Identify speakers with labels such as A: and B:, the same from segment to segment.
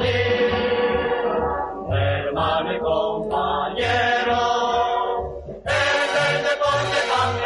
A: hermano y compañero, es el deporte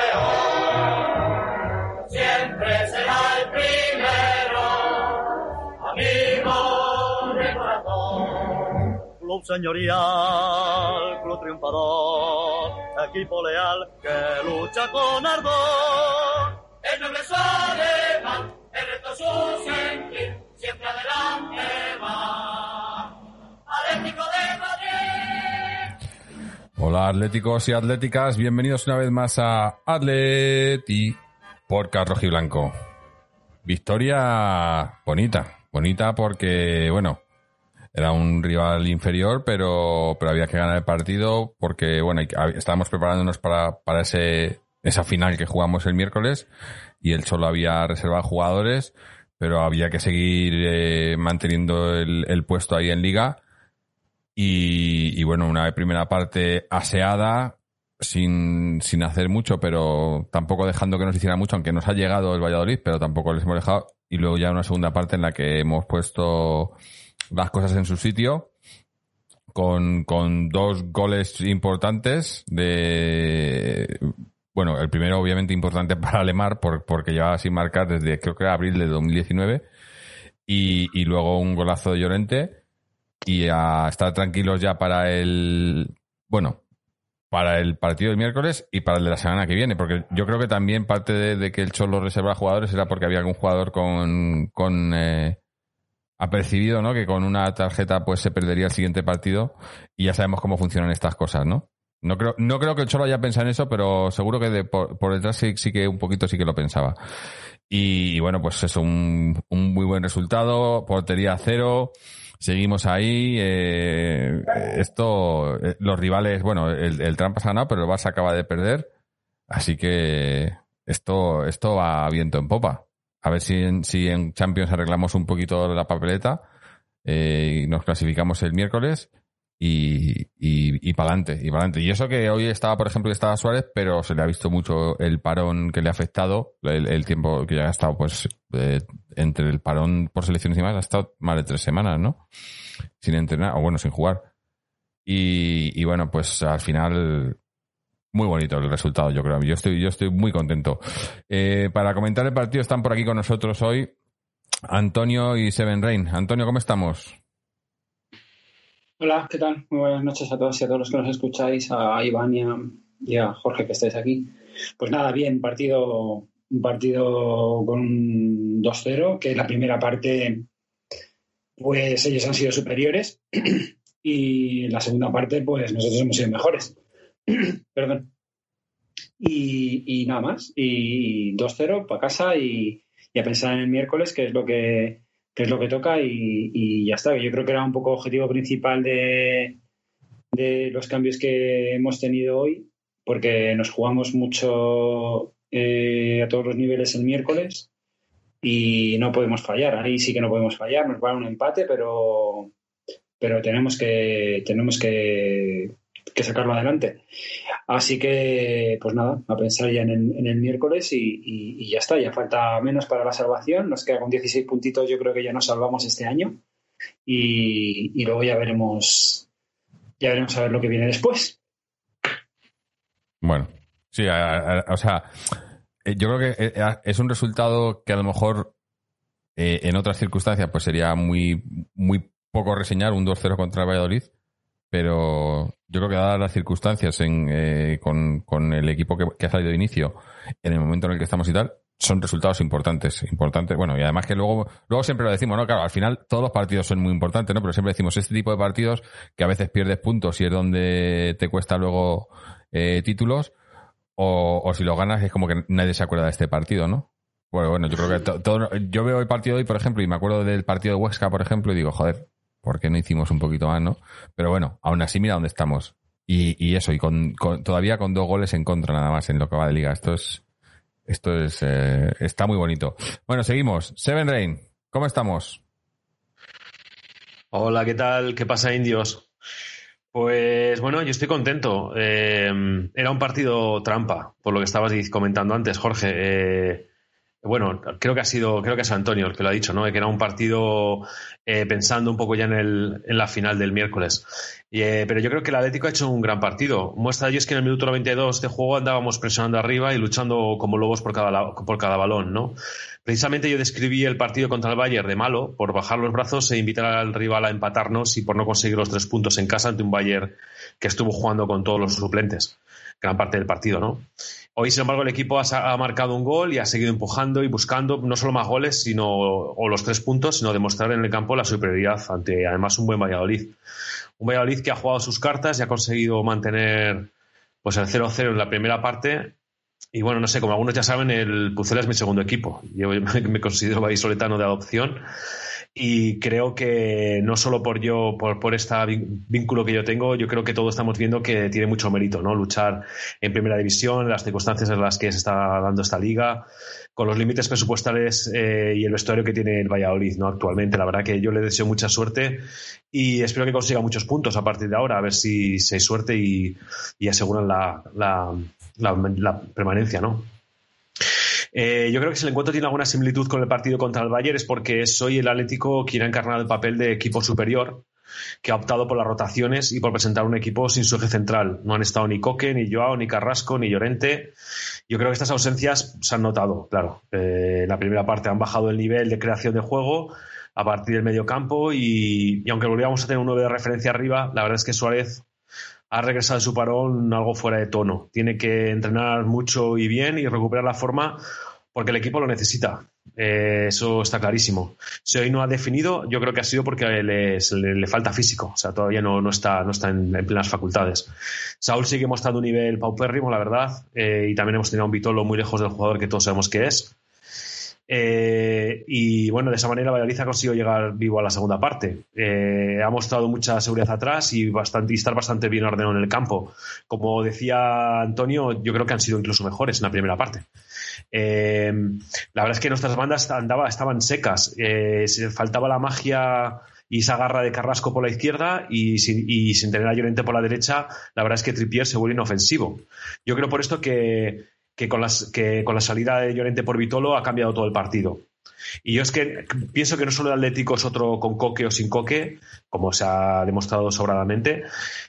A: campeón, siempre será el primero, amigo de corazón. Club señorial, club triunfador, equipo leal que lucha con ardor. El noble es alemán, el reto es un sentir, siempre adelante va. Atlético de Madrid.
B: Hola atléticos y atléticas, bienvenidos una vez más a Atleti Podcast Rojiblanco. Victoria bonita porque, bueno, era un rival inferior, pero había que ganar el partido porque, bueno, estábamos preparándonos para esa final que jugamos el miércoles y él solo había reservado jugadores, pero había que seguir manteniendo el puesto ahí en Liga y bueno, una primera parte aseada sin hacer mucho, pero tampoco dejando que nos hiciera mucho, aunque nos ha llegado el Valladolid, pero tampoco les hemos dejado, y luego ya una segunda parte en la que hemos puesto las cosas en su sitio con dos goles importantes bueno, el primero obviamente importante para Lemar porque llevaba sin marcar desde creo que era abril de 2019 y luego un golazo de Llorente y a estar tranquilos ya para el partido del miércoles y para el de la semana que viene, porque yo creo que también parte de que el Cholo reserva jugadores era porque había algún jugador apercibido, ¿no? Que con una tarjeta pues se perdería el siguiente partido y ya sabemos cómo funcionan estas cosas, ¿no? No creo que el Cholo haya pensado en eso, pero seguro que por detrás sí que un poquito sí que lo pensaba. Y bueno, pues es un muy buen resultado, portería cero, seguimos ahí, los rivales, bueno, el Trampas ha ganado, pero el Barça acaba de perder, así que esto va a viento en popa. A ver si en Champions arreglamos un poquito la papeleta y nos clasificamos el miércoles y pa'lante. Y eso que hoy estaba, por ejemplo, Suárez, pero se le ha visto mucho el parón que le ha afectado, el tiempo que ya ha estado, pues, entre el parón por selecciones y más, ha estado más de 3 semanas, ¿no? Sin entrenar, o bueno, sin jugar. Y bueno, pues al final muy bonito el resultado, yo creo. Yo estoy muy contento. Para comentar el partido están por aquí con nosotros hoy Antonio y Seven Rain. Antonio, ¿cómo estamos?
C: Hola, ¿qué tal? Muy buenas noches a todos y a todos los que nos escucháis, a Iván y a Jorge que estáis aquí. Pues nada, bien, un partido con un 2-0, que la primera parte pues ellos han sido superiores y en la segunda parte pues nosotros hemos sido mejores. Perdón. Y nada más. Y 2-0 para casa y a pensar en el miércoles, que es lo que toca y ya está. Yo creo que era un poco objetivo principal de los cambios que hemos tenido hoy, porque nos jugamos mucho a todos los niveles el miércoles y no podemos fallar. Ahí sí que no podemos fallar. Nos va un empate, pero tenemos que sacarlo adelante. Así que, pues nada, a pensar ya en el miércoles y ya está, ya falta menos para la salvación, nos queda con 16 puntitos, yo creo que ya nos salvamos este año y luego ya veremos a ver lo que viene después.
B: Bueno, sí, o sea, yo creo que es un resultado que a lo mejor en otras circunstancias pues sería muy, muy poco reseñar, un 2-0 contra el Valladolid, pero yo creo que dadas las circunstancias con el equipo que ha salido de inicio en el momento en el que estamos y tal, son resultados importantes. Bueno, y además que luego siempre lo decimos, ¿no? Claro, al final todos los partidos son muy importantes, ¿no? Pero siempre decimos este tipo de partidos que a veces pierdes puntos y es donde te cuesta luego títulos, o si lo ganas es como que nadie se acuerda de este partido, ¿no? Bueno, yo creo que yo veo el partido de hoy, por ejemplo, y me acuerdo del partido de Huesca, por ejemplo, y digo, joder, ¿por qué no hicimos un poquito más, no? Pero bueno, aún así mira dónde estamos. Y eso, y todavía con 2 goles en contra nada más en lo que va de liga. Esto está muy bonito. Bueno, seguimos. Seven Rain, ¿cómo estamos?
D: Hola, ¿qué tal? ¿Qué pasa, indios? Pues bueno, yo estoy contento. Era un partido trampa, por lo que estabas comentando antes, Jorge. Bueno, creo que ha sido Antonio el que lo ha dicho, ¿no? Que era un partido pensando un poco ya en la final del miércoles. Pero yo creo que el Atlético ha hecho un gran partido. Muestra de ello es que en el minuto 92 de juego andábamos presionando arriba y luchando como lobos por cada balón, ¿no? Precisamente yo describí el partido contra el Bayern de malo, por bajar los brazos e invitar al rival a empatarnos y por no conseguir los 3 puntos en casa ante un Bayern que estuvo jugando con todos los suplentes. Gran parte del partido, ¿no? Hoy, sin embargo, el equipo ha marcado un gol y ha seguido empujando y buscando no solo más goles o los 3 puntos, sino demostrar en el campo la superioridad ante, además, un buen Valladolid. Un Valladolid que ha jugado sus cartas y ha conseguido mantener pues el 0-0 en la primera parte. Y bueno, no sé, como algunos ya saben, el Pucela es mi segundo equipo. Yo me considero vallisoletano de adopción. Y creo que no solo por este vínculo que yo tengo, yo creo que todos estamos viendo que tiene mucho mérito, ¿no? Luchar en primera división, en las circunstancias en las que se está dando esta liga, con los límites presupuestales y el vestuario que tiene el Valladolid, ¿no? Actualmente. La verdad que yo le deseo mucha suerte y espero que consiga muchos puntos a partir de ahora, a ver si hay suerte y aseguran la permanencia, ¿no? Yo creo que si el encuentro tiene alguna similitud con el partido contra el Bayern es porque soy el Atlético quien ha encarnado el papel de equipo superior, que ha optado por las rotaciones y por presentar un equipo sin su eje central. No han estado ni Coque, ni Joao, ni Carrasco, ni Llorente. Yo creo que estas ausencias se han notado, claro. En la primera parte han bajado el nivel de creación de juego a partir del medio campo y aunque volvíamos a tener un 9 de referencia arriba, la verdad es que Suárez ha regresado de su parón algo fuera de tono. Tiene que entrenar mucho y bien y recuperar la forma porque el equipo lo necesita. Eso está clarísimo. Si hoy no ha definido, yo creo que ha sido porque le falta físico. O sea, todavía no está en plenas facultades. Saúl sigue mostrando un nivel paupérrimo, la verdad. Y también hemos tenido a un Vitolo muy lejos del jugador que todos sabemos que es. Y bueno, de esa manera Valladolid ha conseguido llegar vivo a la segunda parte. Ha mostrado mucha seguridad atrás y estar bastante bien ordenado en el campo. Como decía Antonio, yo creo que han sido incluso mejores en la primera parte. La verdad es que nuestras bandas estaban secas. Faltaba la magia y esa garra de Carrasco por la izquierda y sin tener a Llorente por la derecha, la verdad es que Trippier se vuelve inofensivo. Yo creo por esto que con la salida de Llorente por Vitolo ha cambiado todo el partido. Y yo es que pienso que no solo el Atlético es otro con Coque o sin Coque, como se ha demostrado sobradamente,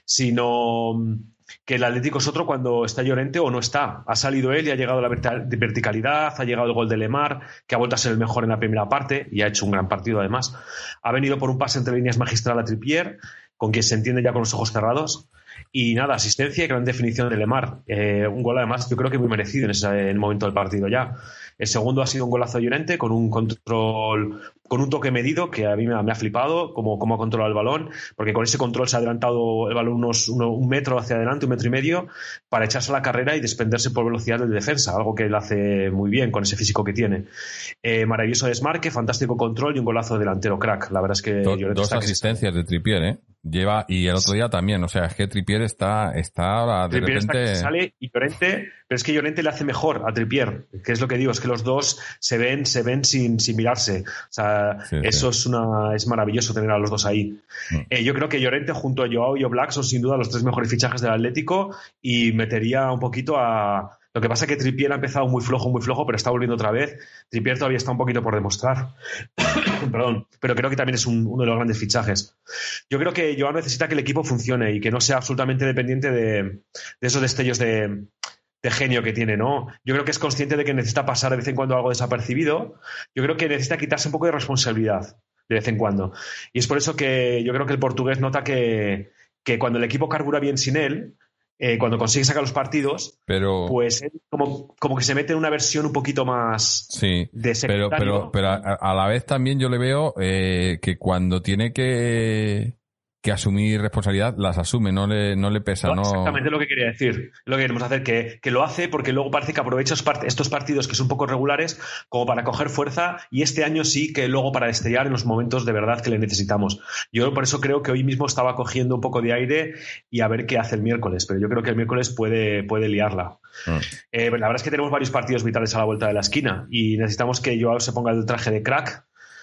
D: sino que el Atlético es otro cuando está Llorente o no está. Ha salido él y ha llegado la verticalidad, ha llegado el gol de Lemar, que ha vuelto a ser el mejor en la primera parte y ha hecho un gran partido además. Ha venido por un pase entre líneas magistral a Trippier, con quien se entiende ya con los ojos cerrados. Y nada, asistencia y gran definición de Lemar. Un gol además yo creo que muy merecido en el momento del partido ya. El segundo ha sido un golazo de Llorente con un control, con un toque medido que a mí me ha flipado cómo ha controlado el balón, porque con ese control se ha adelantado el balón un metro hacia adelante, 1,5 metros, para echarse a la carrera y desprenderse por velocidad del defensa, algo que él hace muy bien con ese físico que tiene. Maravilloso desmarque, fantástico control y un golazo de delantero crack. La verdad es que
B: dos asistencias de Trippier, lleva, y el otro día también, o sea, es que Trippier está ahora de
D: Trippier
B: repente
D: está que sale y Llorente, pero es que Llorente le hace mejor a Trippier, que es lo que digo, es que los dos se ven sin mirarse. O sea,
B: sí,
D: eso sí. Es maravilloso tener a los dos ahí. Yo creo que Llorente junto a Joao y Oblak son sin duda los 3 mejores fichajes del Atlético y metería un poquito a... Lo que pasa es que Trippier ha empezado muy flojo, pero está volviendo otra vez. Trippier todavía está un poquito por demostrar. Perdón, pero creo que también es uno de los grandes fichajes. Yo creo que Joao necesita que el equipo funcione y que no sea absolutamente dependiente de esos destellos de genio que tiene, ¿no? Yo creo que es consciente de que necesita pasar de vez en cuando algo desapercibido. Yo creo que necesita quitarse un poco de responsabilidad de vez en cuando. Y es por eso que yo creo que el portugués nota que cuando el equipo carbura bien sin él, cuando consigue sacar los partidos, pues él como que se mete en una versión un poquito más de secundario.
B: Pero a la vez también yo le veo que cuando tiene que asumir responsabilidad, las asume, no le pesa. No.
D: Exactamente lo que quería decir. Lo que queremos hacer, que lo hace porque luego parece que aprovecha estos partidos que son un poco regulares como para coger fuerza y este año sí que luego para destellar en los momentos de verdad que le necesitamos. Yo por eso creo que hoy mismo estaba cogiendo un poco de aire y a ver qué hace el miércoles, pero yo creo que el miércoles puede liarla. La verdad es que tenemos varios partidos vitales a la vuelta de la esquina y necesitamos que Joao se ponga el traje de crack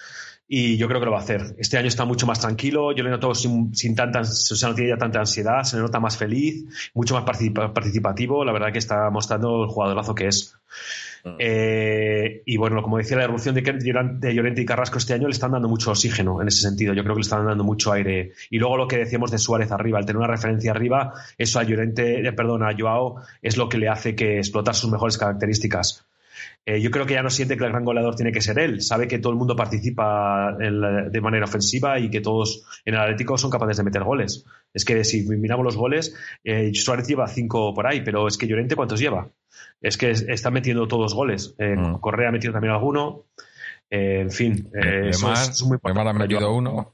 D: y yo creo que lo va a hacer. Este año está mucho más tranquilo, yo le noto sin tanta, o sea, no tiene ya tanta ansiedad, se le nota más feliz, mucho más participativo, la verdad que está mostrando el jugadorazo que es. Y bueno, como decía, la erupción de Llorente y Carrasco este año le están dando mucho oxígeno en ese sentido, yo creo que le están dando mucho aire. Y luego lo que decíamos de Suárez arriba, al tener una referencia arriba, eso a Joao es lo que le hace que explotar sus mejores características. Yo creo que ya no siente que el gran goleador tiene que ser él, sabe que todo el mundo participa de manera ofensiva y que todos en el Atlético son capaces de meter goles. Es que si miramos los goles, Suárez lleva 5 por ahí, pero es que Llorente ¿cuántos lleva? Es que está metiendo todos goles. Correa ha metido también alguno. En fin,
B: Lemar ha metido uno.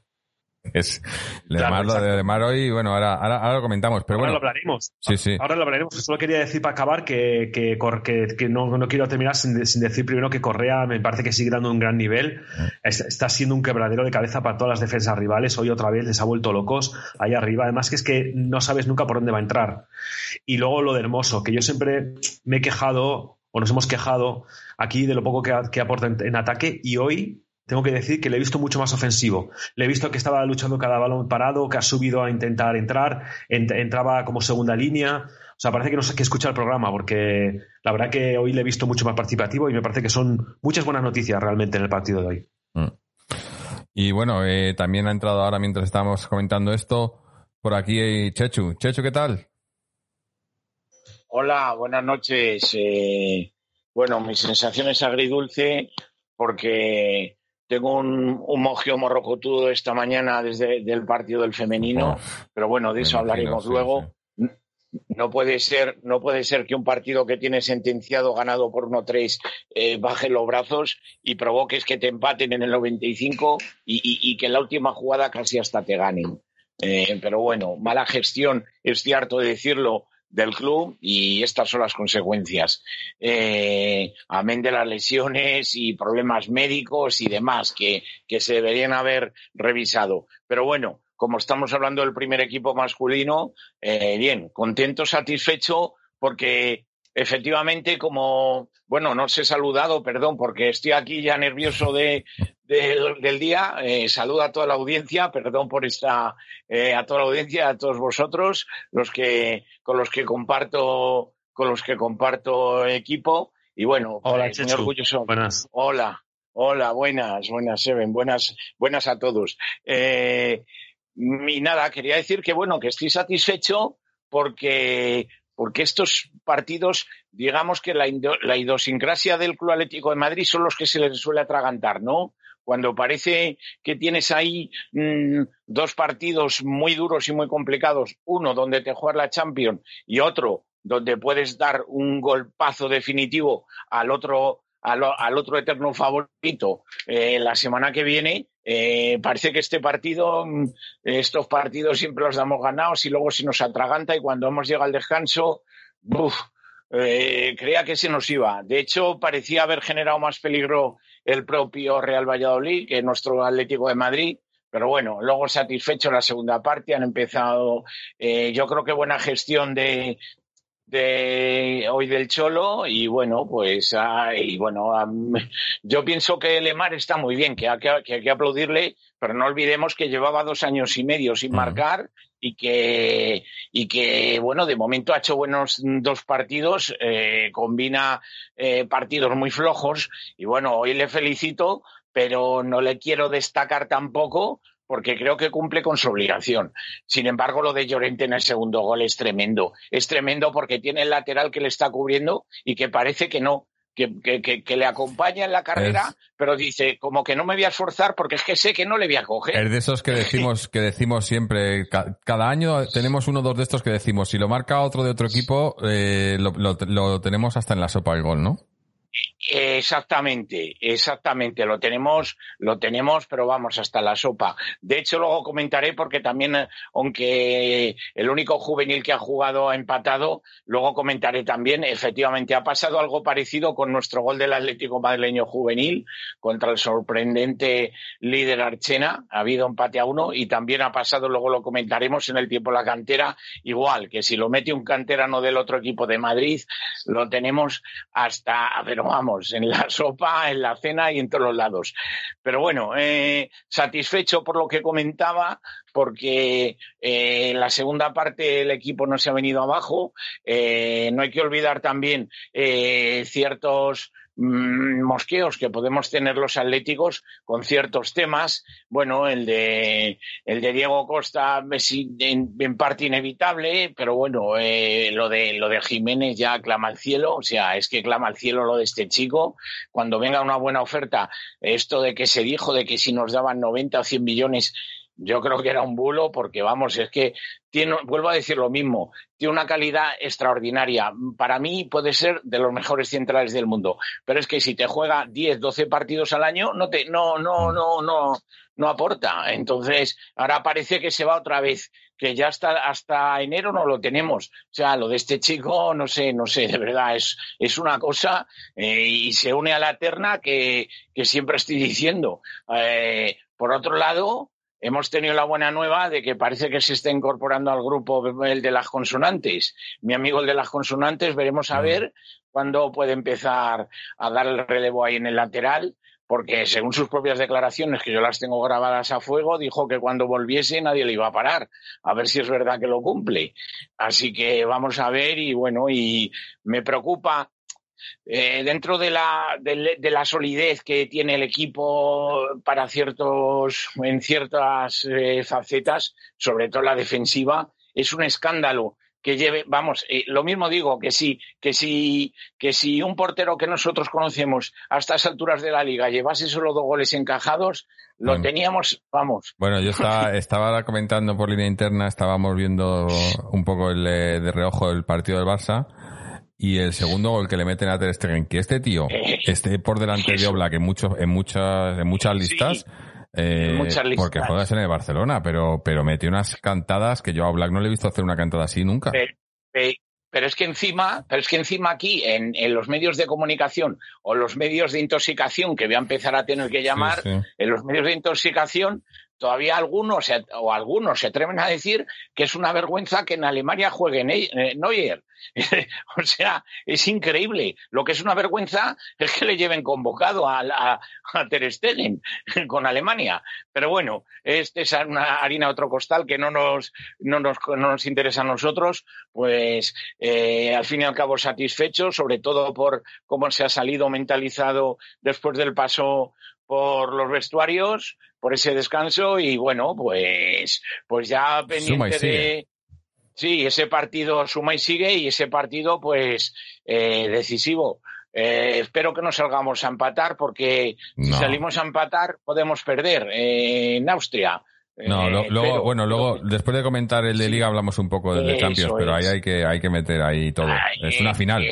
B: Lemar, lo de Lemar hoy, bueno, ahora lo comentamos, pero
D: ahora
B: bueno.
D: Lo hablaremos.
B: Sí.
D: Ahora lo hablaremos. Solo quería decir para acabar que no quiero terminar sin decir primero que Correa me parece que sigue dando un gran nivel. Está siendo un quebradero de cabeza para todas las defensas rivales. Hoy otra vez les ha vuelto locos ahí arriba. Además que es que no sabes nunca por dónde va a entrar. Y luego lo de Hermoso, que yo siempre me he quejado, o nos hemos quejado aquí de lo poco que aporta en ataque, y hoy tengo que decir que le he visto mucho más ofensivo. Le he visto que estaba luchando cada balón parado, que ha subido a intentar entrar, entraba como segunda línea. O sea, parece que no sé qué escucha el programa, porque la verdad que hoy le he visto mucho más participativo y me parece que son muchas buenas noticias realmente en el partido de hoy.
B: Y bueno, también ha entrado ahora, mientras estábamos comentando esto, por aquí Chechu. Chechu, ¿qué tal?
E: Hola, buenas noches. Bueno, mi sensación es agridulce porque tengo un mojio morrocotudo esta mañana desde el partido del femenino, pero bueno, de eso hablaremos luego. Sí. No puede ser que un partido que tiene sentenciado ganado por 1-3 baje los brazos y provoques que te empaten en el 95 y que en la última jugada casi hasta te ganen. Pero bueno, mala gestión, estoy harto de decirlo, del club, y estas son las consecuencias. Amén de las lesiones y problemas médicos y demás que se deberían haber revisado. Pero bueno, como estamos hablando del primer equipo masculino, bien, contento, satisfecho, porque efectivamente, como, bueno, no os he saludado, perdón, porque estoy aquí ya nervioso del día. Saludo a toda la audiencia, perdón por a toda la audiencia, a todos vosotros, con los que comparto equipo. Y bueno,
D: hola,
E: muy orgulloso.
D: Buenas.
E: Hola, buenas, Seven, buenas a todos. Y nada, quería decir que bueno, que estoy satisfecho porque estos partidos, digamos que la idiosincrasia del Club Atlético de Madrid son los que se les suele atragantar, ¿no? Cuando parece que tienes ahí dos partidos muy duros y muy complicados, uno donde te juegas la Champions y otro donde puedes dar un golpazo definitivo al otro eterno favorito la semana que viene, parece que estos partidos siempre los damos ganados y luego se nos atraganta, y cuando hemos llegado al descanso, creía que se nos iba. De hecho, parecía haber generado más peligro el propio Real Valladolid que nuestro Atlético de Madrid. Pero bueno, luego satisfecho la segunda parte, han empezado, yo creo que buena gestión de hoy del Cholo, y bueno, pues yo pienso que Lemar está muy bien, que hay que aplaudirle, pero no olvidemos que llevaba 2 años y medio sin marcar y que bueno, de momento ha hecho buenos 2 partidos, combina partidos muy flojos, y bueno, hoy le felicito, pero no le quiero destacar tampoco, porque creo que cumple con su obligación. Sin embargo, lo de Llorente en el segundo gol es tremendo. Es tremendo porque tiene el lateral que le está cubriendo y que parece que no, que le acompaña en la carrera, pero dice, como que no me voy a esforzar porque es que sé que no le voy a coger.
B: Es de esos que decimos siempre, cada año tenemos 1 o 2 de estos que decimos, si lo marca otro de otro equipo, lo tenemos hasta en la sopa el gol, ¿no?
E: Exactamente, lo tenemos, pero vamos, hasta la sopa. De hecho, luego comentaré, porque también, aunque el único juvenil que ha jugado ha empatado, luego comentaré también, efectivamente ha pasado algo parecido con nuestro gol del Atlético madrileño juvenil contra el sorprendente líder Archena. Ha habido empate a 1, y también ha pasado, luego lo comentaremos, en el tiempo la cantera, igual, que si lo mete un canterano del otro equipo de Madrid, lo tenemos hasta, pero vamos, vamos, en la sopa, en la cena y en todos los lados. Pero bueno, satisfecho por lo que comentaba, porque en la segunda parte el equipo no se ha venido abajo. No hay que olvidar también ciertos mosqueos que podemos tener los atléticos con ciertos temas. Bueno, el de Diego Costa es en parte inevitable, pero bueno, lo de Jiménez ya clama al cielo. O sea, es que clama al cielo lo de este chico. Cuando venga una buena oferta, esto de que se dijo de que si nos daban 90 o 100 millones, yo creo que era un bulo, porque vamos, es que vuelvo a decir lo mismo, tiene una calidad extraordinaria. Para mí puede ser de los mejores centrales del mundo, pero es que si te juega 10, 12 partidos al año, no aporta. Entonces, ahora parece que se va otra vez, que ya hasta enero no lo tenemos. O sea, lo de este chico, no sé, de verdad, es una cosa, y se une a la terna que siempre estoy diciendo. Por otro lado, hemos tenido la buena nueva de que parece que se está incorporando al grupo el de las consonantes. Mi amigo el de las consonantes, veremos a ver cuándo puede empezar a dar el relevo ahí en el lateral, porque según sus propias declaraciones, que yo las tengo grabadas a fuego, dijo que cuando volviese nadie le iba a parar. A ver si es verdad que lo cumple. Así que vamos a ver, y bueno, y me preocupa. Dentro de la solidez que tiene el equipo en ciertas facetas, sobre todo la defensiva, es un escándalo que lleve, vamos, lo mismo digo, que si un portero que nosotros conocemos a estas alturas de la liga llevase solo 2 goles encajados, lo teníamos, vamos.
B: Bueno, yo estaba comentando por línea interna, estábamos viendo un poco de reojo el partido del Barça. Y el segundo gol que le meten a Ter Stegen, que este tío esté por delante de Oblak en muchas listas, porque juegas en el Barcelona, pero metió unas cantadas que yo a Oblak no le he visto hacer una cantada así nunca.
E: Pero es que encima aquí en los medios de comunicación o los medios de intoxicación, que voy a empezar a tener que llamar, en los medios de intoxicación, todavía algunos se atreven a decir que es una vergüenza que en Alemania juegue Neuer. O sea, es increíble. Lo que es una vergüenza es que le lleven convocado a Ter Stegen con Alemania. Pero bueno, es una harina de otro costal que no nos interesa a nosotros. Pues al fin y al cabo satisfechos, sobre todo por cómo se ha salido mentalizado después del paso por los vestuarios, por ese descanso, y bueno, pues ya pendiente de... Sí, ese partido suma y sigue, y ese partido pues decisivo. Espero que no salgamos a empatar, porque si salimos a empatar podemos perder en Austria.
B: Luego, después de comentar el de Liga, hablamos un poco del de Champions, pero ahí hay que meter ahí todo. Es una final.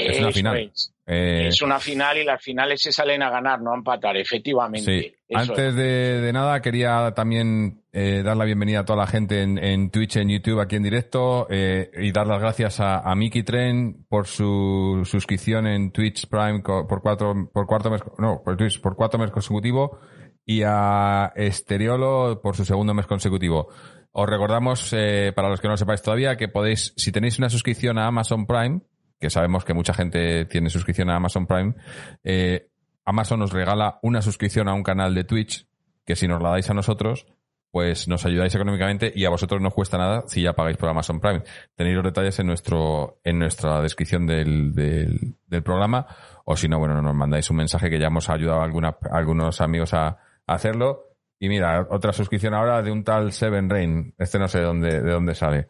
B: Es una final,
E: y las finales se salen a ganar, no a empatar, efectivamente.
B: Sí. Antes de nada, quería también dar la bienvenida a toda la gente en Twitch, en YouTube, aquí en directo, y dar las gracias a Miki Tren por su suscripción en Twitch Prime por cuarto mes consecutivo, y a Esteriolo por su segundo mes consecutivo. Os recordamos, para los que no lo sepáis todavía, que podéis, si tenéis una suscripción a Amazon Prime, que sabemos que mucha gente tiene suscripción a Amazon Prime, Amazon os regala una suscripción a un canal de Twitch, que si nos la dais a nosotros, pues nos ayudáis económicamente, y a vosotros no os cuesta nada si ya pagáis por Amazon Prime. Tenéis los detalles en nuestra descripción del programa, o si no, bueno, nos mandáis un mensaje, que ya hemos ayudado a algunos amigos a hacerlo. Y mira, otra suscripción ahora de un tal Seven Rain. Este no sé de dónde sale.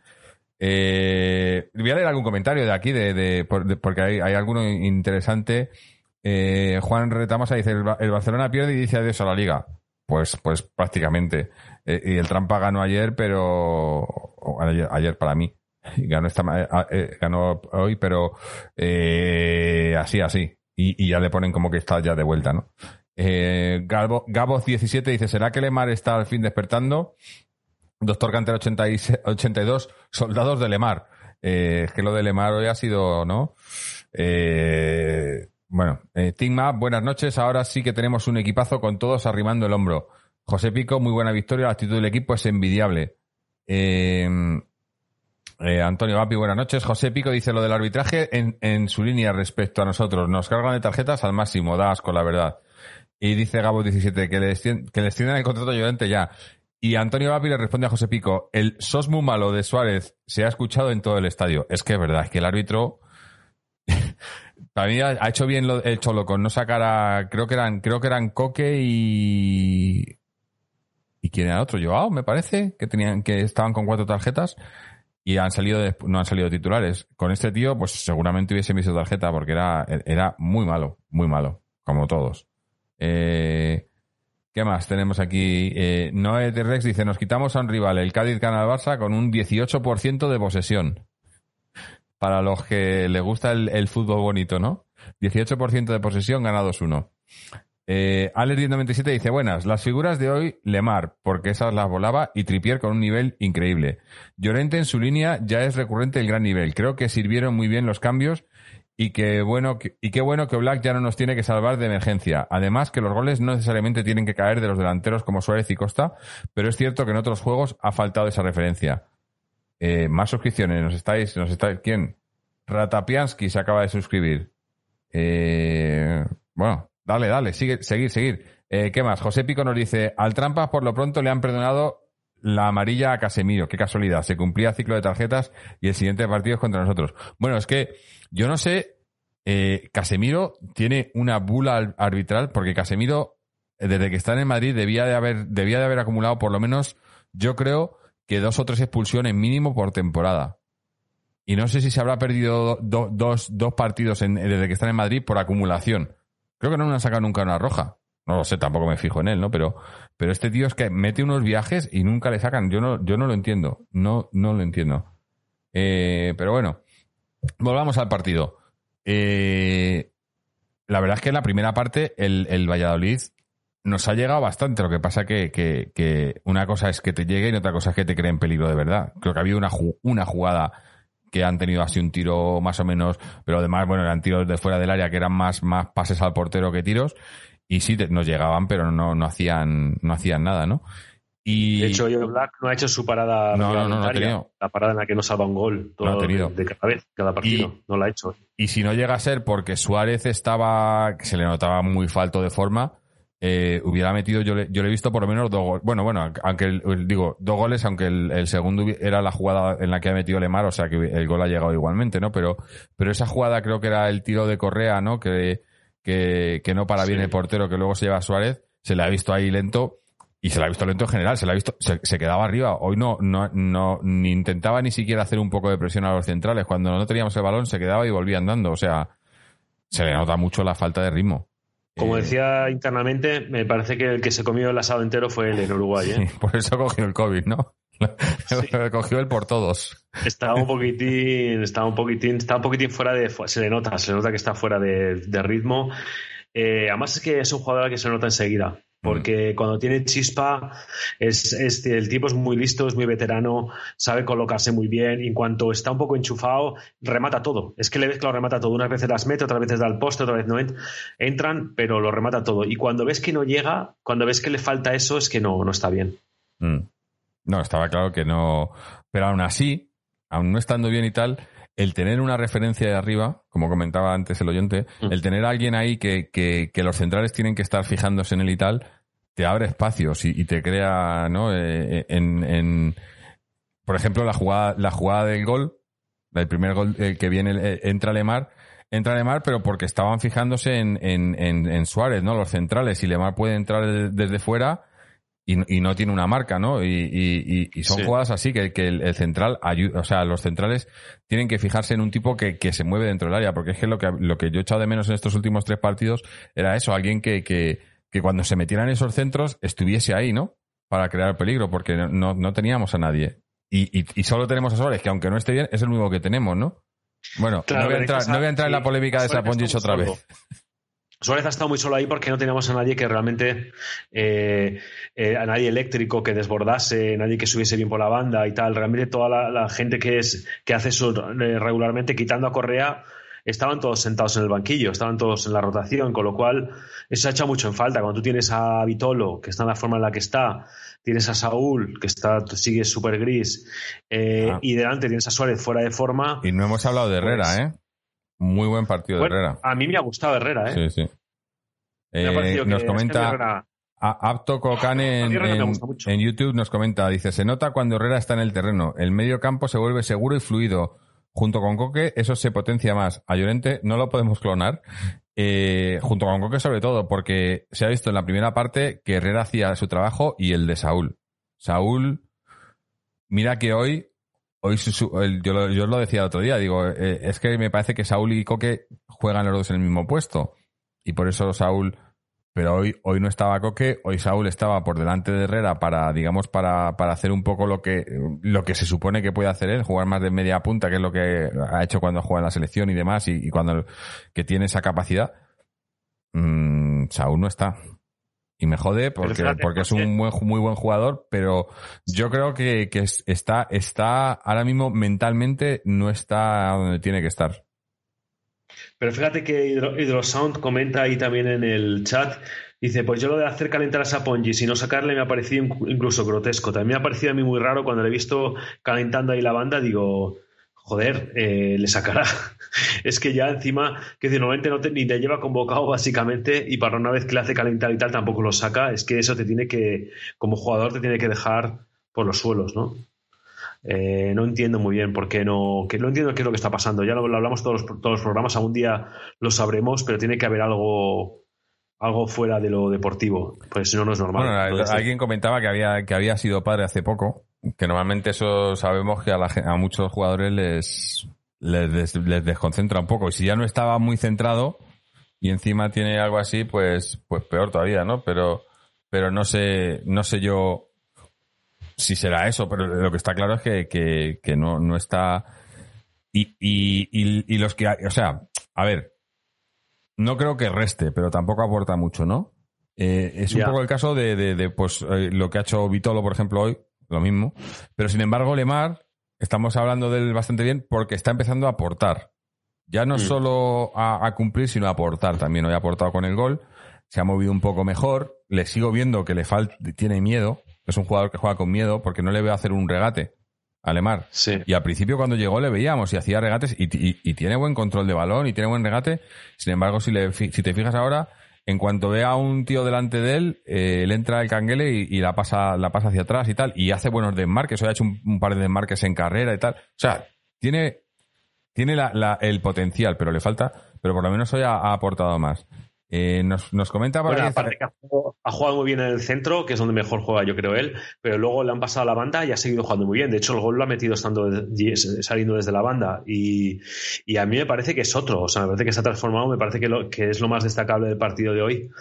B: Voy a leer algún comentario de aquí, porque hay alguno interesante. Juan Retamasa dice: el Barcelona pierde y dice adiós a la Liga. Pues prácticamente. Y el Trampa ganó ayer, pero ayer para mí. Ganó hoy, pero así. Y ya le ponen como que está ya de vuelta, ¿no? Gabos 17 dice: ¿será que Lemar está al fin despertando? Doctor Cantera 82, soldados de Lemar. Es que lo de Lemar hoy ha sido, ¿no? Tigma, buenas noches. Ahora sí que tenemos un equipazo con todos arrimando el hombro. José Pico, muy buena victoria. La actitud del equipo es envidiable. Antonio Vapi, buenas noches. José Pico dice lo del arbitraje en su línea respecto a nosotros. Nos cargan de tarjetas al máximo, da asco, la verdad. Y dice Gabo 17 que le extiendan el contrato a Llorente ya. Y Antonio Vapi le responde a José Pico, el sos muy malo de Suárez se ha escuchado en todo el estadio. Es que es verdad, es que el árbitro para mí ha hecho bien el Cholo con no sacar a... Creo que eran Coque y ¿quién era otro? Joao, me parece, que estaban con 4 tarjetas y no han salido titulares. Con este tío, pues seguramente hubiese visto tarjeta porque era muy malo, como todos. ¿Qué más tenemos aquí? Noé de Rex dice, nos quitamos a un rival, el Cádiz gana al Barça con un 18% de posesión. Para los que les gusta el fútbol bonito, ¿no? 18% de posesión, gana 2-1. Alex1097 dice, buenas, las figuras de hoy, Lemar, porque esas las volaba, y Trippier con un nivel increíble. Llorente en su línea ya es recurrente el gran nivel. Creo que sirvieron muy bien los cambios y qué bueno que Oblak ya no nos tiene que salvar de emergencia. Además que los goles no necesariamente tienen que caer de los delanteros como Suárez y Costa, pero es cierto que en otros juegos ha faltado esa referencia. Más suscripciones, nos estáis, ¿quién? Ratapiansky se acaba de suscribir. Bueno, dale, seguir. ¿Qué más? José Pico nos dice, al Trampas por lo pronto le han perdonado la amarilla a Casemiro. Qué casualidad, se cumplía ciclo de tarjetas y el siguiente partido es contra nosotros. Bueno, es que yo no sé, Casemiro tiene una bula arbitral porque Casemiro, desde que está en Madrid, debía de haber acumulado por lo menos, yo creo, que 2 o 3 expulsiones mínimo por temporada. Y no sé si se habrá perdido dos partidos desde que están en Madrid por acumulación. Creo que no me han sacado nunca una roja. No lo sé, tampoco me fijo en él, ¿no? Pero este tío es que mete unos viajes y nunca le sacan. Yo no lo entiendo. No lo entiendo. Pero bueno, volvamos al partido. La verdad es que en la primera parte el Valladolid nos ha llegado bastante. Lo que pasa que una cosa es que te llegue y otra cosa es que te cree en peligro de verdad. Creo que ha habido una jugada que han tenido así un tiro más o menos, pero además, bueno, eran tiros de fuera del área que eran más pases al portero que tiros, y sí, nos llegaban, pero no hacían nada, ¿no? Y
D: de hecho, Oblak no ha hecho su parada
B: reglamentaria,
D: la parada en la que no salva un gol de cada partido, no la ha hecho.
B: Y si no llega a ser porque Suárez que se le notaba muy falto de forma, hubiera metido, yo le he visto por lo menos 2 goles. Bueno, aunque 2 goles, aunque el segundo era la jugada en la que ha metido Lemar, o sea que el gol ha llegado igualmente, ¿no? Pero esa jugada creo que era el tiro de Correa, ¿no? Que no para bien el portero, que luego se lleva a Suárez, se le ha visto ahí lento, y se le ha visto lento en general, se quedaba arriba. Hoy no ni intentaba ni siquiera hacer un poco de presión a los centrales. Cuando no teníamos el balón se quedaba y volvía andando, o sea, se le nota mucho la falta de ritmo.
D: Como decía internamente, me parece que el que se comió el asado entero fue él en Uruguay.
B: Sí, por eso cogió el COVID, ¿no? Sí. Cogió él por todos.
D: Estaba un poquitín fuera de... Se le nota que está fuera de ritmo. Además es que es un jugador que se nota enseguida. Porque cuando tiene chispa, el tipo es muy listo, es muy veterano, sabe colocarse muy bien, y en cuanto está un poco enchufado, remata todo. Es que le ves que lo remata todo. Unas veces las mete, otras veces da al poste, otra vez no entran, pero lo remata todo. Y cuando ves que no llega, cuando ves que le falta eso, es que no está bien.
B: No, estaba claro que no. Pero aún así, aún no estando bien y tal, el tener una referencia de arriba, como comentaba antes el oyente, el tener a alguien ahí que los centrales tienen que estar fijándose en él y tal, te abre espacios y te crea, ¿no? Por ejemplo, la jugada del gol, el primer gol que viene, entra Lemar, pero porque estaban fijándose en Suárez, ¿no? Los centrales, y Lemar puede entrar desde fuera y no tiene una marca, ¿no? Y son jugadas así que el central ayuda, o sea, los centrales tienen que fijarse en un tipo que se mueve dentro del área, porque es que lo que yo he echado de menos en estos últimos 3 partidos era eso, alguien que cuando se metieran esos centros estuviese ahí, ¿no? Para crear peligro, porque no teníamos a nadie. Y solo tenemos a Suárez, que aunque no esté bien, es el único que tenemos, ¿no? Bueno, claro, no voy a entrar en la polémica de Saponjic otra vez.
D: Suárez ha estado muy solo ahí porque no teníamos a nadie que realmente, a nadie eléctrico que desbordase, nadie que subiese bien por la banda y tal. Realmente toda la gente que hace eso regularmente, quitando a Correa, estaban todos sentados en el banquillo, estaban todos en la rotación, con lo cual eso ha hecho mucho en falta. Cuando tú tienes a Vitolo, que está en la forma en la que está, tienes a Saúl, que sigue súper gris, y delante tienes a Suárez fuera de forma.
B: Y no hemos hablado de Herrera, Muy buen partido de Herrera.
D: A mí me ha gustado Herrera,
B: Sí, sí.
D: Me ha parecido
B: nos
D: que
B: comenta
D: Herrera...
B: Apto Cocane en YouTube, nos comenta, dice, se nota cuando Herrera está en el terreno, el medio campo se vuelve seguro y fluido, junto con Coque eso se potencia más. A Llorente no lo podemos clonar, junto con Coque sobre todo, porque se ha visto en la primera parte que Herrera hacía su trabajo y el de Saúl, mira que hoy yo lo decía el otro día, digo, es que me parece que Saúl y Coque juegan los dos en el mismo puesto, y por eso Saúl... Pero hoy no estaba Coque, hoy Saúl estaba por delante de Herrera para hacer un poco lo que se supone que puede hacer él, jugar más de media punta, que es lo que ha hecho cuando juega en la selección y demás, y cuando que tiene esa capacidad. Saúl no está. Y me jode porque es un muy buen jugador, pero yo creo que está ahora mismo mentalmente no está donde tiene que estar.
D: Pero fíjate que Hydrosound comenta ahí también en el chat, dice, pues yo lo de hacer calentar a Sapongis y no sacarle me ha parecido incluso grotesco. También me ha parecido a mí muy raro cuando le he visto calentando ahí la banda, digo, joder, le sacará. Es que ya encima, que normalmente ni te lleva convocado básicamente, y para una vez que le hace calentar y tal tampoco lo saca. Es que eso como jugador te tiene que dejar por los suelos, ¿no? No entiendo muy bien por qué no entiendo qué es lo que está pasando. Ya lo hablamos todos los programas, algún día lo sabremos, pero tiene que haber algo fuera de lo deportivo, pues si no, no es normal.
B: Bueno, alguien comentaba que había sido padre hace poco, que normalmente eso sabemos que a muchos jugadores les desconcentra un poco, y si ya no estaba muy centrado y encima tiene algo así, pues peor todavía, ¿no? Pero no sé yo si será eso, pero lo que está claro es que no está. Y los que, o sea, a ver, no creo que reste, pero tampoco aporta mucho, ¿no? Es un poco el caso de lo que ha hecho Vitolo, por ejemplo, hoy, lo mismo. Pero sin embargo, Lemar, estamos hablando de él bastante bien porque está empezando a aportar. Ya no solo a cumplir, sino a aportar también. Hoy ha aportado con el gol, se ha movido un poco mejor. Le sigo viendo que tiene miedo. Es un jugador que juega con miedo porque no le veo hacer un regate a Lemar.
D: Sí.
B: Y al principio cuando llegó le veíamos y hacía regates y tiene buen control de balón y tiene buen regate. Sin embargo, si te fijas ahora, en cuanto ve a un tío delante de él, le entra el canguele y la pasa hacia atrás y tal. Y hace buenos desmarques. Hoy ha hecho un par de desmarques en carrera y tal. O sea, tiene el potencial, pero le falta. Pero por lo menos hoy ha aportado más. Nos comenta para
D: aparte que ha jugado muy bien en el centro, que es donde mejor juega yo creo él, pero luego le han pasado a la banda y ha seguido jugando muy bien. De hecho el gol lo ha metido saliendo desde la banda y a mí me parece que es otro, o sea, me parece que se ha transformado, me parece que es lo más destacable del partido de hoy.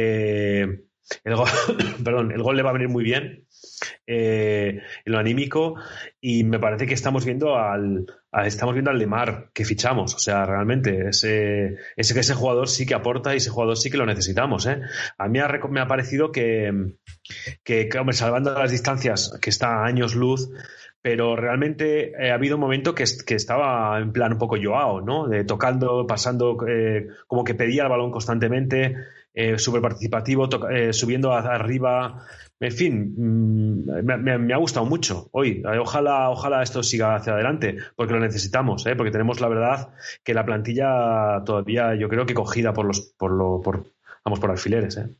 D: El gol le va a venir muy bien en lo anímico, y me parece que estamos viendo al Lemar que fichamos. O sea, realmente ese jugador sí que aporta y ese jugador sí que lo necesitamos, ¿eh? A mí me ha parecido que hombre, salvando las distancias, que está a años luz, pero realmente ha habido un momento que estaba en plan un poco Joao, ¿no? Tocando, pasando, como que pedía el balón constantemente, súper participativo, subiendo arriba. En fin, me ha gustado mucho hoy. Ojalá esto siga hacia adelante, porque lo necesitamos, porque tenemos la verdad que la plantilla todavía, yo creo que cogida por alfileres.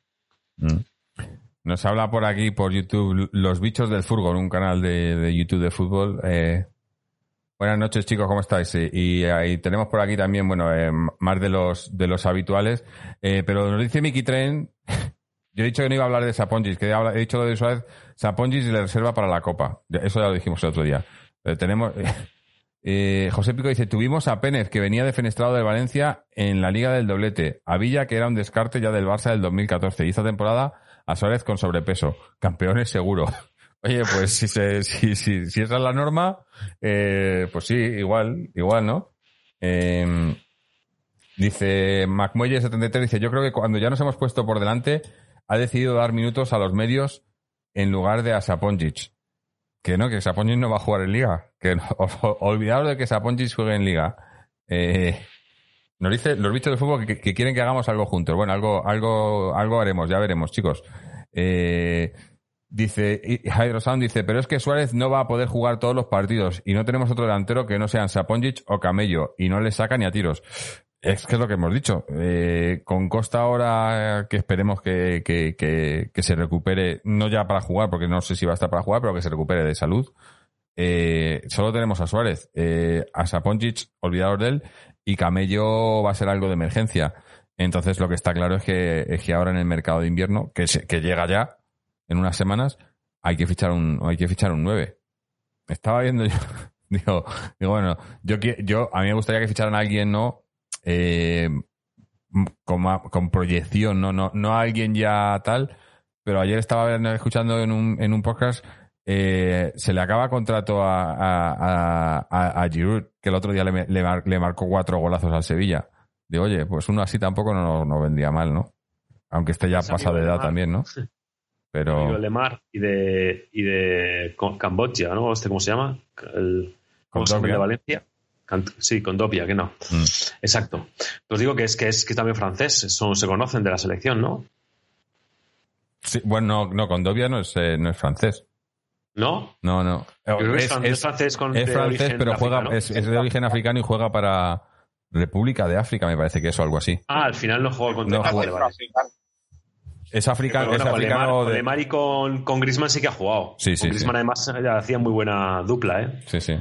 B: Nos habla por aquí, por YouTube, Los Bichos del Fútbol, un canal de YouTube de fútbol. Buenas noches, chicos, ¿cómo estáis? Y tenemos por aquí también, más de los habituales. Pero nos dice Miki Tren, yo he dicho que no iba a hablar de Sapongis, que he dicho lo de Suárez, Sapongis y la reserva para la Copa. Eso ya lo dijimos el otro día. Tenemos... José Pico dice, tuvimos a Pénez, que venía defenestrado del Valencia en la Liga del Doblete. A Villa, que era un descarte ya del Barça del 2014. Hizo temporada a Suárez con sobrepeso. Campeones seguro. Oye, pues si esa es la norma, pues sí, igual, ¿no? Dice MacMuelle73, dice, yo creo que cuando ya nos hemos puesto por delante, ha decidido dar minutos a los medios en lugar de a Saponjic. Que no, que Saponjic no va a jugar en Liga. Que no, olvidaos de que Saponjic juegue en Liga. Nos dice los bichos del fútbol que quieren que hagamos algo juntos. Bueno, algo haremos, ya veremos, chicos. Dice Hydro Sound, dice, pero es que Suárez no va a poder jugar todos los partidos y no tenemos otro delantero que no sean Saponjic o Camello y no le saca ni a tiros. Es que es lo que hemos dicho. Con Costa ahora, que esperemos que se recupere, no ya para jugar, porque no sé si va a estar para jugar, pero que se recupere de salud. Solo tenemos a Suárez, a Saponjic, olvidaros de él, y Camello va a ser algo de emergencia. Entonces lo que está claro es que ahora en el mercado de invierno, que llega ya en unas semanas, hay que fichar un 9. Estaba viendo yo, digo bueno, a mí me gustaría que ficharan a alguien, ¿no? Con proyección, no a alguien ya tal, pero ayer estaba escuchando en un podcast, se le acaba contrato a Giroud, que el otro día le marcó 4 golazos al Sevilla. Digo, oye, pues uno así tampoco no vendría mal, ¿no? Aunque esté ya pasado de edad también, ¿no? Pero
D: Lemar y de Camboya, ¿no? ¿Cómo se llama? ¿Cómo se llama el de Valencia? Sí, Condopia, que no. Exacto. Pues digo que es también francés, se conocen de la selección, ¿no?
B: Sí, bueno, no, Condopia no es francés.
D: ¿No?
B: No.
D: Es francés
B: pero juega,
D: africano.
B: es de origen africano y juega para República de África, me parece que es o algo así.
D: Al final no juega contra
B: vale. Es africano.
D: Bueno,
B: es africano
D: con Lemar y con Griezmann sí que ha jugado.
B: Sí.
D: Griezmann además hacía muy buena dupla, ¿eh?
B: Sí.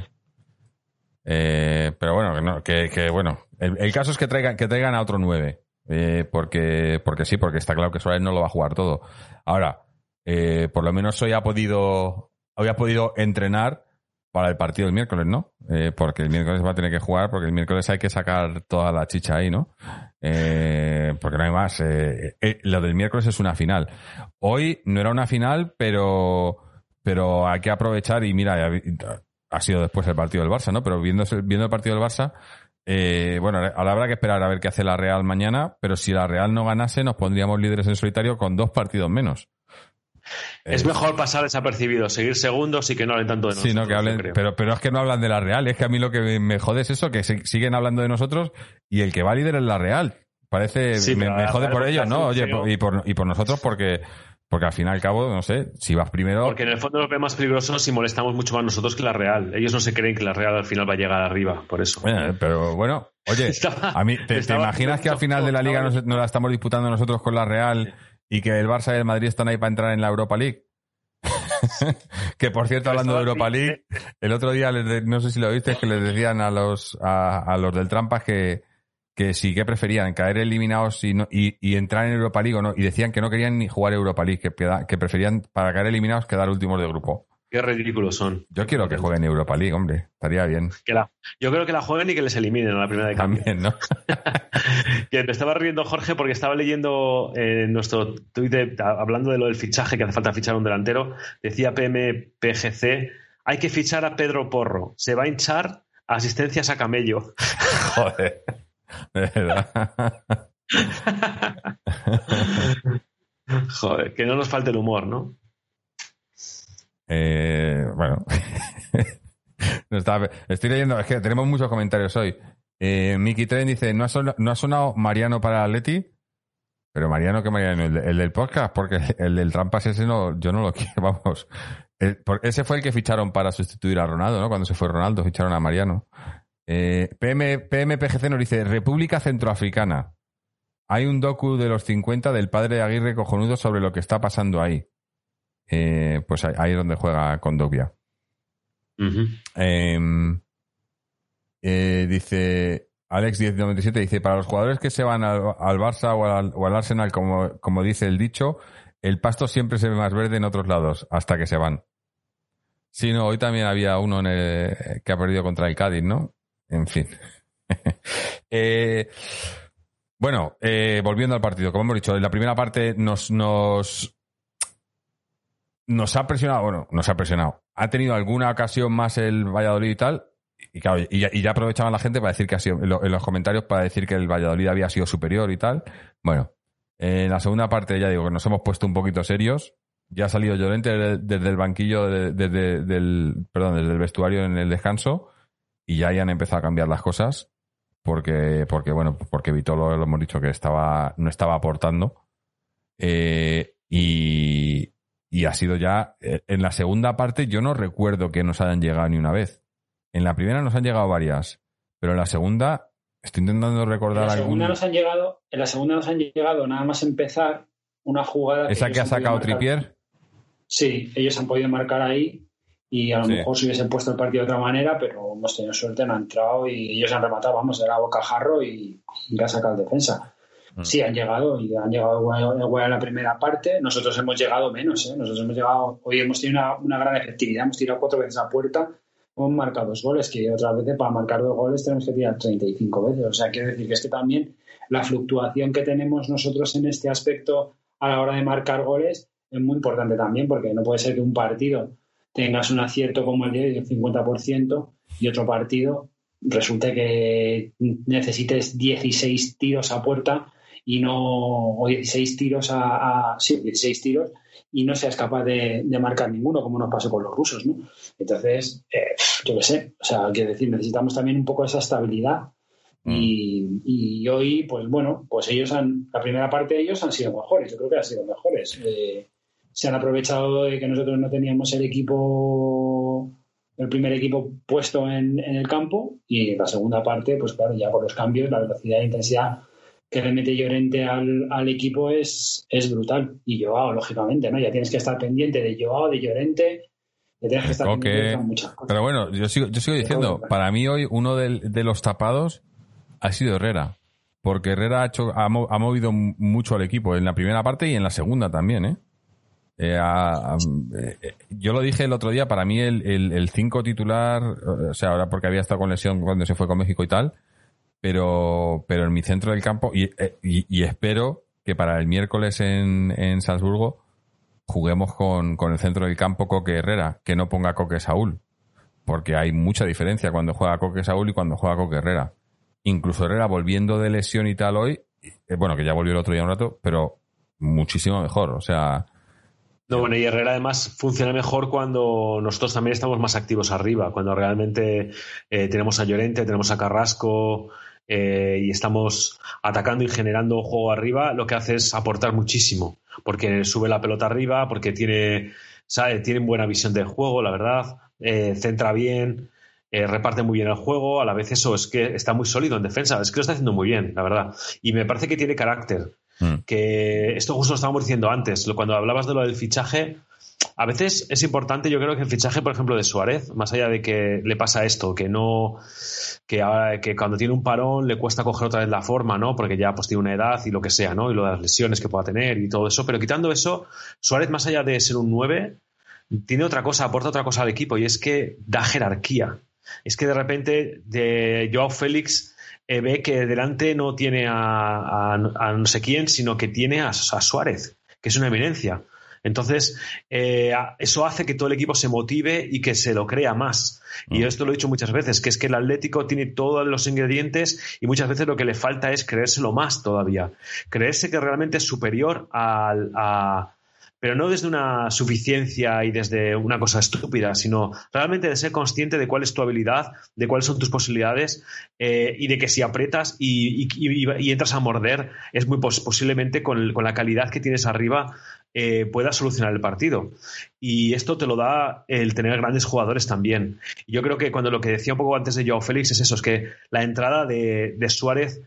B: Pero bueno, bueno. El caso es que traigan a otro 9. Porque está claro que Suárez no lo va a jugar todo. Ahora, por lo menos hoy ha podido entrenar para el partido del miércoles, ¿no? Porque el miércoles va a tener que jugar, porque el miércoles hay que sacar toda la chicha ahí, ¿no? Porque no hay más. Lo del miércoles es una final. Hoy no era una final, pero hay que aprovechar y mira, ha sido después el partido del Barça, ¿no? Pero viendo el partido del Barça, bueno, ahora habrá que esperar a ver qué hace la Real mañana, pero si la Real no ganase, nos pondríamos líderes en solitario con 2 partidos menos.
D: Es mejor pasar desapercibido, seguir segundos y que no hablen tanto de nosotros.
B: Sí, no, que hablen, pero es que no hablan de la Real. Es que a mí lo que me jode es eso, que siguen hablando de nosotros y el que va líder es la Real. Parece, sí, me jode por ellos, ¿no? Oye, y por nosotros porque al fin y al cabo, no sé, si vas primero...
D: Porque en el fondo nos ve más peligrosos y molestamos mucho más nosotros que la Real. Ellos no se creen que la Real al final va a llegar arriba, por eso.
B: Pero bueno, oye, a mí, ¿te imaginas que al final de la Liga nos la estamos disputando nosotros con la Real y que el Barça y el Madrid están ahí para entrar en la Europa League? Que por cierto, hablando de Europa League, el otro día, no sé si lo viste, que les decían a los del Trampas que sí, que preferían caer eliminados y entrar en Europa League o no, y decían que no querían ni jugar Europa League, que preferían para caer eliminados quedar últimos de grupo.
D: Qué ridículos son.
B: Yo quiero que jueguen Europa League, hombre, estaría bien.
D: Yo creo que la jueguen y que les eliminen a la primera de cambio.
B: También, ¿no?
D: Que me estaba riendo Jorge porque estaba leyendo en nuestro Twitter, hablando de lo del fichaje, que hace falta fichar un delantero, decía PMPGC, hay que fichar a Pedro Porro, se va a hinchar asistencias a Camello.
B: Joder. De verdad.
D: Joder, que no nos falte el humor, ¿no?
B: Bueno. Estoy leyendo, es que tenemos muchos comentarios hoy. Miki Tren dice, ¿no ha sonado Mariano para el Atleti? Pero Mariano, ¿qué Mariano? ¿El del podcast? Porque el del Trampas ese yo no lo quiero, vamos. Ese fue el que ficharon para sustituir a Ronaldo, ¿no? Cuando se fue Ronaldo, ficharon a Mariano. PMPGC nos dice, República Centroafricana. Hay un docu de los 50 del padre de Aguirre cojonudo sobre lo que está pasando ahí. Pues ahí es donde juega Condovia.
D: Uh-huh.
B: Dice Alex 1097, dice, para los jugadores que se van al Barça o al Arsenal, como dice el dicho, el pasto siempre se ve más verde en otros lados, hasta que se van. Sí, no, hoy también había uno que ha perdido contra el Cádiz, ¿no? En fin. Bueno, volviendo al partido, como hemos dicho, en la primera parte nos ha presionado, bueno, nos ha presionado. Ha tenido alguna ocasión más el Valladolid y tal, y claro, y ya aprovechaban la gente para decir que ha sido, en los comentarios para decir que el Valladolid había sido superior y tal. Bueno, en la segunda parte ya digo que nos hemos puesto un poquito serios. Ya ha salido Llorente desde el banquillo, desde el vestuario en el descanso, y ya han empezado a cambiar las cosas, porque Vitolo, lo hemos dicho, que no estaba aportando. Y ha sido ya... En la segunda parte yo no recuerdo que nos hayan llegado ni una vez. En la primera nos han llegado varias, pero en la segunda estoy intentando recordar
C: en la segunda
B: algún...
C: nos han llegado nada más empezar una jugada...
B: ¿Esa que ha sacado Trippier?
C: Sí, ellos han podido marcar ahí y a lo mejor se hubiesen puesto el partido de otra manera, pero hemos tenido suerte, han entrado y ellos han rematado, vamos, era bocajarro y ha sacado el defensa. Sí, han llegado igual en la primera parte. Nosotros hemos llegado menos, ¿eh? Hoy hemos tenido una gran efectividad. Hemos tirado 4 veces a puerta, hemos marcado 2 goles, que otras veces para marcar 2 goles tenemos que tirar 35 veces. O sea, quiero decir que es que también la fluctuación que tenemos nosotros en este aspecto a la hora de marcar goles es muy importante también, porque no puede ser que un partido tengas un acierto como el de hoy del 50% y otro partido resulte que necesites 16 tiros a puerta o 16 tiros 16 tiros y no seas capaz de marcar ninguno, como nos pasó con los rusos, ¿no? Entonces, yo qué sé, o sea, quiero decir, necesitamos también un poco esa estabilidad y hoy, pues bueno, pues la primera parte ellos han sido mejores, yo creo que han sido mejores. Se han aprovechado de que nosotros no teníamos el primer equipo puesto en el campo, y en la segunda parte, pues claro, ya con los cambios, la velocidad e intensidad que le mete Llorente al equipo es brutal. Y Joao, lógicamente, ¿no? Ya tienes que estar pendiente de Joao, de Llorente, ya tienes que estar pendiente de muchas cosas.
B: Pero bueno, yo sigo diciendo, para mí hoy uno de los tapados ha sido Herrera, porque Herrera ha movido mucho al equipo en la primera parte y en la segunda también, ¿eh? Yo lo dije el otro día, para mí el 5 titular, o sea, ahora porque había estado con lesión cuando se fue con México y tal, pero en mi centro del campo, y espero que para el miércoles en Salzburgo juguemos con el centro del campo Coque Herrera, que no ponga Coque Saúl, porque hay mucha diferencia cuando juega Coque Saúl y cuando juega Coque Herrera. Incluso Herrera volviendo de lesión y tal hoy, bueno, que ya volvió el otro día un rato, pero muchísimo mejor, o sea...
D: No, bueno, y Herrera además funciona mejor cuando nosotros también estamos más activos arriba, cuando realmente tenemos a Llorente, tenemos a Carrasco y estamos atacando y generando juego arriba, lo que hace es aportar muchísimo, porque sube la pelota arriba, porque tiene buena visión del juego, la verdad, centra bien, reparte muy bien el juego, a la vez eso es que está muy sólido en defensa, es que lo está haciendo muy bien, la verdad, y me parece que tiene carácter. Que esto justo lo estábamos diciendo antes, cuando hablabas de lo del fichaje, a veces es importante, yo creo que el fichaje, por ejemplo, de Suárez, más allá de que le pasa esto, que cuando tiene un parón le cuesta coger otra vez la forma, ¿no? Porque ya pues tiene una edad y lo que sea, ¿no? Y lo de las lesiones que pueda tener y todo eso, pero quitando eso, Suárez, más allá de ser un 9, tiene otra cosa, aporta otra cosa al equipo, y es que da jerarquía. Es que de repente de Joao Félix ve que delante no tiene a no sé quién, sino que tiene a Suárez, que es una eminencia. Entonces, eso hace que todo el equipo se motive y que se lo crea más. Y esto lo he dicho muchas veces, que es que el Atlético tiene todos los ingredientes y muchas veces lo que le falta es creérselo más todavía. Creerse que realmente es superior pero no desde una suficiencia y desde una cosa estúpida, sino realmente de ser consciente de cuál es tu habilidad, de cuáles son tus posibilidades, y de que si aprietas y entras a morder, es muy posiblemente con la calidad que tienes arriba puedas solucionar el partido. Y esto te lo da el tener grandes jugadores también. Y yo creo que cuando lo que decía un poco antes de Joao Félix es eso, es que la entrada de Suárez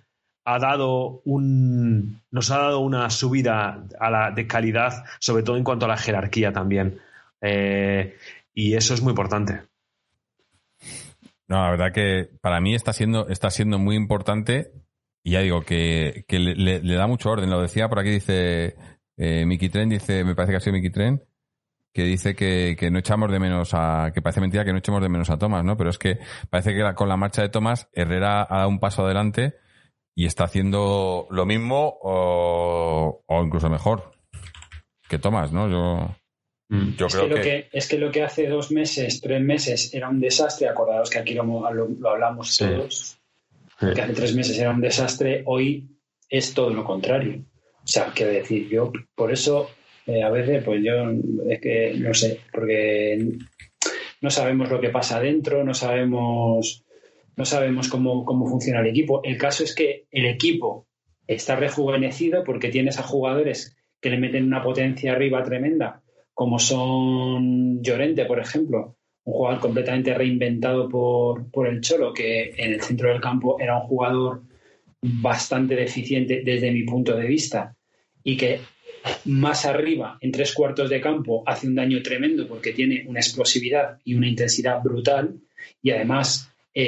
D: nos ha dado una subida de calidad, sobre todo en cuanto a la jerarquía también. Y eso es muy importante.
B: No, la verdad que para mí está siendo muy importante, y ya digo que le da mucho orden. Lo decía por aquí, dice Miki Tren, me parece que ha sido Miki Tren, que dice que no echamos de menos que parece mentira que no echemos de menos a Thomas, ¿no? Pero es que parece que con la marcha de Thomas, Herrera ha dado un paso adelante y está haciendo lo mismo o incluso mejor que Thomas, ¿no? Yo creo que...
C: Es que lo que hace 2 meses, 3 meses era un desastre, acordaos que aquí lo hablamos todos, que hace 3 meses era un desastre, hoy es todo lo contrario. O sea, quiero decir, yo por eso a veces pues yo es que no sé, porque no sabemos lo que pasa adentro, no sabemos No sabemos cómo funciona el equipo. El caso es que el equipo está rejuvenecido porque tienes a jugadores que le meten una potencia arriba tremenda, como son Llorente, por ejemplo, un jugador completamente reinventado por el Cholo, que en el centro del campo era un jugador bastante deficiente desde mi punto de vista y que más arriba, en 3/4 de campo, hace un daño tremendo porque tiene una explosividad y una intensidad brutal y además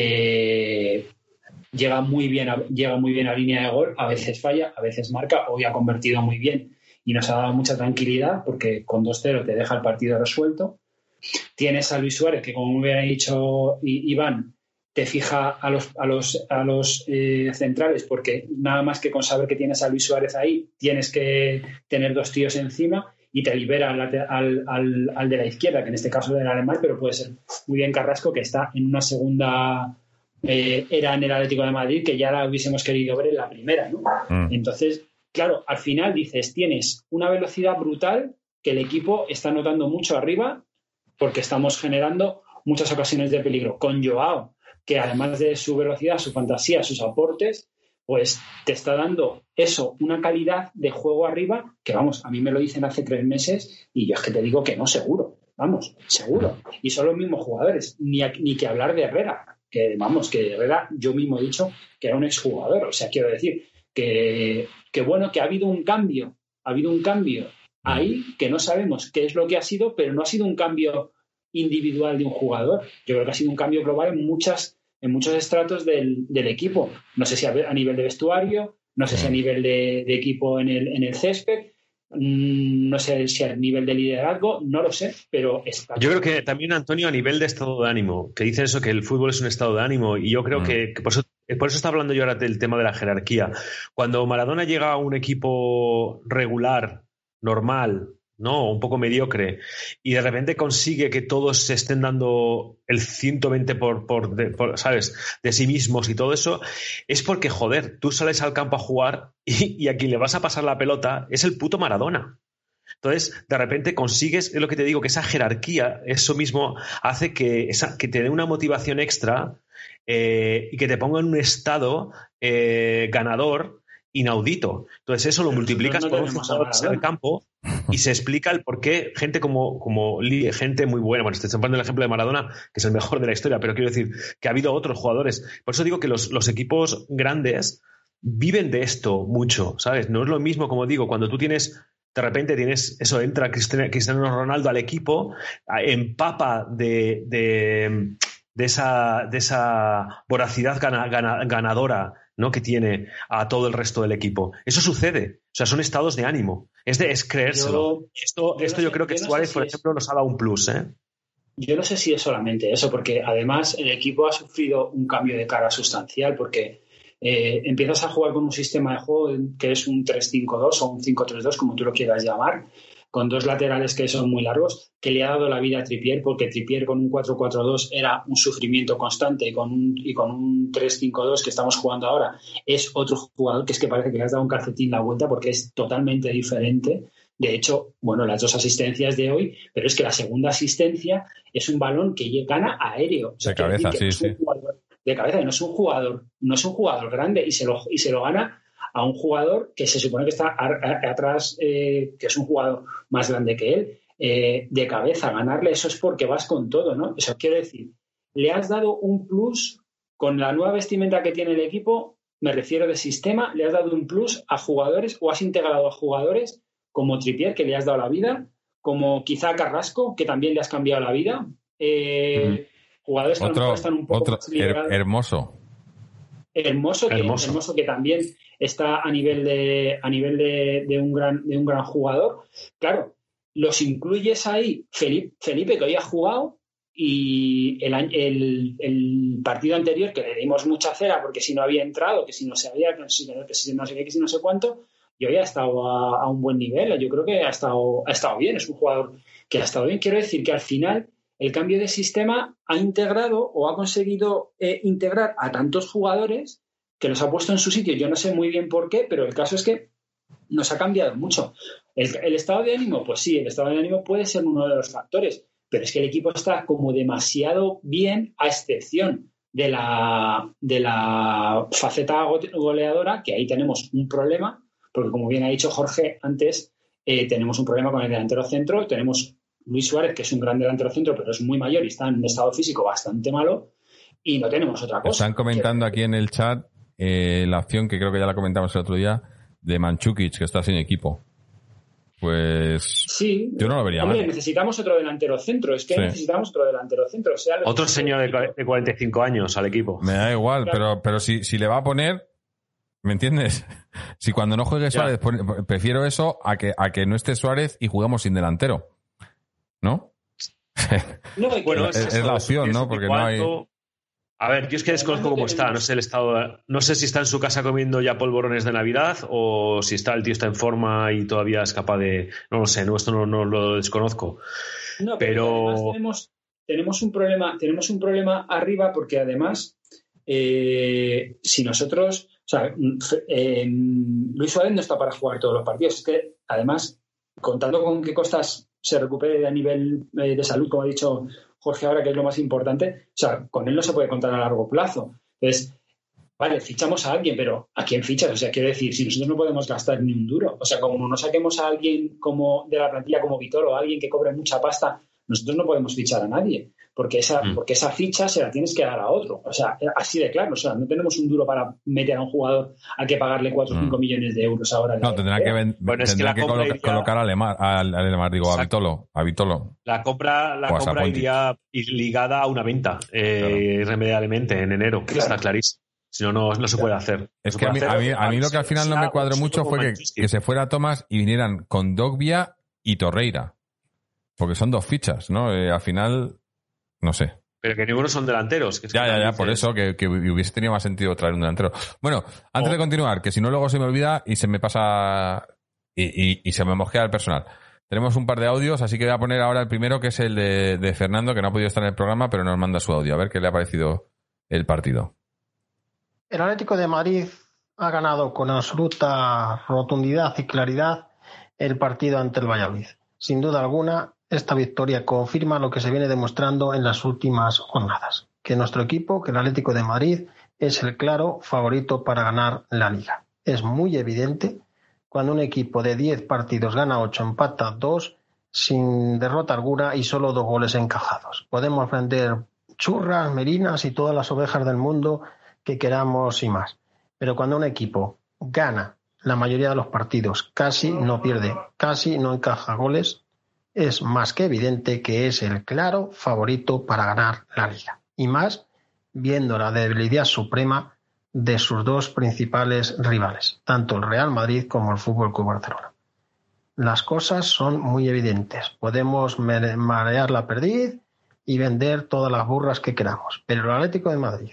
C: llega muy bien a línea de gol, a veces falla, a veces marca, hoy ha convertido muy bien y nos ha dado mucha tranquilidad porque con 2-0 te deja el partido resuelto. Tienes a Luis Suárez, que como me hubiera dicho Iván, te fija a los centrales, porque nada más que con saber que tienes a Luis Suárez ahí, tienes que tener 2 tíos encima y te libera al de la izquierda, que en este caso es el alemán, pero puede ser muy bien Carrasco, que está en una segunda era en el Atlético de Madrid, que ya la hubiésemos querido ver en la primera, ¿no? Entonces, claro, al final dices, tienes una velocidad brutal que el equipo está notando mucho arriba porque estamos generando muchas ocasiones de peligro. Con Joao, que además de su velocidad, su fantasía, sus aportes, pues te está dando eso, una calidad de juego arriba, que vamos, a mí me lo dicen hace 3 meses y yo es que te digo que no, seguro, vamos, seguro. Y son los mismos jugadores, ni que hablar de Herrera, que vamos, que Herrera yo mismo he dicho que era un exjugador, o sea, quiero decir que bueno, que ha habido un cambio ahí, que no sabemos qué es lo que ha sido, pero no ha sido un cambio individual de un jugador. Yo creo que ha sido un cambio global en muchos estratos del equipo. No sé si a nivel de vestuario, no sé si a nivel de equipo en el césped, no sé si a nivel de liderazgo, no lo sé, pero está.
D: Yo creo que también, Antonio, a nivel de estado de ánimo, que dicen eso, que el fútbol es un estado de ánimo, y yo creo que por eso está hablando yo ahora del tema de la jerarquía. Cuando Maradona llega a un equipo regular, normal, ¿no? Un poco mediocre, y de repente consigue que todos se estén dando el 120 por ¿sabes? De sí mismos y todo eso, es porque, joder, tú sales al campo a jugar y a quien le vas a pasar la pelota es el puto Maradona. Entonces, de repente consigues, es lo que te digo, que esa jerarquía, eso mismo hace que te dé una motivación extra y que te ponga en un estado ganador inaudito. Entonces eso lo multiplicas por 11 jugadores en el campo y se explica el por qué gente gente muy buena, bueno, estoy poniendo el ejemplo de Maradona, que es el mejor de la historia, pero quiero decir que ha habido otros jugadores. Por eso digo que los equipos grandes viven de esto mucho, ¿sabes? No es lo mismo, como digo, cuando tú de repente entra Cristiano Ronaldo al equipo, empapa de esa voracidad ganadora, ¿no? Que tiene a todo el resto del equipo. Eso sucede. O sea, son estados de ánimo. Es creérselo. Esto yo creo que Suárez, por ejemplo, nos ha dado un plus, ¿eh?
C: Yo no sé si es solamente eso, porque además el equipo ha sufrido un cambio de cara sustancial, porque empiezas a jugar con un sistema de juego que es un 3-5-2 o un 5-3-2, como tú lo quieras llamar, con 2 laterales que son muy largos, que le ha dado la vida a Trippier, porque Trippier con un 4-4-2 era un sufrimiento constante, y con un 3-5-2 que estamos jugando ahora es otro jugador que es que parece que le has dado un calcetín la vuelta, porque es totalmente diferente. De hecho, bueno, las 2 asistencias de hoy, pero es que la segunda asistencia es un balón que gana aéreo. O sea,
B: de cabeza, sí.
C: De cabeza, no es un jugador grande y se lo gana a un jugador que se supone que está atrás, que es un jugador más grande que él, de cabeza. Ganarle eso es porque vas con todo, ¿no? Eso quiero decir, le has dado un plus con la nueva vestimenta que tiene el equipo, me refiero de sistema, le has dado un plus a jugadores o has integrado a jugadores como Trippier, que le has dado la vida, como quizá Carrasco, que también le has cambiado la vida. Jugadores que a lo mejor están un poco más liberados. Hermoso, que también está a nivel de un gran jugador. Claro, los incluyes ahí. Felipe, que hoy ha jugado, y el partido anterior, que le dimos mucha cera porque si no había entrado, que si no se había, que si no sé qué, que si no sé cuánto, y hoy ha estado a un buen nivel. Yo creo que ha estado bien. Es un jugador que ha estado bien. Quiero decir que al final el cambio de sistema ha integrado o ha conseguido integrar a tantos jugadores que los ha puesto en su sitio. Yo no sé muy bien por qué, pero el caso es que nos ha cambiado mucho. ¿El estado de ánimo? Pues sí, el estado de ánimo puede ser uno de los factores, pero es que el equipo está como demasiado bien, a excepción de la faceta goleadora, que ahí tenemos un problema, porque como bien ha dicho Jorge antes, tenemos un problema con el delantero centro. Tenemos Luis Suárez, que es un gran delantero centro, pero es muy mayor y está en un estado físico bastante malo, y no tenemos otra cosa.
B: Están comentando aquí en el chat la opción, que creo que ya la comentamos el otro día, de Mandžukić, que está sin equipo. Pues
C: sí,
B: yo no lo vería
C: hombre,
B: mal.
C: Necesitamos otro delantero centro. Es que necesitamos otro delantero centro. O sea,
D: otro señor de 45 años al equipo.
B: Me da igual, claro. pero si le va a poner, ¿me entiendes? Si cuando no juegue Suárez, prefiero eso a que no esté Suárez y jugamos sin delantero, ¿no?
C: No,
B: bueno, es la opción, ¿no? Porque no hay...
D: A ver, yo es que desconozco cómo está, no sé el estado, no sé si está en su casa comiendo ya polvorones de Navidad o si el tío está en forma y todavía es capaz de, no lo sé, esto no lo desconozco.
C: No, pero además tenemos un problema arriba, porque además si nosotros, o sea, Luis Suárez no está para jugar todos los partidos. Es que además, contando con que Costas se recupere a nivel de salud, como ha dicho Jorge ahora, que es lo más importante, o sea, con él no se puede contar a largo plazo. Entonces, vale, fichamos a alguien, pero ¿a quién fichas? O sea, quiero decir, si nosotros no podemos gastar ni un duro, o sea, como no saquemos a alguien como de la plantilla como Vitor o a alguien que cobre mucha pasta, nosotros no podemos fichar a nadie, porque esa ficha se la tienes que dar a otro. O sea, así de claro, o sea, no tenemos un duro para meter a un jugador a que pagarle 4 o 5 millones de euros ahora.
B: No, tendrán que colocar a Lemar, digo, a Vitolo.
D: La compra iría ligada a una venta, irremediablemente, en enero, que está clarísimo. Si no, no se puede hacer.
B: Es que a mí lo que al final no me cuadró mucho fue que se fuera Tomás y vinieran con Dogbia y Torreira. Porque son 2 fichas, ¿no? Al final, no sé.
D: Pero que ninguno son delanteros. Que
B: ya, por eso que hubiese tenido más sentido traer un delantero. Bueno, antes de continuar, que si no luego se me olvida y se me pasa y se me mosquea el personal. Tenemos un par de audios, así que voy a poner ahora el primero, que es el de Fernando, que no ha podido estar en el programa, pero nos manda su audio. A ver qué le ha parecido el partido.
F: El Atlético de Madrid ha ganado con absoluta rotundidad y claridad el partido ante el Valladolid. Sin duda alguna, esta victoria confirma lo que se viene demostrando en las últimas jornadas, que nuestro equipo, que el Atlético de Madrid, es el claro favorito para ganar la Liga. Es muy evidente cuando un equipo de 10 partidos gana 8, empata 2, sin derrota alguna y solo 2 goles encajados. Podemos vender churras, merinas y todas las ovejas del mundo que queramos y más. Pero cuando un equipo gana la mayoría de los partidos, casi no pierde, casi no encaja goles, es más que evidente que es el claro favorito para ganar la Liga. Y más viendo la debilidad suprema de sus 2 principales rivales, tanto el Real Madrid como el Fútbol Club Barcelona. Las cosas son muy evidentes. Podemos marear la perdiz y vender todas las burras que queramos, pero el Atlético de Madrid,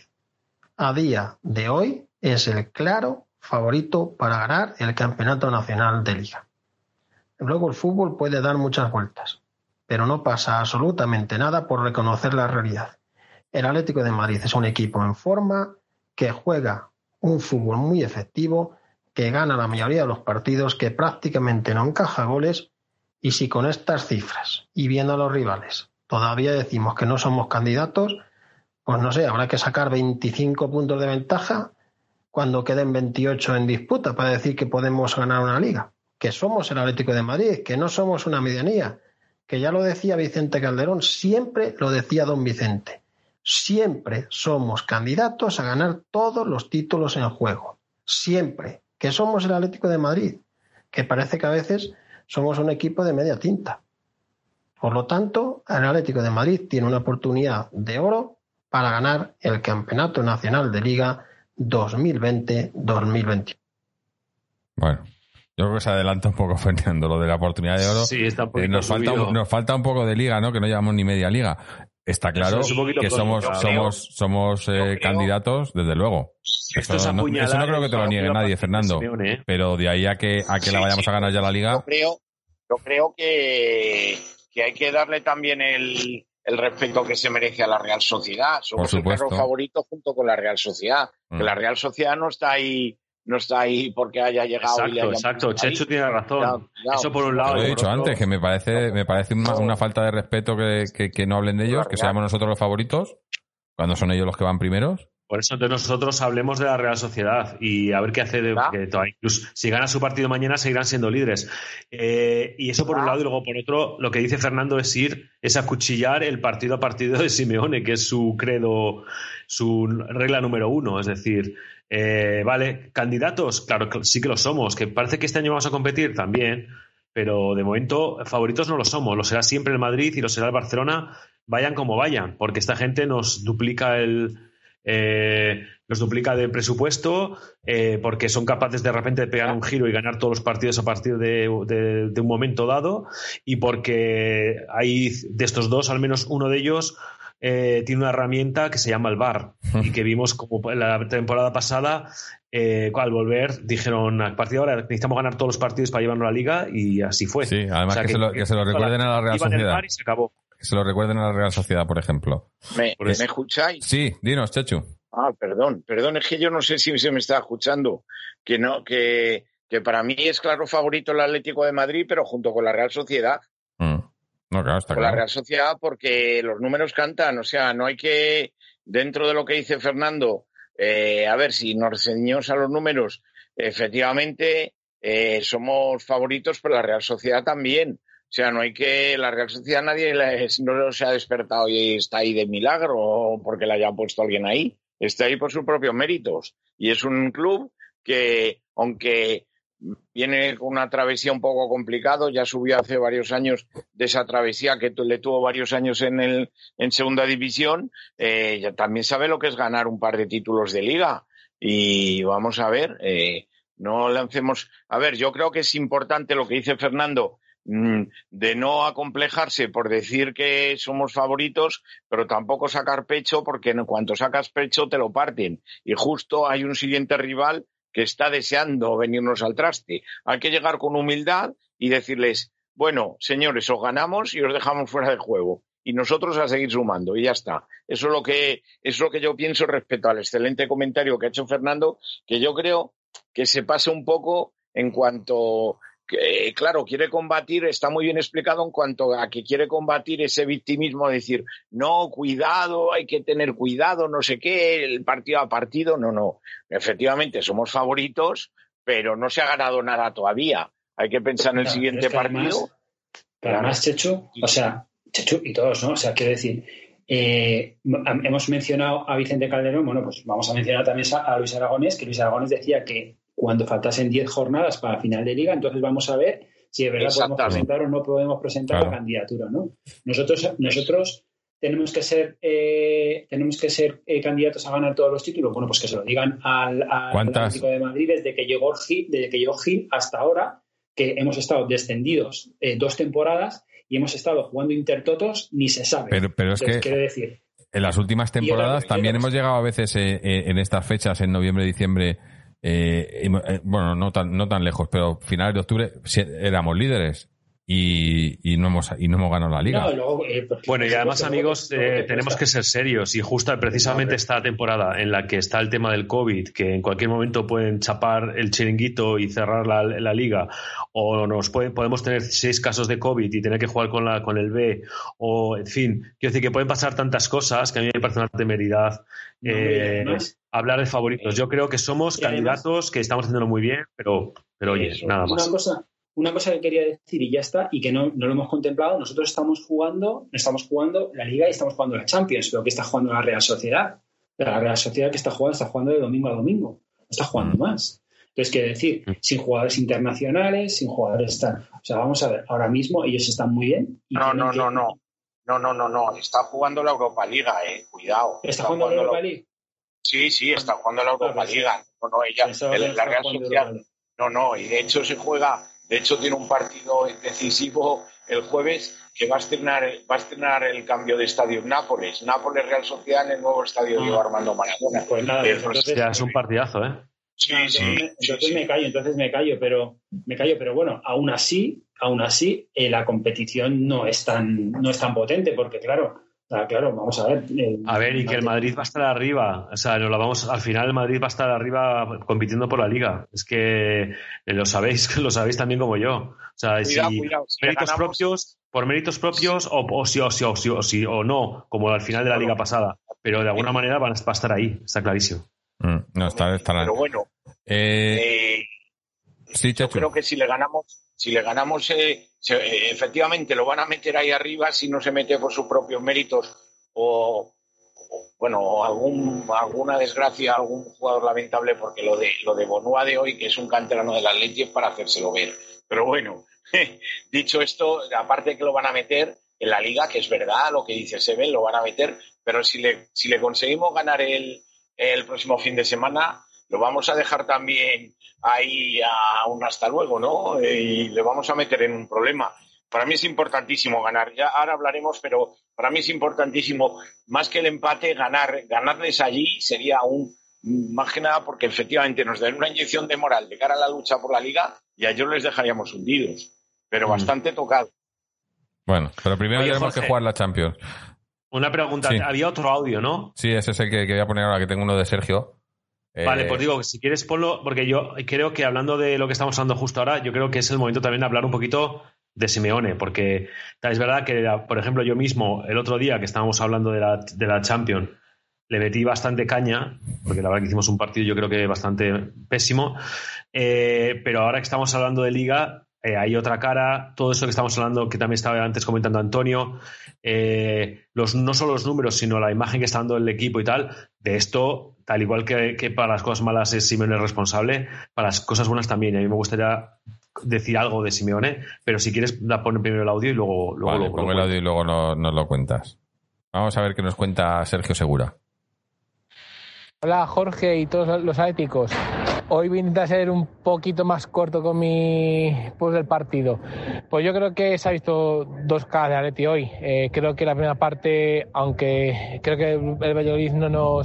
F: a día de hoy, es el claro favorito para ganar el Campeonato Nacional de Liga. Luego el fútbol puede dar muchas vueltas, pero no pasa absolutamente nada por reconocer la realidad. El Atlético de Madrid es un equipo en forma, que juega un fútbol muy efectivo, que gana la mayoría de los partidos, que prácticamente no encaja goles, y si con estas cifras y viendo a los rivales todavía decimos que no somos candidatos, pues no sé, habrá que sacar 25 puntos de ventaja cuando queden 28 en disputa para decir que podemos ganar una liga. Que somos el Atlético de Madrid, que no somos una medianía, que ya lo decía Vicente Calderón, siempre lo decía don Vicente. Siempre somos candidatos a ganar todos los títulos en juego. Siempre. Que somos el Atlético de Madrid, que parece que a veces somos un equipo de media tinta. Por lo tanto, el Atlético de Madrid tiene una oportunidad de oro para ganar el Campeonato Nacional de Liga 2020-2021.
B: Bueno, yo creo que se adelanta un poco, Fernando, lo de la oportunidad de oro.
D: Sí, está un poquito
B: nos falta un poco de liga, ¿no? Que no llevamos ni media liga. Está claro que somos candidatos, desde luego.
D: Eso no
B: creo que te lo niegue nadie, Fernando. Pero de ahí a que la vayamos a ganar ya la liga.
E: Yo creo que hay que darle también el respeto que se merece a la Real Sociedad. Somos el claro favorito junto con la Real Sociedad. Que la Real Sociedad no está ahí porque haya llegado.
D: Exacto. Chechu tiene razón. Eso por un lado.
B: Lo he dicho antes, que me parece una falta de respeto que no hablen de ellos, que seamos nosotros los favoritos, cuando son ellos los que van primeros.
D: Por eso entonces nosotros hablemos de la Real Sociedad y a ver qué hace. Incluso si gana su partido mañana seguirán siendo líderes. Y eso por un lado, y luego por otro, lo que dice Fernando es acuchillar el partido a partido de Simeone, que es su credo, su regla número 1. Es decir, vale, candidatos, claro que sí que lo somos, que parece que este año vamos a competir también, pero de momento favoritos no lo somos. Lo será siempre el Madrid y lo será el Barcelona, vayan como vayan, porque esta gente nos duplica de presupuesto, porque son capaces de repente de pegar un giro y ganar todos los partidos a partir de un momento dado, y porque hay de estos dos, al menos uno de ellos tiene una herramienta que se llama el VAR, y que vimos como la temporada pasada, al volver dijeron, a partir de ahora necesitamos ganar todos los partidos para llevarnos a la Liga, y así fue.
B: Sí, además, o sea, que se lo recuerden a la Real Sociedad. Y se acabó. Que se lo recuerden a la Real Sociedad, por ejemplo.
E: ¿Me escucháis?
B: Sí, dinos, Chechu.
E: Perdón, es que yo no sé si se me está escuchando. Que para mí es claro favorito el Atlético de Madrid, pero junto con la Real Sociedad.
B: No, claro, está
E: con
B: claro.
E: La Real Sociedad, porque los números cantan. O sea, no hay que, dentro de lo que dice Fernando, a ver, si nos ceñimos a los números, efectivamente somos favoritos, pero la Real Sociedad también. O sea, no hay que... La Real Sociedad nadie no se ha despertado y está ahí de milagro o porque la haya puesto alguien ahí. Está ahí por sus propios méritos. Y es un club que, aunque viene con una travesía un poco complicado, ya subió hace varios años de esa travesía que le tuvo varios años en segunda división, ya también sabe lo que es ganar un par de títulos de liga. Y vamos a ver, no lancemos... A ver, yo creo que es importante lo que dice Fernando, de no acomplejarse por decir que somos favoritos, pero tampoco sacar pecho, porque en cuanto sacas pecho te lo parten, y justo hay un siguiente rival que está deseando venirnos al traste. Hay que llegar con humildad y decirles, bueno, señores, os ganamos y os dejamos fuera de juego, y nosotros a seguir sumando, y ya está. Eso es lo que yo pienso respecto al excelente comentario que ha hecho Fernando, que yo creo que se pasa un poco en cuanto... Claro, quiere combatir, está muy bien explicado en cuanto a que quiere combatir ese victimismo de decir, no, cuidado, hay que tener cuidado, no sé qué, el partido a partido, no. Efectivamente, somos favoritos, pero no se ha ganado nada todavía. Hay que pensar en el siguiente partido.
C: Además, Chechu, o sea, Chechu y todos, ¿no? O sea, quiero decir, hemos mencionado a Vicente Calderón, bueno, pues vamos a mencionar también a Luis Aragonés, que Luis Aragonés decía que cuando faltasen 10 jornadas para final de liga, entonces vamos a ver si de verdad podemos presentar o no podemos presentar la candidatura, ¿no? Nosotros tenemos que ser candidatos a ganar todos los títulos. Bueno, pues que se lo digan al Atlético de Madrid desde que llegó Gil hasta ahora, que hemos estado descendidos 2 temporadas y hemos estado jugando intertotos, ni se sabe.
B: Pero es que quiere decir, en las últimas temporadas también hemos llegado a veces en estas fechas, en noviembre, diciembre, bueno, no tan lejos, pero finales de octubre éramos líderes y no hemos ganado la liga.
C: No, luego,
D: bueno, y además, amigos, tenemos que ser serios, y justo precisamente esta temporada en la que está el tema del COVID, que en cualquier momento pueden chapar el chiringuito y cerrar la liga, o podemos tener 6 casos de COVID y tener que jugar con el B, o en fin, quiero decir que pueden pasar tantas cosas que a mí me parece una temeridad hablar de favoritos. Yo creo que somos candidatos, que estamos haciéndolo muy bien, pero oye, nada más.
C: Una cosa que quería decir y ya está, y que no lo hemos contemplado, nosotros estamos jugando la Liga y estamos jugando la Champions, pero que está jugando la Real Sociedad. La Real Sociedad que está jugando de domingo a domingo, no está jugando más. Entonces, quiero decir, sin jugadores internacionales, sin jugadores o sea, vamos a ver, ahora mismo ellos están muy bien. Y
E: No, está jugando la Europa Liga, cuidado.
C: ¿Está jugando la Europa League?
E: Sí, está jugando la Europa Liga. La Real Sociedad. No, y de hecho tiene un partido decisivo el jueves, que va a estrenar el cambio de estadio en Nápoles. Real Sociedad en el nuevo estadio Diego Armando Maradona.
C: Pues nada,
D: entonces ya es un partidazo, ¿eh?
E: Sí.
C: Entonces me callo, pero bueno, aún así la competición no es tan potente, porque claro, vamos a ver.
D: Y que el Madrid va a estar arriba. O sea, al final el Madrid va a estar arriba compitiendo por la Liga. Es que lo sabéis también como yo. O sea,
E: cuidado, si
D: méritos propios, por méritos propios o no, como al final de la liga pasada. Pero de alguna manera va a estar ahí, está clarísimo.
B: No, estará.
E: Pero bueno,
B: sí,
E: yo creo que si le ganamos, efectivamente lo van a meter ahí arriba si no se mete por sus propios méritos o alguna desgracia, algún jugador lamentable, porque lo de Bonúa de hoy, que es un canterano del Atleti, es para hacérselo ver. Pero bueno, dicho esto, aparte que lo van a meter en la liga, que es verdad lo que dice Seven, lo van a meter, pero si le conseguimos ganar el próximo fin de semana, lo vamos a dejar también ahí a un hasta luego, ¿no? Y le vamos a meter en un problema. Para mí es importantísimo ganar. Ya ahora hablaremos, pero para mí es importantísimo, más que el empate, ganarles allí sería más que nada porque efectivamente nos dan una inyección de moral de cara a la lucha por la liga y a ellos les dejaríamos hundidos, pero bastante tocado.
B: Bueno, pero primero tenemos que jugar la Champions.
D: Una pregunta,
B: sí.
D: Había otro audio, ¿no?
B: Sí, ese es el que voy a poner ahora, que tengo uno de Sergio.
D: Vale, pues digo, si quieres ponlo, porque yo creo que hablando de lo que estamos hablando justo ahora, yo creo que es el momento también de hablar un poquito de Simeone, porque es verdad que, por ejemplo, yo mismo, el otro día que estábamos hablando de la Champions, le metí bastante caña, porque la verdad que hicimos un partido yo creo que bastante pésimo, pero ahora que estamos hablando de Liga, hay otra cara, todo eso que estamos hablando, que también estaba antes comentando Antonio, no solo los números, sino la imagen que está dando el equipo y tal, de esto, tal igual que para las cosas malas es Simeone responsable, para las cosas buenas también. A mí me gustaría decir algo de Simeone, pero si quieres poner primero el audio y luego
B: vale, pongo el audio y luego nos lo cuentas. Vamos a ver qué nos cuenta Sergio Segura.
G: Hola Jorge y todos los atléticos. Hoy voy a intentar ser un poquito más corto con mi post del partido. Pues yo creo que se ha visto dos caras de Atleti hoy. Creo que la primera parte, aunque creo que el Valladolid no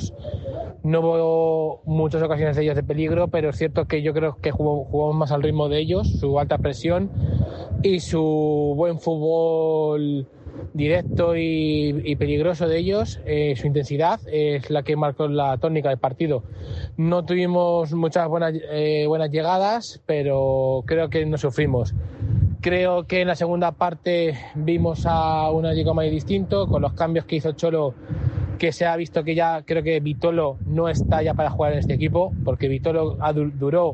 G: hubo muchas ocasiones de ellos de peligro, pero es cierto que yo creo que jugamos más al ritmo de ellos, su alta presión y su buen fútbol directo y peligroso de ellos. Su intensidad es la que marcó la tónica del partido. No tuvimos muchas buenas llegadas, pero creo que no sufrimos. Creo que en la segunda parte vimos a un Atlético de Madrid distinto, con los cambios que hizo Cholo, que se ha visto que ya creo que Vitolo no está ya para jugar en este equipo, porque Vitolo duró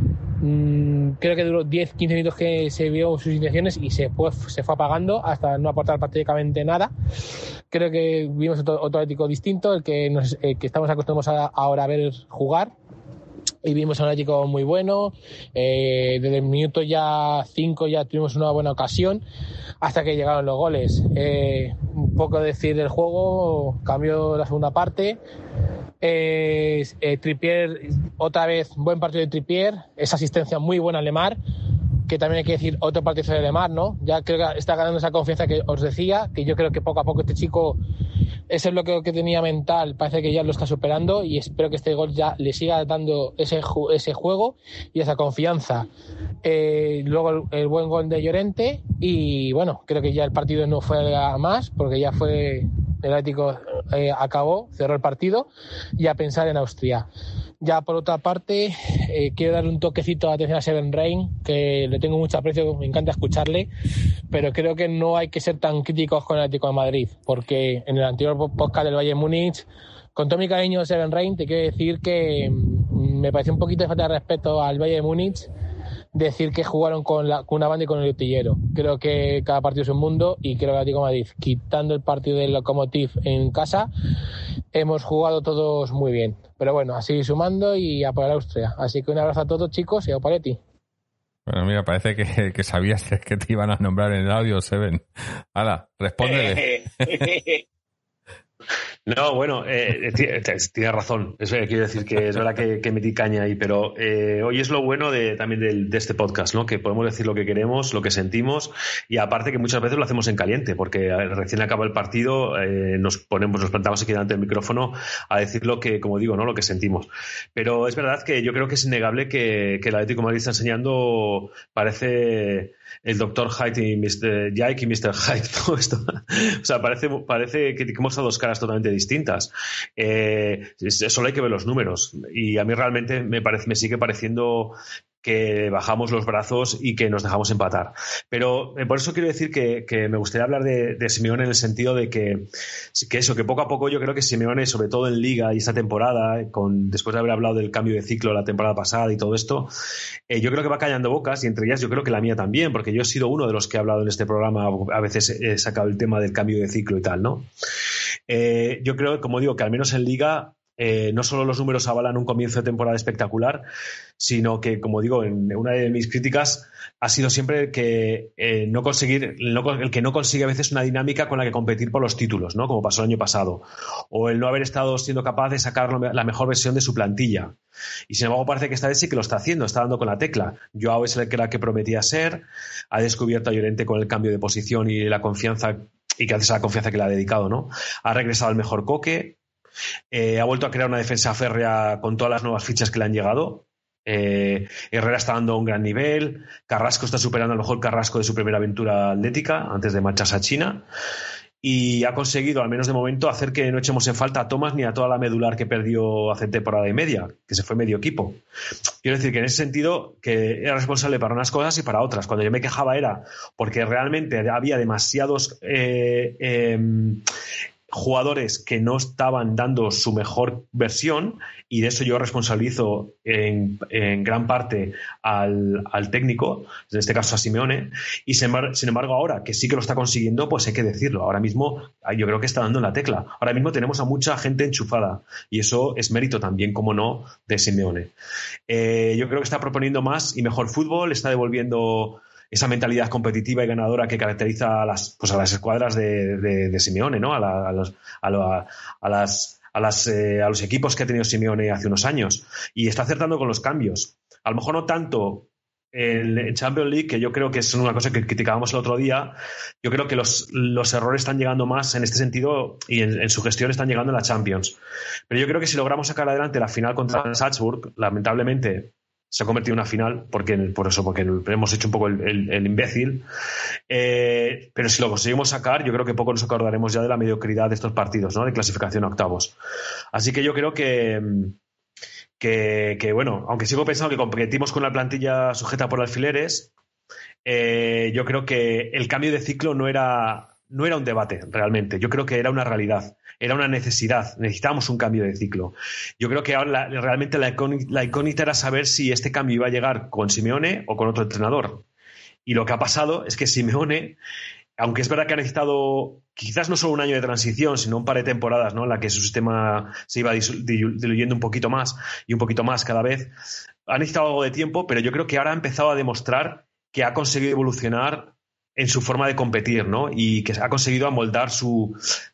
G: 10-15 minutos que se vio sus intenciones y se fue apagando hasta no aportar prácticamente nada. Creo que vimos otro Atlético distinto, el que estamos acostumbrados ahora a ver jugar, y vimos a un Atlético muy bueno. Desde el minuto ya 5 ya tuvimos una buena ocasión hasta que llegaron los goles. Un poco decir del juego, cambió la segunda parte. Trippier, otra vez buen partido de Trippier, esa asistencia muy buena a Lemar, que también hay que decir otro partido de Lemar, ¿no? Ya creo que está ganando esa confianza que os decía, que yo creo que poco a poco este chico, ese bloqueo que tenía mental parece que ya lo está superando, y espero que este gol ya le siga dando ese juego y esa confianza. Luego el buen gol de Llorente, y bueno, creo que ya el partido no fue a más, porque ya fue el Atlético, acabó, cerró el partido, y a pensar en Austria. Ya por otra parte, quiero dar un toquecito de atención a Seven Rein, que le tengo mucho aprecio, me encanta escucharle, pero creo que no hay que ser tan críticos con el Atlético de Madrid, porque en el anterior podcast del Bayern Múnich, con todo mi cariño Seven Rein, te quiero decir que me pareció un poquito de falta de respeto al Bayern Múnich decir que jugaron con una banda y con el utillero. Creo que cada partido es un mundo, y creo que el Atlético de Madrid, quitando el partido del Lokomotiv en casa, hemos jugado todos muy bien. Pero bueno, a seguir sumando y a por Austria. Así que un abrazo a todos, chicos, y a Paletti.
B: Bueno, mira, parece que sabías que te iban a nombrar en el audio, Seven. Hala, respóndele.
D: No, bueno, tienes razón. Quiero decir que es verdad que metí caña ahí, pero hoy es lo bueno también de este podcast, ¿no? Que podemos decir lo que queremos, lo que sentimos, y aparte que muchas veces lo hacemos en caliente, porque recién acaba el partido, nos plantamos aquí delante del micrófono a decir lo que, como digo, ¿no? Lo que sentimos. Pero es verdad que yo creo que es innegable que el Atlético de Madrid está enseñando, parece el Dr. Hyde y Mr. Jake y Mr. Hyde, todo esto. O sea, parece que hemos a dos caras totalmente distintas. Solo hay que ver los números. Y a mí realmente me sigue pareciendo que bajamos los brazos y que nos dejamos empatar. Pero por eso quiero decir que me gustaría hablar de Simeone en el sentido de que poco a poco yo creo que Simeone, sobre todo en Liga y esta temporada, después de haber hablado del cambio de ciclo la temporada pasada y todo esto, yo creo que va callando bocas, y entre ellas yo creo que la mía también, porque yo he sido uno de los que ha hablado en este programa, a veces he sacado el tema del cambio de ciclo y tal, ¿no? Yo creo, como digo, que al menos en Liga no solo los números avalan un comienzo de temporada espectacular, sino que, como digo, en una de mis críticas ha sido siempre que el que no consigue a veces una dinámica con la que competir por los títulos, ¿no? Como pasó el año pasado, o el no haber estado siendo capaz de sacar la mejor versión de su plantilla. Y sin embargo parece que esta vez sí que lo está haciendo, está dando con la tecla. Joao es el que prometía ser, ha descubierto a Llorente con el cambio de posición y la confianza, y gracias a la confianza que le ha dedicado, ¿no? Ha regresado al mejor Coque. Ha vuelto a crear una defensa férrea con todas las nuevas fichas que le han llegado. Herrera está dando un gran nivel. Carrasco está superando al mejor Carrasco de su primera aventura atlética antes de marcharse a China, y ha conseguido, al menos de momento, hacer que no echemos en falta a Thomas ni a toda la medular que perdió hace temporada y media, que se fue medio equipo. Quiero decir que en ese sentido que era responsable para unas cosas y para otras. Cuando yo me quejaba era porque realmente había demasiados jugadores que no estaban dando su mejor versión, y de eso yo responsabilizo en gran parte al técnico, en este caso a Simeone, y sin embargo ahora que sí que lo está consiguiendo, pues hay que decirlo. Ahora mismo yo creo que está dando en la tecla. Ahora mismo tenemos a mucha gente enchufada, y eso es mérito también, como no, de Simeone. Yo creo que está proponiendo más y mejor fútbol, está devolviendo esa mentalidad competitiva y ganadora que caracteriza a las escuadras de Simeone, ¿no? A los equipos que ha tenido Simeone hace unos años, y está acertando con los cambios. A lo mejor no tanto en Champions League, que yo creo que es una cosa que criticábamos el otro día. Yo creo que los errores están llegando más en este sentido, y en su gestión están llegando en la Champions. Pero yo creo que si logramos sacar adelante la final contra el Salzburg, lamentablemente se ha convertido en una final porque hemos hecho un poco el imbécil, pero si lo conseguimos sacar, yo creo que poco nos acordaremos ya de la mediocridad de estos partidos, ¿no? De clasificación a octavos. Así que yo creo que bueno, aunque sigo pensando que competimos con una plantilla sujeta por alfileres, yo creo que el cambio de ciclo no era un debate realmente. Yo creo que era una realidad, era una necesidad. Necesitábamos un cambio de ciclo. Yo creo que ahora realmente la incógnita era saber si este cambio iba a llegar con Simeone o con otro entrenador. Y lo que ha pasado es que Simeone, aunque es verdad que ha necesitado quizás no solo un año de transición, sino un par de temporadas, ¿no?, en la que su sistema se iba diluyendo un poquito más y un poquito más cada vez, ha necesitado algo de tiempo, pero yo creo que ahora ha empezado a demostrar que ha conseguido evolucionar en su forma de competir, ¿no? Y que ha conseguido amoldar su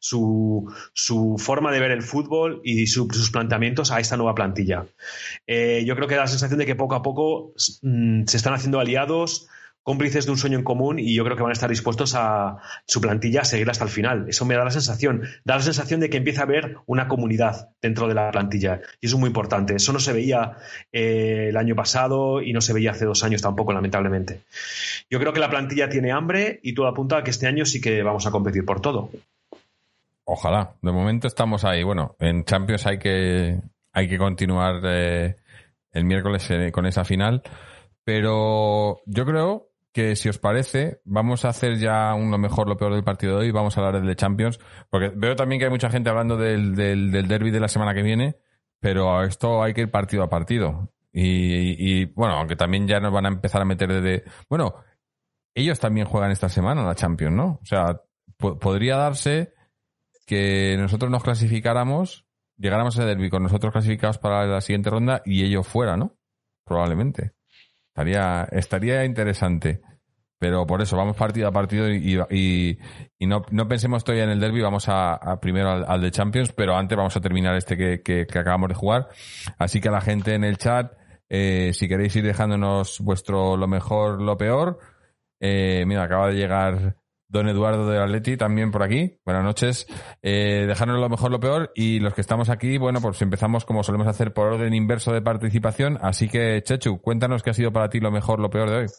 D: forma de ver el fútbol y sus planteamientos a esta nueva plantilla. Yo creo que da la sensación de que poco a poco se están haciendo aliados, cómplices de un sueño en común, y yo creo que van a estar dispuestos a su plantilla a seguir hasta el final. Eso me da la sensación. Da la sensación de que empieza a haber una comunidad dentro de la plantilla, y eso es muy importante. Eso no se veía el año pasado y no se veía hace 2 años tampoco, lamentablemente. Yo creo que la plantilla tiene hambre y todo apunta a que este año sí que vamos a competir por todo.
B: Ojalá. De momento estamos ahí. Bueno, en Champions hay que continuar el miércoles con esa final, pero yo creo que, si os parece, vamos a hacer ya lo mejor, lo peor del partido de hoy. Vamos a hablar del de Champions, porque veo también que hay mucha gente hablando del derbi de la semana que viene, pero a esto hay que ir partido a partido. Y bueno, aunque también ya nos van a empezar a meter Bueno, ellos también juegan esta semana la Champions, ¿no? O sea, podría darse que nosotros nos clasificáramos, llegáramos a derbi con nosotros clasificados para la siguiente ronda y ellos fuera, ¿no? Probablemente. Estaría interesante, pero por eso vamos partido a partido y no pensemos todavía en el derbi. Vamos a primero al de Champions, pero antes vamos a terminar este que acabamos de jugar. Así que a la gente en el chat, si queréis ir dejándonos vuestro lo mejor, lo peor. Mira, acaba de llegar Don Eduardo de Atleti también por aquí. Buenas noches. Dejadnos lo mejor, lo peor, y los que estamos aquí, bueno, pues empezamos como solemos hacer por orden inverso de participación. Así que, Chechu, cuéntanos qué ha sido para ti lo mejor, lo peor de hoy.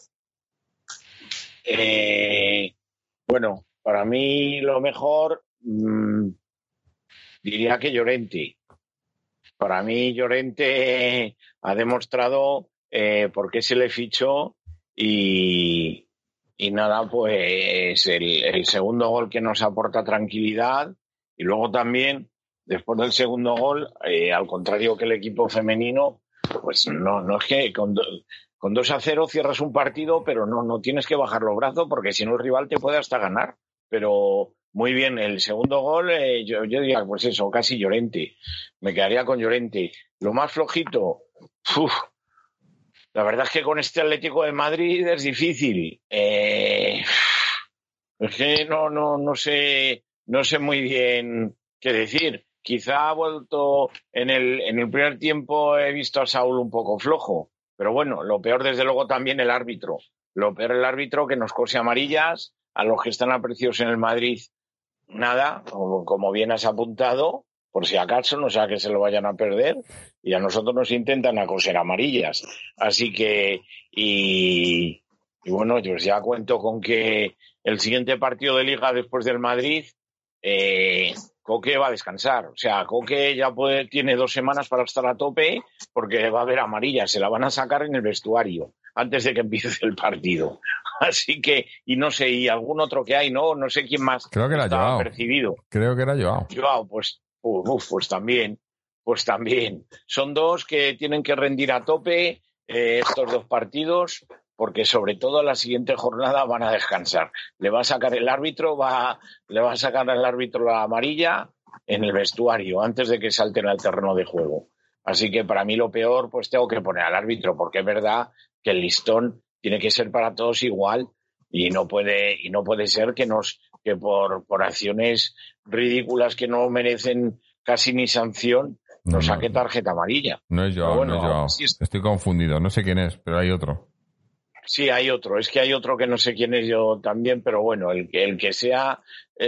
E: Bueno, para mí lo mejor diría que Llorente. Para mí Llorente ha demostrado por qué se le fichó y nada, pues el segundo gol que nos aporta tranquilidad y luego también, después del segundo gol, al contrario que el equipo femenino, pues no es que con 2-0 cierras un partido, pero no tienes que bajar los brazos porque si no el rival te puede hasta ganar. Pero muy bien, el segundo gol, yo diría, pues eso, casi Llorente. Me quedaría con Llorente. Lo más flojito, la verdad es que con este Atlético de Madrid es difícil. Es que no sé muy bien qué decir. Quizá ha vuelto en el primer tiempo, he visto a Saúl un poco flojo. Pero bueno, lo peor desde luego también el árbitro. Lo peor el árbitro que nos cose amarillas a los que están apreciados en el Madrid. Nada, como bien has apuntado, por si acaso, no sea que se lo vayan a perder, y a nosotros nos intentan a coser amarillas. Así que, y bueno, yo ya cuento con que el siguiente partido de Liga después del Madrid, Coque va a descansar. O sea, Coque ya tiene 2 semanas para estar a tope porque va a haber amarillas, se la van a sacar en el vestuario antes de que empiece el partido. Así que, y no sé, y algún otro que hay, no sé quién más.
B: Creo que era Joao.
E: Percibido.
B: Creo que era Joao.
E: Joao, pues también. Son 2 que tienen que rendir a tope estos 2 partidos, porque sobre todo la siguiente jornada van a descansar. Le va a sacar el árbitro, le va a sacar al árbitro la amarilla en el vestuario antes de que salten al terreno de juego. Así que para mí lo peor, pues tengo que poner al árbitro, porque es verdad que el listón tiene que ser para todos igual y no puede ser que por acciones ridículas que no merecen casi ni sanción nos saque tarjeta amarilla.
B: No es Joao, no es Joao. Estoy confundido, no sé quién es, pero hay otro.
E: Sí, hay otro. Es que hay otro que no sé quién es yo también, pero bueno, el que sea,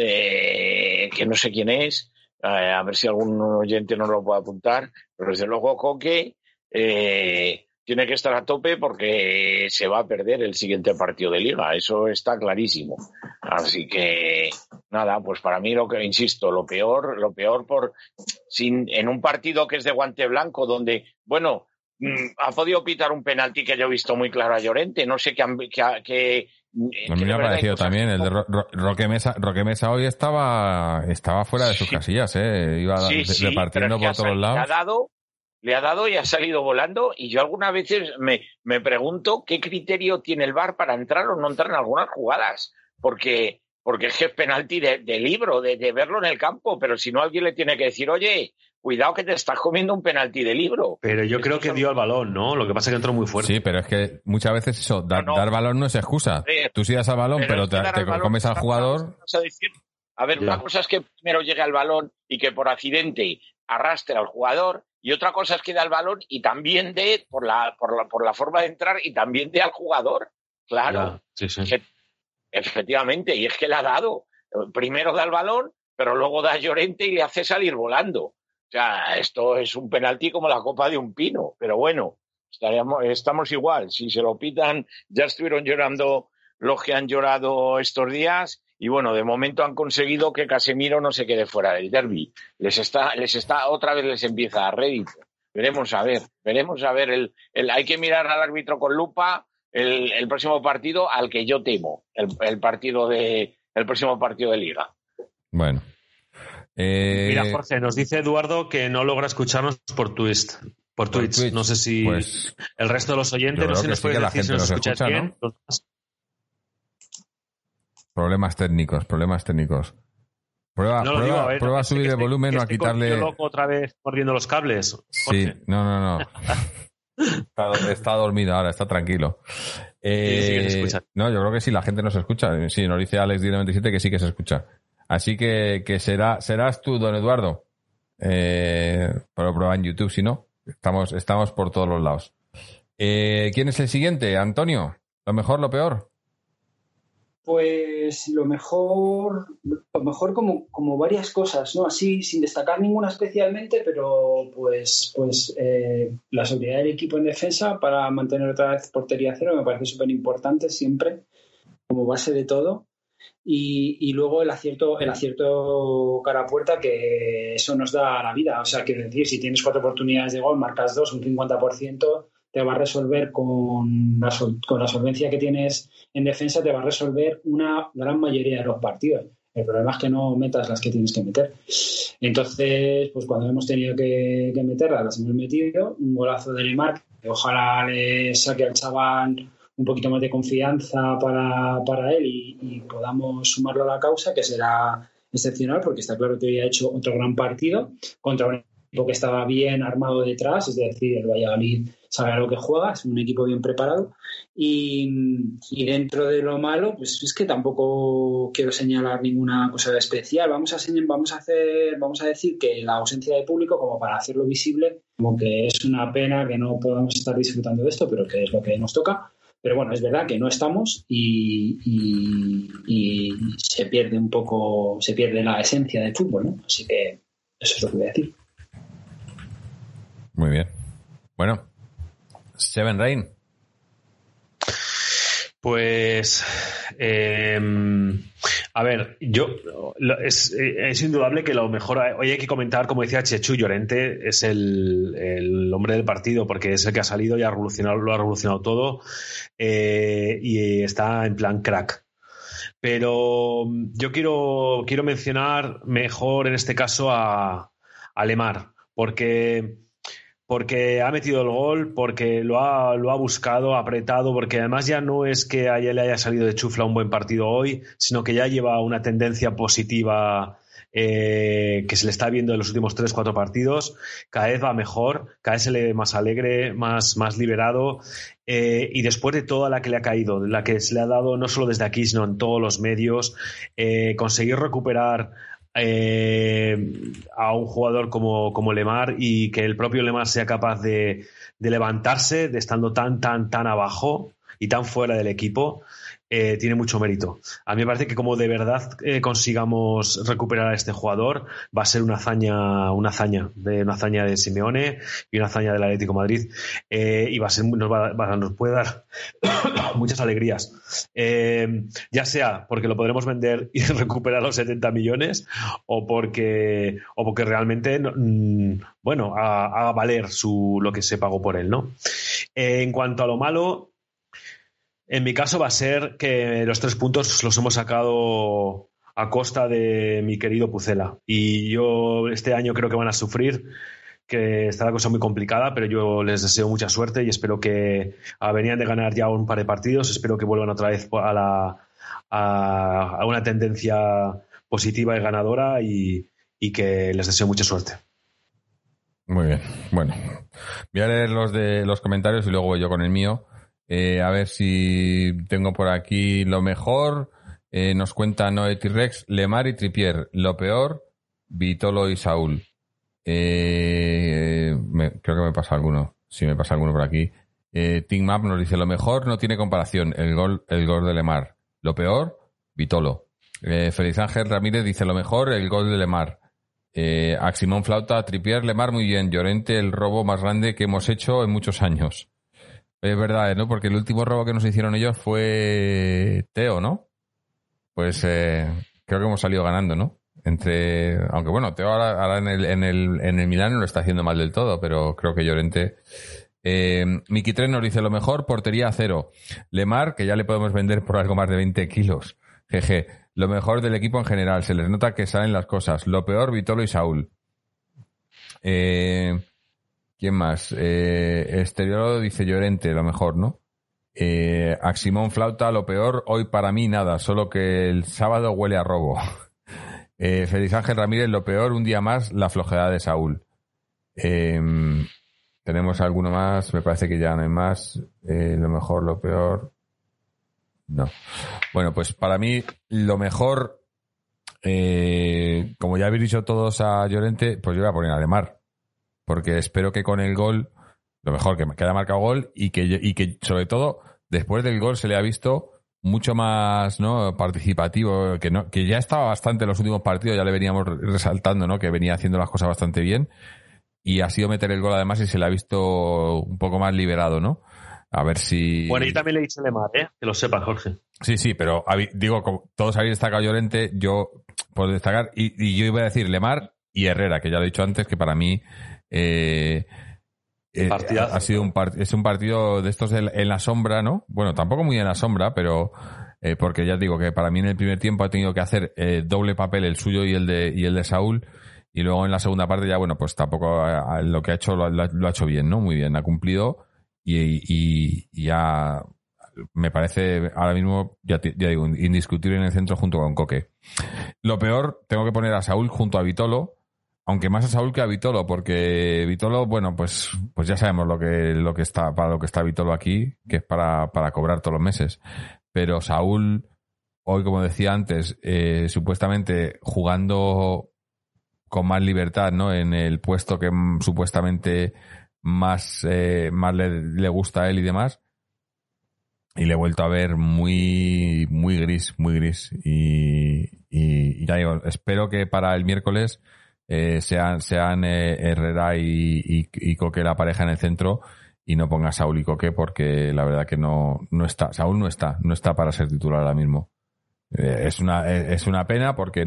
E: que no sé quién es, a ver si algún oyente nos lo puede apuntar, pero desde luego Coque tiene que estar a tope porque se va a perder el siguiente partido de Liga, eso está clarísimo. Así que, nada, pues para mí lo peor en un partido que es de guante blanco, donde, bueno, ha podido pitar un penalti que yo he visto muy claro a Llorente. No sé qué.
B: A mí me ha parecido también. El de Roque Mesa hoy estaba fuera de sus casillas, iba repartiendo por todos lados.
E: Le ha dado y ha salido volando. Y yo algunas veces me pregunto qué criterio tiene el VAR para entrar o no entrar en algunas jugadas. Porque es que es penalti de libro, de verlo en el campo. Pero si no, alguien le tiene que decir, oye, cuidado que te estás comiendo un penalti de libro.
D: Pero yo creo que dio al balón, ¿no? Lo que pasa es que entró muy fuerte.
B: Sí, pero es que muchas veces eso, dar balón no es excusa. Tú sí das al balón, pero te comes al jugador.
E: A ver, una cosa es que primero llegue al balón y que por accidente arrastre al jugador, y otra cosa es que dé al balón y también dé, por la forma de entrar, y también dé al jugador. Claro.
D: Sí.
E: Efectivamente, y es que le ha dado. Primero da el balón, pero luego da a Llorente y le hace salir volando. O sea, esto es un penalti como la copa de un pino. Pero bueno, estamos igual. Si se lo pitan, ya estuvieron llorando los que han llorado estos días. Y bueno, de momento han conseguido que Casemiro no se quede fuera del derbi. Otra vez les empieza a rédito. Veremos a ver. Hay que mirar al árbitro con lupa el próximo partido, al que yo temo. El próximo partido de Liga.
B: Bueno.
D: Mira, Jorge, nos dice Eduardo que no logra escucharnos por Twitch. No sé si el resto de los oyentes, no sé si nos puede decir si nos escucha bien. ¿No?
B: Problemas técnicos. Prueba a subir el volumen o a quitarle.
D: ¿Estoy loco otra vez mordiendo los cables?
B: Jorge. Sí, no. Está dormido ahora, está tranquilo. No, yo creo que sí, la gente nos escucha. Sí, nos dice Alex97 que sí que se escucha. Así que serás tú, don Eduardo. Pero prueba en YouTube, si no. Estamos por todos los lados. ¿Quién es el siguiente? Antonio. ¿Lo mejor, lo peor?
C: Pues lo mejor como varias cosas, ¿no? Así, sin destacar ninguna especialmente, pero pues la seguridad del equipo en defensa para mantener otra vez portería cero me parece súper importante siempre, como base de todo. Y luego el acierto cara a puerta, que eso nos da la vida. O sea, quiero decir, si tienes 4 oportunidades de gol, marcas 2, un 50%, te va a resolver con la solvencia que tienes en defensa, te va a resolver una gran mayoría de los partidos. El problema es que no metas las que tienes que meter. Entonces, pues cuando hemos tenido que meterlas, las hemos metido. Un golazo de Lemar, que ojalá le saque al chaval un poquito más de confianza para él y podamos sumarlo a la causa, que será excepcional, porque está claro que hoy ha hecho otro gran partido contra un equipo que estaba bien armado detrás, es decir, el Valladolid sabe a lo que juega, es un equipo bien preparado y dentro de lo malo, pues es que tampoco quiero señalar ninguna cosa especial. Vamos a decir que la ausencia de público, como para hacerlo visible, como que es una pena que no podamos estar disfrutando de esto, pero que es lo que nos toca. Pero bueno, es verdad que no estamos y se pierde un poco, se pierde la esencia del fútbol, ¿no? Así que eso es lo que voy a decir.
B: Muy bien. Bueno, Seven Rain.
D: Pues, a ver, es indudable que lo mejor, hoy hay que comentar, como decía Chechu, Llorente es el hombre del partido, porque es el que ha salido y lo ha revolucionado todo, y está en plan crack. Pero yo quiero mencionar mejor en este caso a Lemar, porque ha metido el gol, porque lo ha buscado, ha apretado, porque además ya no es que a ella le haya salido de chufla un buen partido hoy, sino que ya lleva una tendencia positiva que se le está viendo en los últimos 3-4 partidos. Cada vez va mejor, cada vez se le ve más alegre, más liberado, y después de toda la que le ha caído, la que se le ha dado no solo desde aquí, sino en todos los medios, conseguir recuperar a un jugador como Lemar y que el propio Lemar sea capaz de levantarse de estando tan abajo y tan fuera del equipo, tiene mucho mérito. A mí me parece que como de verdad consigamos recuperar a este jugador, va a ser una hazaña de Simeone y una hazaña del Atlético de Madrid, y nos puede dar muchas alegrías, ya sea porque lo podremos vender y recuperar los 70 millones o porque realmente haga valer lo que se pagó por él, ¿no? En cuanto a lo malo, en mi caso va a ser que los 3 puntos los hemos sacado a costa de mi querido Pucela. Y yo este año creo que van a sufrir, que está la cosa muy complicada, pero yo les deseo mucha suerte y espero que venían de ganar ya un par de partidos, espero que vuelvan otra vez a una tendencia positiva y ganadora y que les deseo mucha suerte.
B: Muy bien. Bueno, voy a leer los comentarios y luego voy yo con el mío. A ver si tengo por aquí lo mejor. Nos cuenta Noé T-Rex, Lemar y Trippier. Lo peor, Vitolo y Saúl. Creo que me pasa alguno. Sí, me pasa alguno por aquí. Team Map nos dice, lo mejor no tiene comparación, el gol de Lemar. Lo peor, Vitolo. Feliz Ángel Ramírez dice, lo mejor, el gol de Lemar. Aximón Flauta, Trippier, Lemar, muy bien. Llorente, el robo más grande que hemos hecho en muchos años. Es verdad, ¿no? Porque el último robo que nos hicieron ellos fue Teo, ¿no? Pues creo que hemos salido ganando, ¿no? Aunque bueno, Teo ahora en el Milán no lo está haciendo mal del todo, pero creo que Llorente. Miki Tren nos dice, lo mejor, portería a 0. Lemar, que ya le podemos vender por algo más de 20 kilos. Jeje. Lo mejor del equipo en general, se les nota que salen las cosas. Lo peor, Vitolo y Saúl. ¿Quién más? Exterior dice Llorente, lo mejor, ¿no? Aximón Flauta, lo peor, hoy para mí nada, solo que el sábado huele a robo. Feliz Ángel Ramírez, lo peor, un día más, la flojedad de Saúl. ¿Tenemos alguno más? Me parece que ya no hay más. Lo mejor, lo peor... No. Bueno, pues para mí, lo mejor, como ya habéis dicho todos a Llorente, pues yo voy a poner a Lemar. Porque espero que con el gol, lo mejor, que haya marcado gol y que sobre todo, después del gol se le ha visto mucho más, ¿no?, participativo, que ya estaba bastante en los últimos partidos, ya le veníamos resaltando, ¿no?, que venía haciendo las cosas bastante bien y ha sido meter el gol además y se le ha visto un poco más liberado, ¿no? A ver si...
D: Bueno, yo también le he dicho Lemar, que lo sepas, Jorge.
B: Sí, pero digo, como todos habéis destacado Llorente, yo puedo destacar, y yo iba a decir Lemar y Herrera, que ya lo he dicho antes, que para mí ha sido es un partido de estos en la sombra, ¿no? Bueno, tampoco muy en la sombra, pero porque ya digo que para mí en el primer tiempo ha tenido que hacer doble papel el suyo y el de Saúl, y luego en la segunda parte ya, bueno, pues tampoco lo que ha hecho lo ha hecho bien, ¿no? Muy bien, ha cumplido y ya me parece ahora mismo, ya digo, indiscutible en el centro junto con Coque. Lo peor, tengo que poner a Saúl junto a Vitolo, aunque más a Saúl que a Vitolo, porque Vitolo, bueno, pues ya sabemos lo que está, para lo que está Vitolo aquí, que es para cobrar todos los meses. Pero Saúl, hoy, como decía antes, supuestamente jugando con más libertad, ¿no? En el puesto que supuestamente más le gusta a él y demás. Y le he vuelto a ver muy gris. Y ya digo, espero que para el miércoles sean Herrera y Coque la pareja en el centro y no ponga Saúl y Coque, porque la verdad que no está. Saúl no está para ser titular ahora mismo. Es una pena porque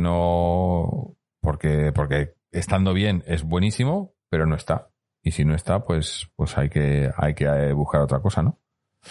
B: estando bien es buenísimo, pero no está. Y si no está, pues hay que buscar otra cosa, ¿no?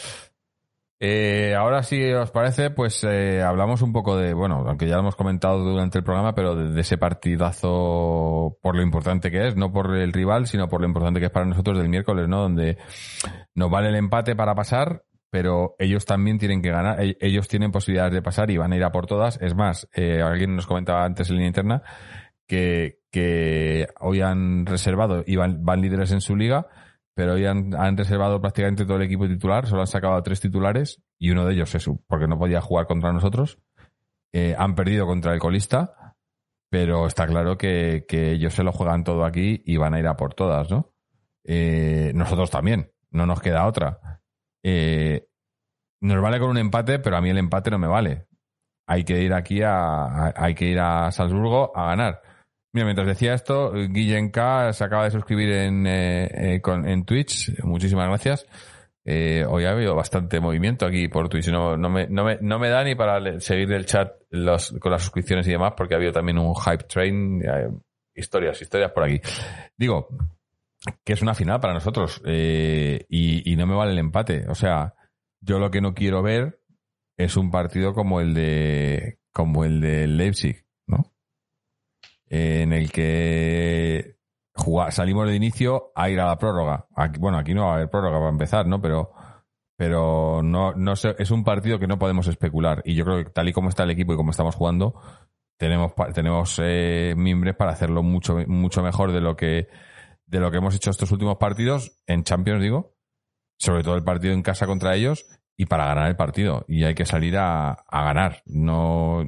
B: Ahora, si os parece, pues hablamos un poco de, bueno, aunque ya lo hemos comentado durante el programa, pero de ese partidazo, por lo importante que es, no por el rival, sino por lo importante que es para nosotros del miércoles, ¿no? Donde nos vale el empate para pasar, pero ellos también tienen que ganar, ellos tienen posibilidades de pasar y van a ir a por todas. Es más, alguien nos comentaba antes en línea interna que hoy han reservado y van líderes en su liga, pero hoy han reservado prácticamente todo el equipo titular, solo han sacado a 3 titulares y uno de ellos es porque no podía jugar contra nosotros. Han perdido contra el colista, pero está claro que ellos se lo juegan todo aquí y van a ir a por todas, ¿no? Nosotros también, no nos queda otra. Nos vale con un empate, pero a mí el empate no me vale. Hay que ir a Salzburgo a ganar. Mira, mientras decía esto, Guillem K se acaba de suscribir en Twitch. Muchísimas gracias. Hoy ha habido bastante movimiento aquí por Twitch. No me da ni para seguir el chat con las suscripciones y demás, porque ha habido también un hype train. Historias por aquí. Digo, que es una final para nosotros y no me vale el empate. O sea, yo lo que no quiero ver es un partido como el de Leipzig, ¿no? En el que salimos de inicio a ir a la prórroga. Aquí no va a haber prórroga para empezar, ¿no? Pero no sé, es un partido que no podemos especular. Y yo creo que tal y como está el equipo y como estamos jugando, tenemos mimbres para hacerlo mucho mejor de lo que hemos hecho estos últimos partidos en Champions, digo, sobre todo el partido en casa contra ellos, y para ganar el partido. Y hay que salir a ganar. No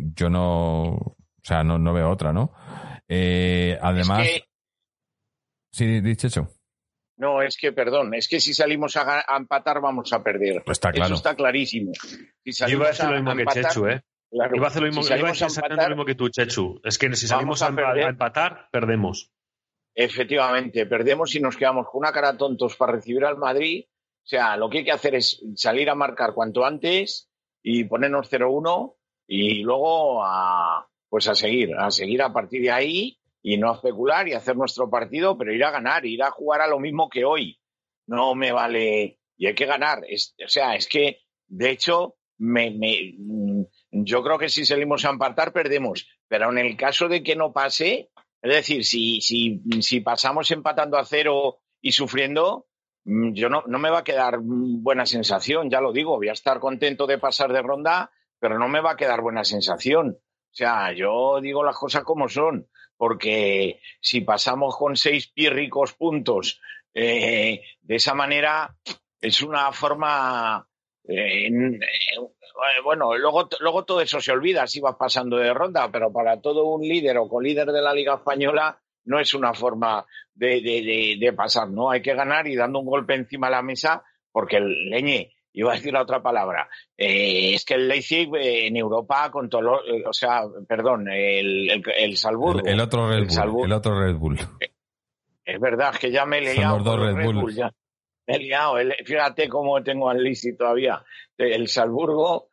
B: veo otra, ¿no? Además... Sí, Checho.
E: No, perdón, es que si salimos a empatar vamos a perder.
B: Pues está claro.
E: Eso está clarísimo.
D: Yo iba a hacer lo mismo que Chechu, ¿eh?
E: Claro,
D: iba a hacer lo mismo que tú, Chechu. Es que si salimos a empatar, perdemos.
E: Efectivamente, perdemos y nos quedamos con una cara tontos para recibir al Madrid. O sea, lo que hay que hacer es salir a marcar cuanto antes y ponernos 0-1 y luego a seguir a partir de ahí y no a especular y hacer nuestro partido, pero ir a ganar, ir a jugar a lo mismo que hoy. No me vale, y hay que ganar. Es que, de hecho, yo creo que si salimos a empatar, perdemos. Pero en el caso de que no pase, es decir, si pasamos empatando a 0 y sufriendo, yo no me va a quedar buena sensación, ya lo digo, voy a estar contento de pasar de ronda, pero no me va a quedar buena sensación. O sea, yo digo las cosas como son, porque si pasamos con 6 pírricos puntos de esa manera, es una forma... bueno, luego todo eso se olvida si vas pasando de ronda, pero para todo un líder o colíder de la Liga Española no es una forma de pasar, ¿no? Hay que ganar y dando un golpe encima de la mesa, porque iba a decir la otra palabra, es que el Leipzig en Europa con todo, el Salzburgo.
B: El otro Red Bull.
E: Es verdad, que ya me he liado.
B: Son los dos Red Bull.
E: Ya. Me he liado. Fíjate cómo tengo al Leipzig todavía. El Salzburgo,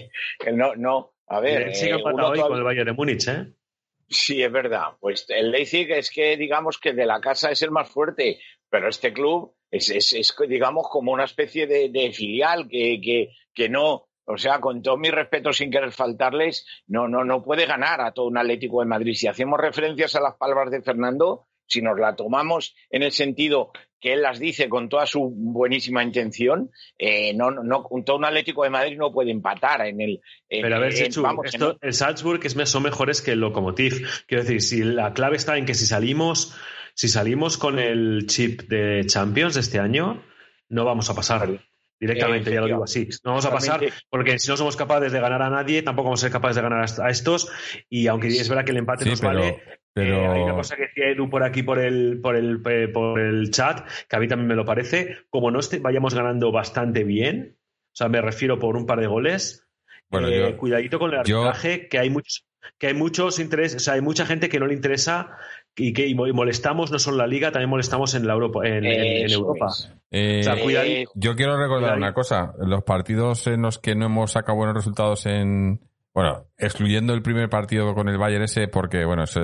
E: a ver.
D: Sigue empatado hoy con el Bayern de Múnich, ¿eh?
E: Sí, es verdad. Pues el Leipzig es que digamos que de la casa es el más fuerte, pero este club Es digamos, como una especie de filial que no, o sea, con todo mi respeto, sin querer faltarles, no puede ganar a todo un Atlético de Madrid. Si hacemos referencias a las palabras de Fernando, si nos la tomamos en el sentido que él las dice con toda su buenísima intención, todo un Atlético de Madrid no puede empatar en el...
D: Pero a ver, Chechu, el Salzburg son mejores que el Lokomotiv. Quiero decir, si la clave está en que si salimos con el chip de Champions de este año, no vamos a pasar. Directamente, ya lo digo así. No vamos a pasar porque si no somos capaces de ganar a nadie, tampoco vamos a ser capaces de ganar a estos. Y aunque es verdad que el empate nos vale, hay una cosa que decía Edu por aquí por el chat, que a mí también me lo parece. Como no vayamos ganando bastante bien, o sea, me refiero por un par de goles, cuidadito con el arbitraje, que hay muchos intereses, o sea, hay mucha gente que no le interesa y molestamos no solo en la Liga, también molestamos en Europa. O sea, cuidadito.
B: Yo quiero recordar una cosa. Los partidos en los que no hemos sacado buenos resultados excluyendo el primer partido con el Bayern porque,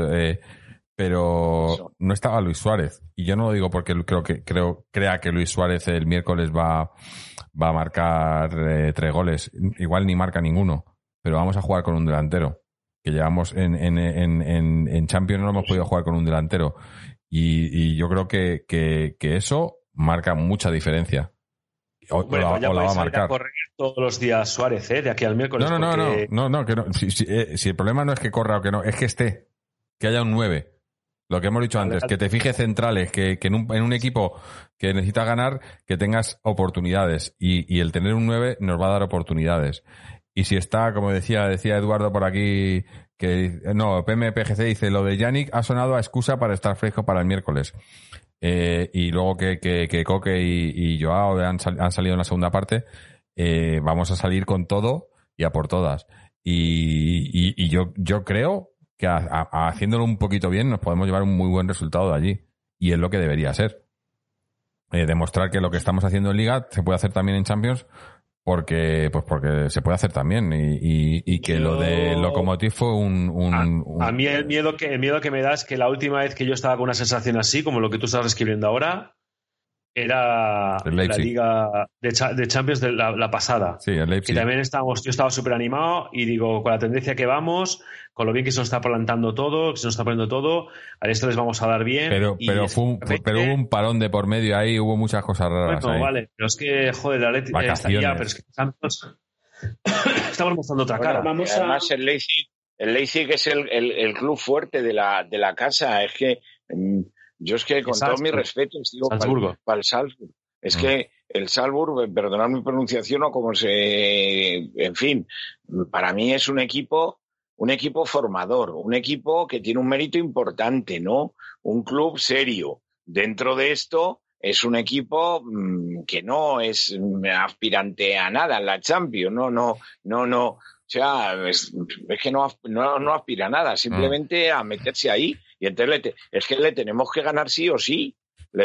B: pero no estaba Luis Suárez. Y yo no lo digo porque crea que Luis Suárez el miércoles va a marcar 3 goles. Igual ni marca ninguno. Pero vamos a jugar con un delantero. Que llevamos en Champions no hemos podido jugar con un delantero. Y yo creo que eso marca mucha diferencia. O la va a marcar.
D: A correr todos los días Suárez, de aquí al miércoles.
B: No. Si el problema no es que corra o que no, es que esté. Que haya un 9. Lo que hemos dicho antes, que te fijes centrales, que en un equipo que necesita ganar, que tengas oportunidades. Y el tener un 9 nos va a dar oportunidades. Y si está, como decía Eduardo por aquí, PMPGC dice, lo de Yannick ha sonado a excusa para estar fresco para el miércoles. Y luego que Coque y Joao han salido en la segunda parte, vamos a salir con todo y a por todas. Y yo creo que haciéndolo un poquito bien nos podemos llevar un muy buen resultado de allí. Y es lo que debería ser. Demostrar que lo que estamos haciendo en Liga se puede hacer también en Champions, porque se puede hacer también y que lo de Lokomotiv fue
D: a mí el miedo que me da es que la última vez que yo estaba con una sensación así como lo que tú estás escribiendo ahora era la Liga de Champions de la pasada.
B: Sí, el Leipzig.
D: Y también yo estaba súper animado y digo, con la tendencia que vamos, con lo bien que se nos está plantando todo, que se nos está poniendo todo, a esto les vamos a dar bien.
B: Pero hubo un parón de por medio ahí, hubo muchas cosas raras.
D: Bueno,
B: ahí.
D: Vale, pero es que, joder, la Leti está ya, pero es que estamos mostrando otra cara.
E: Además, el Leipzig es el club fuerte de la casa. Es que yo con todo mi respeto digo para el Salzburg. Es que el Salzburg, perdonad mi pronunciación o como en fin, para mí es un equipo formador, un equipo que tiene un mérito importante, ¿no? Un club serio. Dentro de esto es un equipo que no es aspirante a nada en la Champions, no. O sea, es que no aspira a nada, simplemente a meterse ahí. Y entonces es que le tenemos que ganar sí o sí.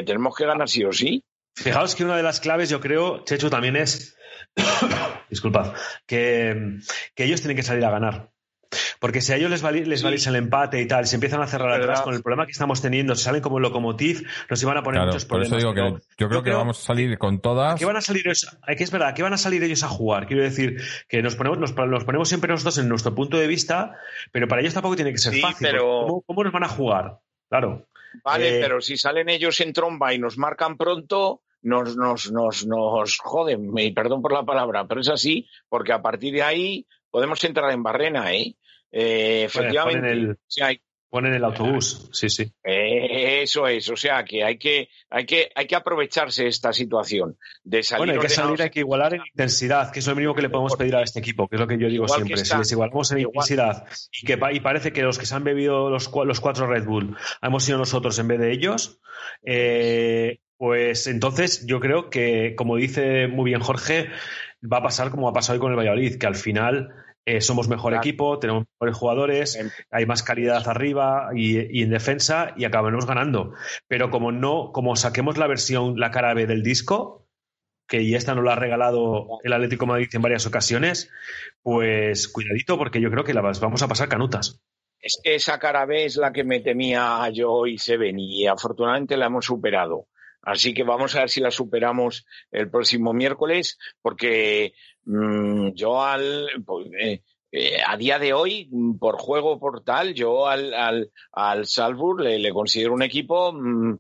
D: Fijaos que una de las claves, yo creo, Chechu, también es disculpad, que ellos tienen que salir a ganar. Porque si a ellos les valís el empate y tal, se empiezan a cerrar atrás con el problema que estamos teniendo, si salen como el Lokomotiv, nos iban a poner muchos problemas.
B: Por eso digo que yo creo que vamos a salir con todas.
D: ¿Qué van a salir ellos a jugar? Quiero decir que nos ponemos siempre nosotros en nuestro punto de vista, pero para ellos tampoco tiene que ser fácil. Pero... ¿Cómo nos van a jugar? Claro.
E: Vale, pero si salen ellos en tromba y nos marcan pronto, nos joden, perdón por la palabra, pero es así, porque a partir de ahí podemos entrar en barrena, efectivamente.
D: Ponen el autobús, sí.
E: Eso es, o sea que hay que aprovecharse esta situación de salir.
D: Bueno, hay que igualar en intensidad, que es lo mínimo que le podemos pedir a este equipo, que es lo que yo digo siempre. Si les igualamos en intensidad y parece que los que se han bebido los 4 Red Bull hemos sido nosotros en vez de ellos, pues entonces yo creo que, como dice muy bien Jorge, va a pasar como ha pasado hoy con el Valladolid, que al final somos mejor equipo, tenemos mejores jugadores, hay más calidad arriba y en defensa y acabaremos ganando. Pero como saquemos la cara B del disco, que esta nos la ha regalado el Atlético de Madrid en varias ocasiones, pues cuidadito, porque yo creo que las vamos a pasar canutas.
E: Es que esa cara B es la que me temía yo y Seven, y afortunadamente la hemos superado. Así que vamos a ver si la superamos el próximo miércoles, porque yo a día de hoy, por juego, por tal, yo al Salzburg le considero un equipo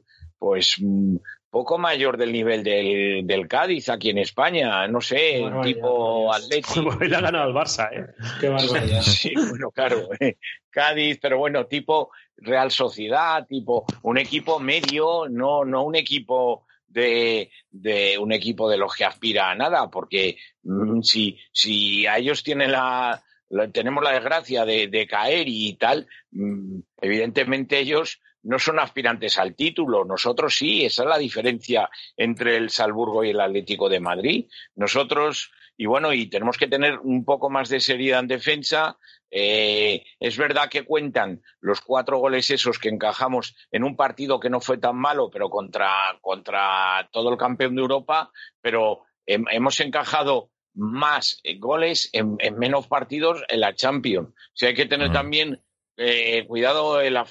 E: poco mayor del nivel del Cádiz aquí en España, no sé, tipo Atlético.
D: Pues le ha ganado al Barça, ¿eh?
C: Qué barbaridad.
E: Sí, bueno, claro, Cádiz, pero bueno, tipo Real Sociedad, tipo un equipo medio, no un equipo de un equipo de los que aspira a nada, porque si a ellos tienen tenemos la desgracia de caer y tal, evidentemente ellos no son aspirantes al título, nosotros sí, esa es la diferencia entre el Salzburgo y el Atlético de Madrid. Nosotros, y tenemos que tener un poco más de seriedad en defensa. Es verdad que cuentan los 4 goles esos que encajamos en un partido que no fue tan malo, pero contra todo el campeón de Europa, pero hemos encajado más goles en menos partidos en la Champions. O sea, hay que tener también cuidado en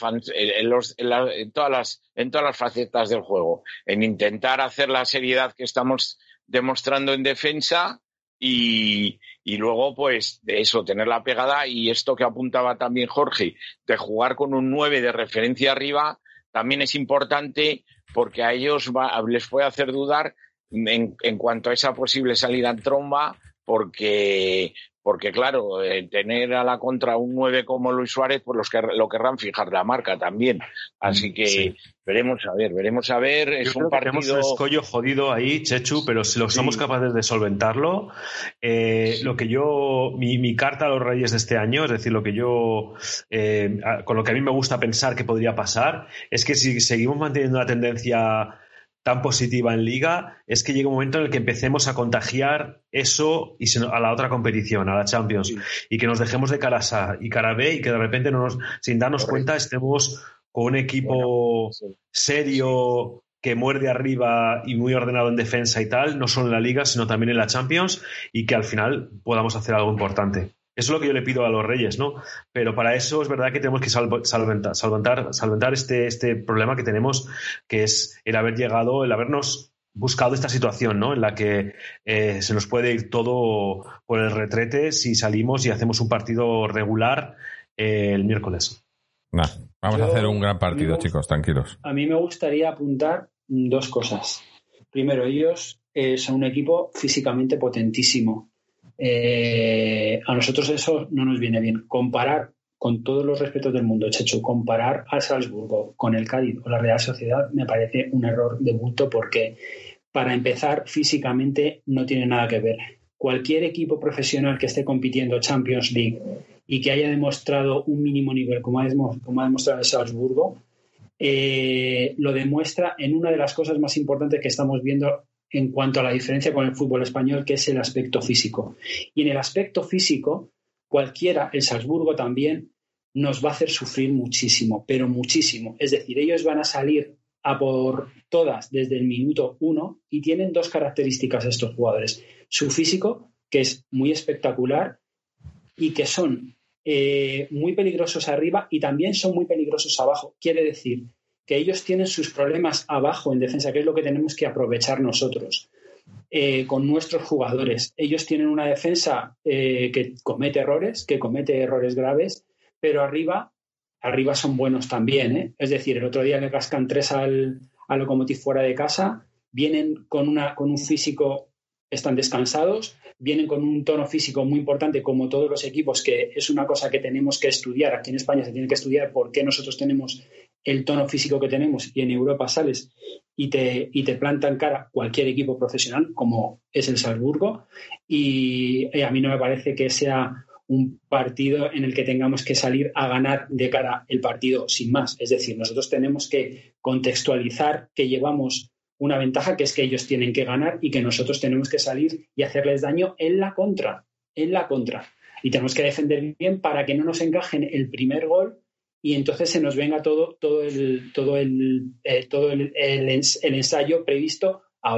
E: todas las facetas del juego, en intentar hacer la seriedad que estamos demostrando en defensa y luego, pues, de eso, tener la pegada, y esto que apuntaba también Jorge, de jugar con un 9 de referencia arriba, también es importante, porque a ellos les puede hacer dudar en cuanto a esa posible salida en tromba, porque claro, tener a la contra un 9 como Luis Suárez, pues lo querrán fijar la marca también. Así que sí. Veremos a ver. Es un partido.
D: Tenemos un escollo jodido ahí, Chechu, pero si lo somos capaces de solventarlo, lo que mi carta a los Reyes de este año, es decir, lo que con lo que a mí me gusta pensar que podría pasar, es que si seguimos manteniendo la tendencia tan positiva en Liga, es que llega un momento en el que empecemos a contagiar eso a la otra competición, a la Champions, y que nos dejemos de cara A y cara B, y que de repente sin darnos cuenta estemos con un equipo serio que muerde arriba y muy ordenado en defensa y tal, no solo en la Liga sino también en la Champions, y que al final podamos hacer algo importante. Eso es lo que yo le pido a los Reyes, ¿no? Pero para eso es verdad que tenemos que solventar este problema que tenemos, que es el habernos buscado esta situación, ¿no? En la que se nos puede ir todo por el retrete si salimos y hacemos un partido regular el miércoles.
B: Vamos a hacer un gran partido, chicos, tranquilos.
C: A mí me gustaría apuntar 2 cosas. Primero, ellos son un equipo físicamente potentísimo. A nosotros eso no nos viene bien. Comparar, con todos los respetos del mundo, Chechu, comparar al Salzburgo con el Cádiz o la Real Sociedad me parece un error de bulto, porque para empezar físicamente no tiene nada que ver. Cualquier equipo profesional que esté compitiendo Champions League y que haya demostrado un mínimo nivel como ha demostrado el Salzburgo, lo demuestra en una de las cosas más importantes que estamos viendo en cuanto a la diferencia con el fútbol español, que es el aspecto físico. Y en el aspecto físico, cualquiera, el Salzburgo también, nos va a hacer sufrir muchísimo, pero muchísimo. Es decir, ellos van a salir a por todas desde el minuto 1 y tienen 2 características estos jugadores. Su físico, que es muy espectacular, y que son muy peligrosos arriba y también son muy peligrosos abajo. Quiere decir que ellos tienen sus problemas abajo en defensa, que es lo que tenemos que aprovechar nosotros con nuestros jugadores. Ellos tienen una defensa que comete errores graves, pero arriba son buenos también, ¿eh? Es decir, el otro día le cascan 3 al Lokomotiv fuera de casa, vienen con un físico, están descansados, vienen con un tono físico muy importante, como todos los equipos, que es una cosa que tenemos que estudiar. Aquí en España se tiene que estudiar por qué nosotros tenemos el tono físico que tenemos, y en Europa sales y te plantan cara cualquier equipo profesional como es el Salzburgo, y a mí no me parece que sea un partido en el que tengamos que salir a ganar de cara el partido sin más. Es decir, nosotros tenemos que contextualizar que llevamos una ventaja, que es que ellos tienen que ganar y que nosotros tenemos que salir y hacerles daño en la contra. Y tenemos que defender bien para que no nos encajen el primer gol y entonces se nos venga todo el ensayo previsto abajo.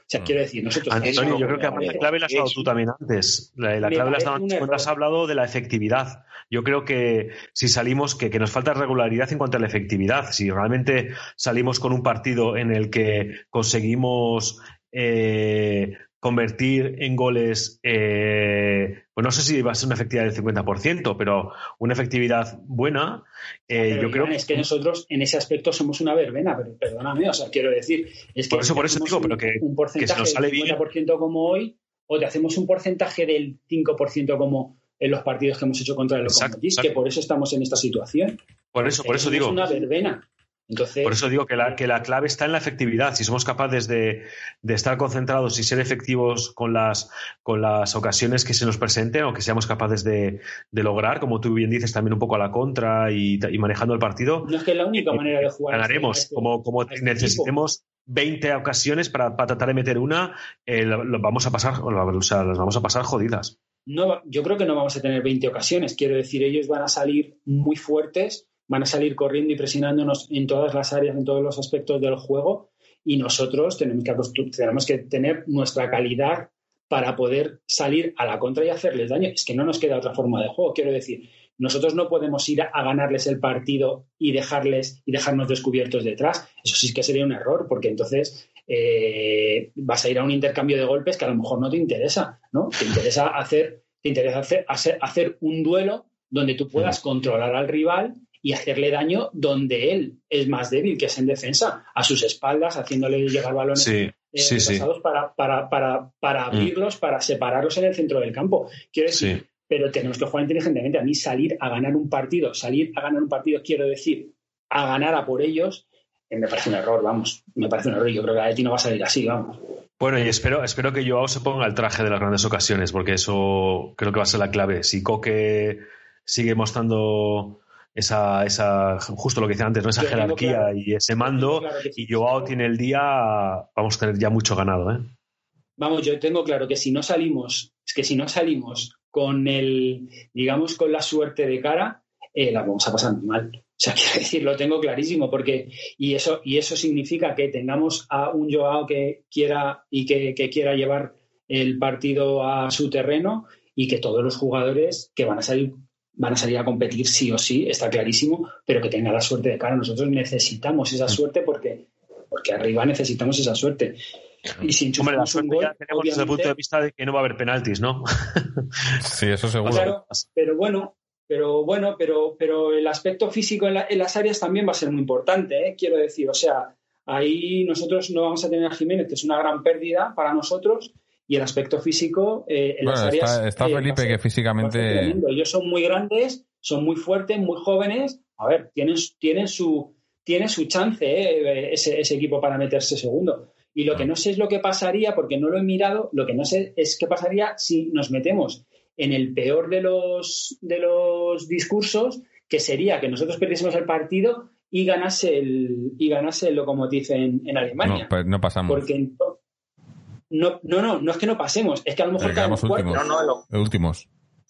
C: sea, quiero decir, nosotros...
D: Antonio, yo creo que la clave la has dado tú también antes. La clave la has dado antes cuando has hablado de la efectividad. Yo creo que si salimos, que nos falta regularidad en cuanto a la efectividad. Si realmente salimos con un partido en el que conseguimos convertir en goles, pues no sé si va a ser una efectividad del 50%, pero una efectividad buena, yo creo
C: que... Es que nosotros en ese aspecto somos una verbena, pero perdóname, o sea, quiero decir, es que
D: por eso digo, pero que
C: un porcentaje
D: que se nos sale
C: del 50% bien como hoy, o te hacemos un porcentaje del 5% como en los partidos que hemos hecho contra el Lokomotiv, que por eso estamos en esta situación.
D: Por eso digo.
C: Es una verbena. Entonces,
D: por eso digo que la clave está en la efectividad. Si somos capaces de estar concentrados y ser efectivos con las ocasiones que se nos presenten o que seamos capaces de lograr, como tú bien dices, también un poco a la contra y manejando el partido.
C: No es que es la única manera de jugar.
D: Ganaremos. Como necesitemos 20 ocasiones para tratar de meter una, las vamos a pasar jodidas.
C: No, yo creo que no vamos a tener 20 ocasiones. Quiero decir, ellos van a salir muy fuertes, van a salir corriendo y presionándonos en todas las áreas, en todos los aspectos del juego, y nosotros tenemos que tener nuestra calidad para poder salir a la contra y hacerles daño. Es que no nos queda otra forma de juego. Quiero decir, nosotros no podemos ir a ganarles el partido y dejarnos descubiertos detrás. Eso sí que sería un error, porque entonces vas a ir a un intercambio de golpes que a lo mejor no te interesa, ¿no? Te interesa hacer un duelo donde tú puedas controlar al rival y hacerle daño donde él es más débil, que es en defensa, a sus espaldas, haciéndole llegar balones pasados para abrirlos, para separarlos en el centro del campo. Quiero decir, pero tenemos que jugar inteligentemente. A mí salir a ganar un partido, quiero decir, a ganar a por ellos, me parece un error, vamos. Me parece un error. Yo creo que Atleti no va a salir así, vamos.
D: Bueno, y espero que Joao se ponga el traje de las grandes ocasiones, porque eso creo que va a ser la clave. Si Coque sigue mostrando esa justo lo que decía antes, ¿no? Esa jerarquía y ese mando, y Joao tiene el día, vamos a tener ya mucho ganado, ¿eh?
C: Vamos, yo tengo claro que si no salimos con con la suerte de cara, la vamos a pasar muy mal. O sea, quiero decir, lo tengo clarísimo, porque y eso significa que tengamos a un Joao que quiera llevar el partido a su terreno, y que todos los jugadores que van a salir a competir sí o sí, está clarísimo, pero que tenga la suerte de cara. Nosotros necesitamos esa suerte porque arriba necesitamos esa suerte. Y si
D: la suerte un gol, ya tenemos desde el punto de vista de que no va a haber penaltis, ¿no?
B: Sí, eso seguro.
C: Claro, pero el aspecto físico en las áreas también va a ser muy importante, ¿eh? Quiero decir, o sea, ahí nosotros no vamos a tener a Jiménez, que es una gran pérdida para nosotros, y el aspecto físico en las áreas...
B: Está Felipe, que físicamente...
C: Ellos son muy grandes, son muy fuertes, muy jóvenes. A ver, tienen su chance, ese equipo, para meterse segundo. Y lo que no sé es lo que pasaría, porque no lo he mirado, lo que no sé es qué pasaría si nos metemos en el peor de los discursos, que sería que nosotros perdiésemos el partido y ganase el Lokomotiv en Alemania.
B: No, pues no pasamos.
C: Porque no es que no pasemos, es que a lo mejor
B: quedamos últimos. Últimos.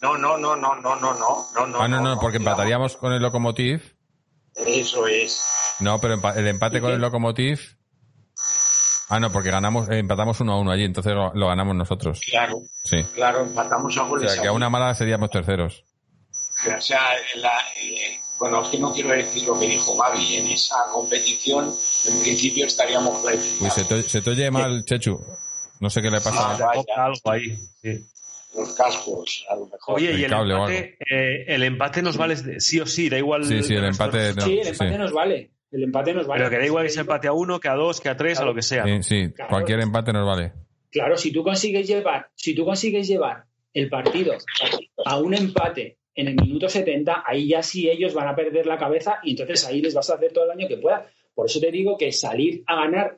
B: No, porque empataríamos con el Lokomotiv.
E: Eso es.
B: No, pero el empate con el Lokomotiv... no, porque empatamos 1-1 allí, entonces lo ganamos nosotros.
E: Claro,
B: sí.
E: Claro, empatamos a goles.
B: O sea, que a una mala seríamos terceros.
E: O sea, bueno, es que no quiero decir lo que dijo Gaby. En esa competición, en principio, estaríamos clasificados.
B: Uy, se te oye mal, Chechu. No sé qué le pasa.
D: Algo ahí, sí.
E: Los cascos, a lo mejor.
D: Oye, y el empate nos vale sí o sí, da igual.
B: Sí, el empate.
C: Sí, el empate nos vale. El empate nos vale.
D: Pero que da igual que se empate a 1, que a 2, que a 3, a lo que sea.
B: Sí, claro. Cualquier empate nos vale.
C: Claro, si tú consigues llevar el partido a un empate en el minuto 70, ahí ya sí ellos van a perder la cabeza, y entonces ahí les vas a hacer todo el daño que puedas. Por eso te digo que salir a ganar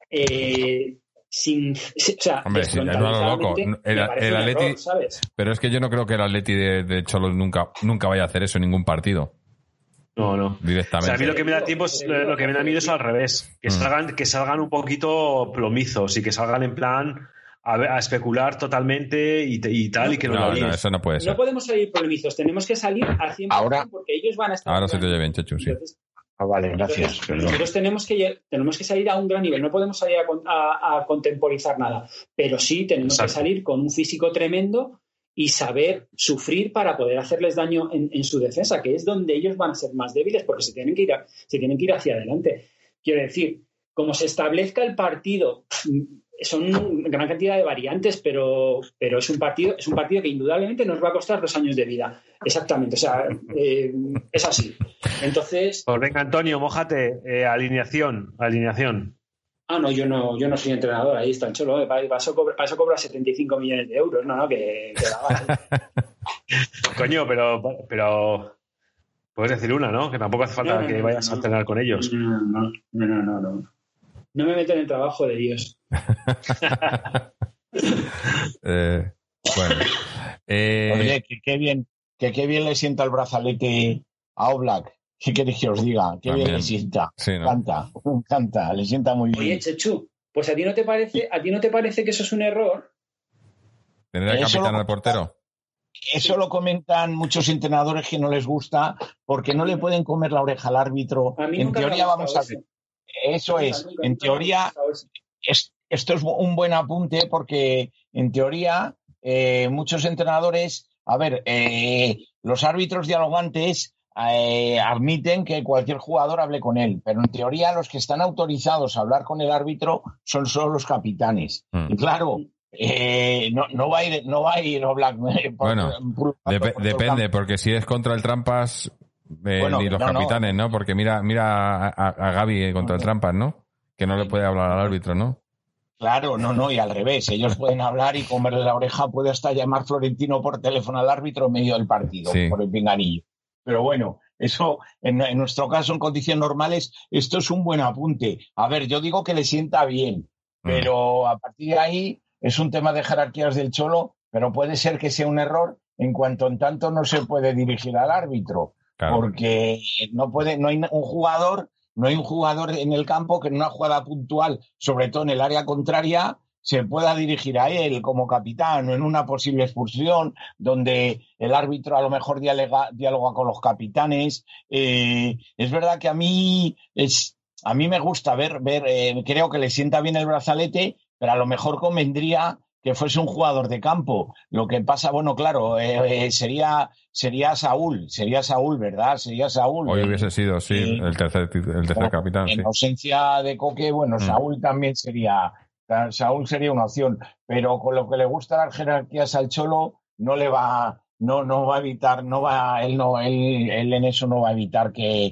B: hombre, si no es lo loco. El Atleti, error, ¿sabes? Pero es que yo no creo que el Atleti de Cholos nunca vaya a hacer eso en ningún partido.
D: No.
B: Directamente.
D: O sea, a mí lo que me da tiempo es lo que me da miedo es al revés. Que salgan un poquito plomizos y que salgan en plan a especular totalmente y tal, y que no
B: eso no puede ser.
C: No podemos salir plomizos, tenemos que salir al 100% porque ellos van a estar...
B: Ahora se te oye bien, Chechu, sí.
C: Entonces,
E: Vale, gracias.
C: Nosotros tenemos que salir a un gran nivel, no podemos salir a contemporizar nada, pero sí tenemos que salir con un físico tremendo y saber sufrir para poder hacerles daño en su defensa, que es donde ellos van a ser más débiles porque se tienen que ir hacia adelante. Quiero decir, como se establezca el partido, son gran cantidad de variantes, pero es un partido que indudablemente nos va a costar 2 años de vida. Exactamente, o sea, es así. Entonces...
D: Pues venga, Antonio, mójate. Alineación.
C: Ah, no, yo no soy entrenador, ahí está el Cholo. Para eso cobra 75 millones de euros, no, que la
D: Coño, pero puedes decir una, ¿no? Que tampoco hace falta que vayas a entrenar con ellos.
C: No. No me meto en el trabajo de Dios.
B: Bueno.
E: Oye, que qué bien le sienta el brazalete a Oblak. ¿Qué queréis que os diga? Qué bien le sienta.
B: Sí, ¿no?
E: Me encanta, le sienta muy bien.
C: Oye, Chechu, pues ¿a ti no te parece que eso es un error?
B: ¿Tener al capitán al portero?
E: Eso lo comentan muchos entrenadores que no les gusta porque no le pueden comer la oreja al árbitro. En teoría, vamos a ver. Eso es. En teoría, esto es un buen apunte porque en teoría muchos entrenadores, los árbitros dialogantes admiten que cualquier jugador hable con él, pero en teoría los que están autorizados a hablar con el árbitro son solo los capitanes. Y claro, no va a ir Oblak.
B: Bueno, depende, porque si es contra el Trampas, ni los capitanes, ¿no? Porque mira a Gavi contra el Trampas, ¿no? Que no le puede hablar al árbitro, ¿no?
E: Claro, no, y al revés. Ellos pueden hablar y comerle la oreja, puede hasta llamar Florentino por teléfono al árbitro en medio del partido, por el pinganillo. Pero bueno, eso en nuestro caso, en condiciones normales, esto es un buen apunte. A ver, yo digo que le sienta bien, pero a partir de ahí es un tema de jerarquías del Cholo, pero puede ser que sea un error en cuanto en tanto no se puede dirigir al árbitro. Claro. Porque no hay un jugador en el campo que en una jugada puntual, sobre todo en el área contraria, se pueda dirigir a él como capitán o en una posible expulsión donde el árbitro a lo mejor dialoga con los capitanes. Es verdad que a mí me gusta ver, creo que le sienta bien el brazalete, pero a lo mejor convendría que fuese un jugador de campo. Lo que pasa, bueno, claro, sería Saúl, ¿verdad? Sería Saúl.
B: Hoy hubiese sido, sí, el tercer capitán.
E: En ausencia de Coque, bueno, Saúl también sería una opción, pero con lo que le gusta las jerarquías al Cholo, no va a evitar, él en eso no va a evitar que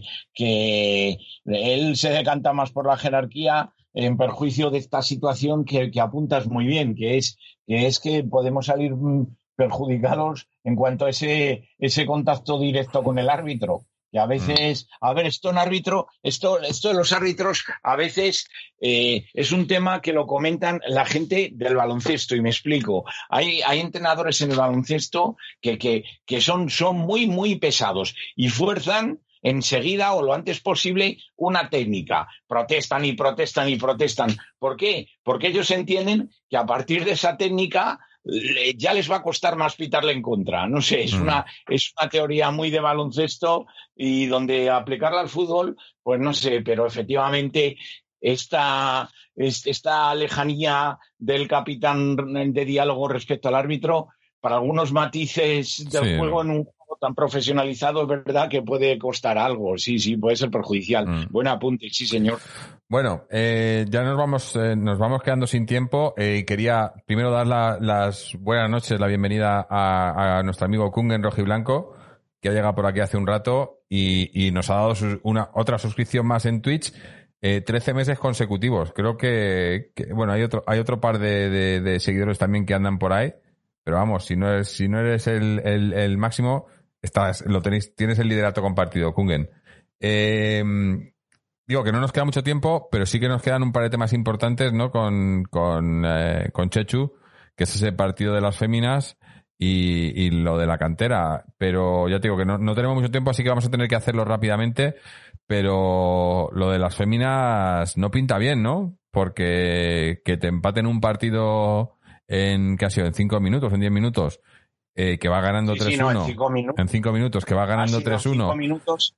E: él se decanta más por la jerarquía en perjuicio de esta situación que apuntas muy bien, que es que podemos salir perjudicados en cuanto a ese contacto directo con el árbitro. Que a veces, esto de los árbitros, a veces es un tema que lo comentan la gente del baloncesto, y me explico. Hay entrenadores en el baloncesto que son muy, muy pesados y fuerzan enseguida o lo antes posible una técnica. Protestan y protestan y protestan. ¿Por qué? Porque ellos entienden que a partir de esa técnica ya les va a costar más pitarle en contra. No sé, es una teoría muy de baloncesto y donde aplicarla al fútbol, pues no sé, pero efectivamente esta lejanía del capitán de diálogo respecto al árbitro, para algunos matices del juego en un juego tan profesionalizado, es verdad que puede costar algo. Sí, puede ser perjudicial. Buen apunte, sí, señor.
B: Bueno, ya nos vamos quedando sin tiempo. Quería primero dar las buenas noches, la bienvenida a nuestro amigo Kungen Rojiblanco, que ha llegado por aquí hace un rato y nos ha dado otra suscripción más en Twitch. 13 meses consecutivos. Creo que bueno, hay otro par de seguidores también que andan por ahí. Pero vamos, si no eres el máximo, tienes el liderato compartido, Kungen. Digo que no nos queda mucho tiempo, pero sí que nos quedan un par de temas importantes, ¿no? Con Chechu, que es ese partido de las féminas y lo de la cantera. Pero ya te digo que no tenemos mucho tiempo, así que vamos a tener que hacerlo rápidamente. Pero lo de las féminas no pinta bien, ¿no? Porque que te empaten un partido en 5 minutos, en 10 minutos, que va ganando 3-1.
E: En
B: 5 minutos, que va ganando 3-1.
E: 5 minutos.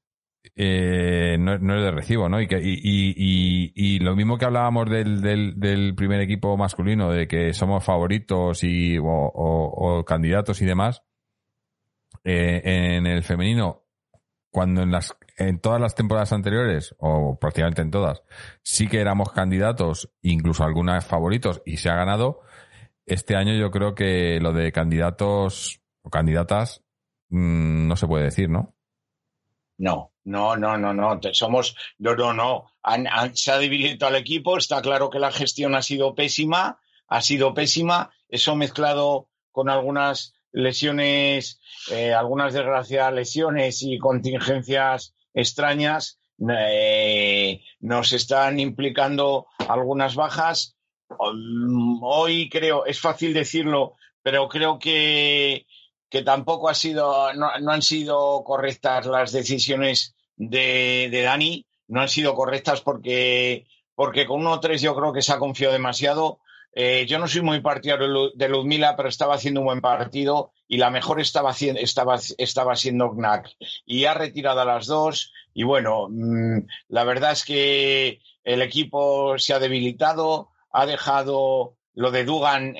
B: no es de recibo, ¿no? Y lo mismo que hablábamos del primer equipo masculino, de que somos favoritos o candidatos y demás, en el femenino, cuando en todas las temporadas anteriores, o prácticamente en todas, sí que éramos candidatos, incluso algunas favoritos, y se ha ganado, este año yo creo que lo de candidatos o candidatas no se puede decir, ¿no?
E: No. Se ha debilitado el equipo, está claro que la gestión ha sido pésima, eso mezclado con algunas lesiones, algunas desgraciadas lesiones y contingencias extrañas, nos están implicando algunas bajas. Hoy creo, es fácil decirlo, pero creo que tampoco no han sido correctas las decisiones de Dani, no han sido correctas porque con 1-3 yo creo que se ha confiado demasiado. Yo no soy muy partidario de Ludmila, pero estaba haciendo un buen partido y la mejor estaba siendo Knack. Y ha retirado a las dos y bueno, la verdad es que el equipo se ha debilitado, ha dejado lo de Dugan.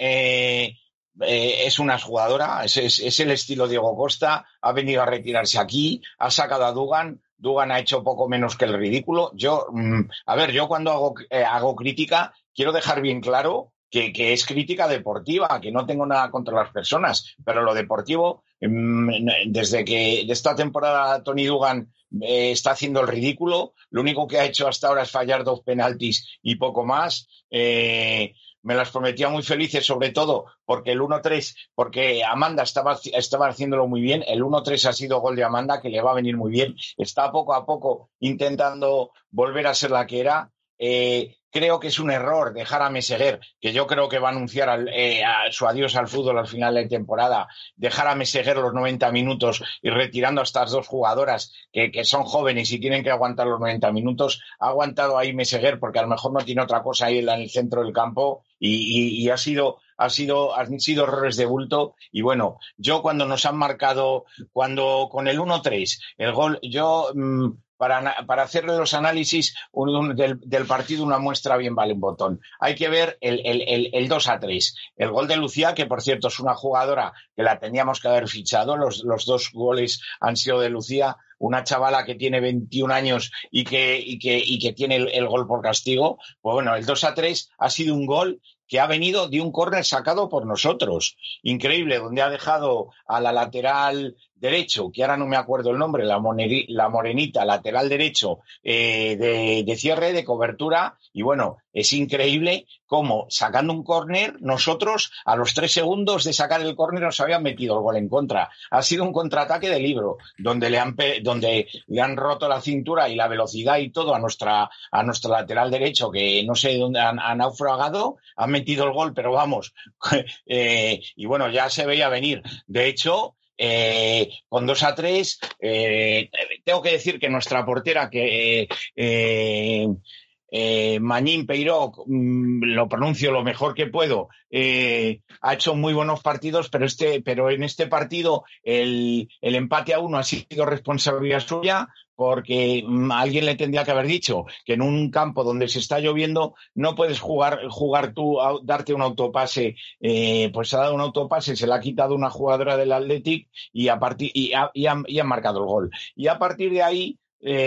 E: Es una jugadora, es el estilo Diego Costa, ha venido a retirarse aquí, ha sacado a Dugan ha hecho poco menos que el ridículo. Yo cuando hago crítica quiero dejar bien claro que es crítica deportiva, que no tengo nada contra las personas, pero lo deportivo, desde que de esta temporada Toni Dugan está haciendo el ridículo, lo único que ha hecho hasta ahora es fallar 2 penaltis y poco más. Me las prometía muy felices, sobre todo porque el 1-3, porque Amanda estaba haciéndolo muy bien. El 1-3 ha sido gol de Amanda, que le va a venir muy bien. Está poco a poco intentando volver a ser la que era. Creo que es un error dejar a Meseguer, que yo creo que va a anunciar a su adiós al fútbol al final de temporada, dejar a Meseguer los 90 minutos y retirando a estas dos jugadoras que son jóvenes y tienen que aguantar los 90 minutos. Ha aguantado ahí Meseguer porque a lo mejor no tiene otra cosa ahí en el centro del campo y han sido errores de bulto. Y bueno, yo cuando nos han marcado, cuando con el 1-3, el gol, yo... Para hacerle los análisis del partido, una muestra bien vale un botón. Hay que ver el 2-3. El gol de Lucía, que por cierto es una jugadora que la teníamos que haber fichado. Los 2 goles han sido de Lucía, una chavala que tiene 21 años y que tiene el gol por castigo. Pues bueno, el 2-3 ha sido un gol que ha venido de un córner sacado por nosotros. Increíble, donde ha dejado a la lateral derecho, que ahora no me acuerdo el nombre, la morenita, lateral derecho, de cierre, de cobertura. Y bueno, es increíble cómo sacando un córner, nosotros a los 3 segundos de sacar el córner nos habían metido el gol en contra. Ha sido un contraataque de libro, donde le han roto la cintura y la velocidad y todo a nuestra lateral derecho, que no sé dónde han naufragado, han metido el gol, pero vamos. Y bueno, ya se veía venir. De hecho, con 2-3, tengo que decir que nuestra portera, que Mañín Peiró, lo pronuncio lo mejor que puedo, ha hecho muy buenos partidos, pero en este partido el empate a 1 ha sido responsabilidad suya, porque alguien le tendría que haber dicho que en un campo donde se está lloviendo no puedes jugar tú, darte un autopase. Pues se ha dado un autopase, se le ha quitado una jugadora del Athletic y han marcado el gol. Y a partir de ahí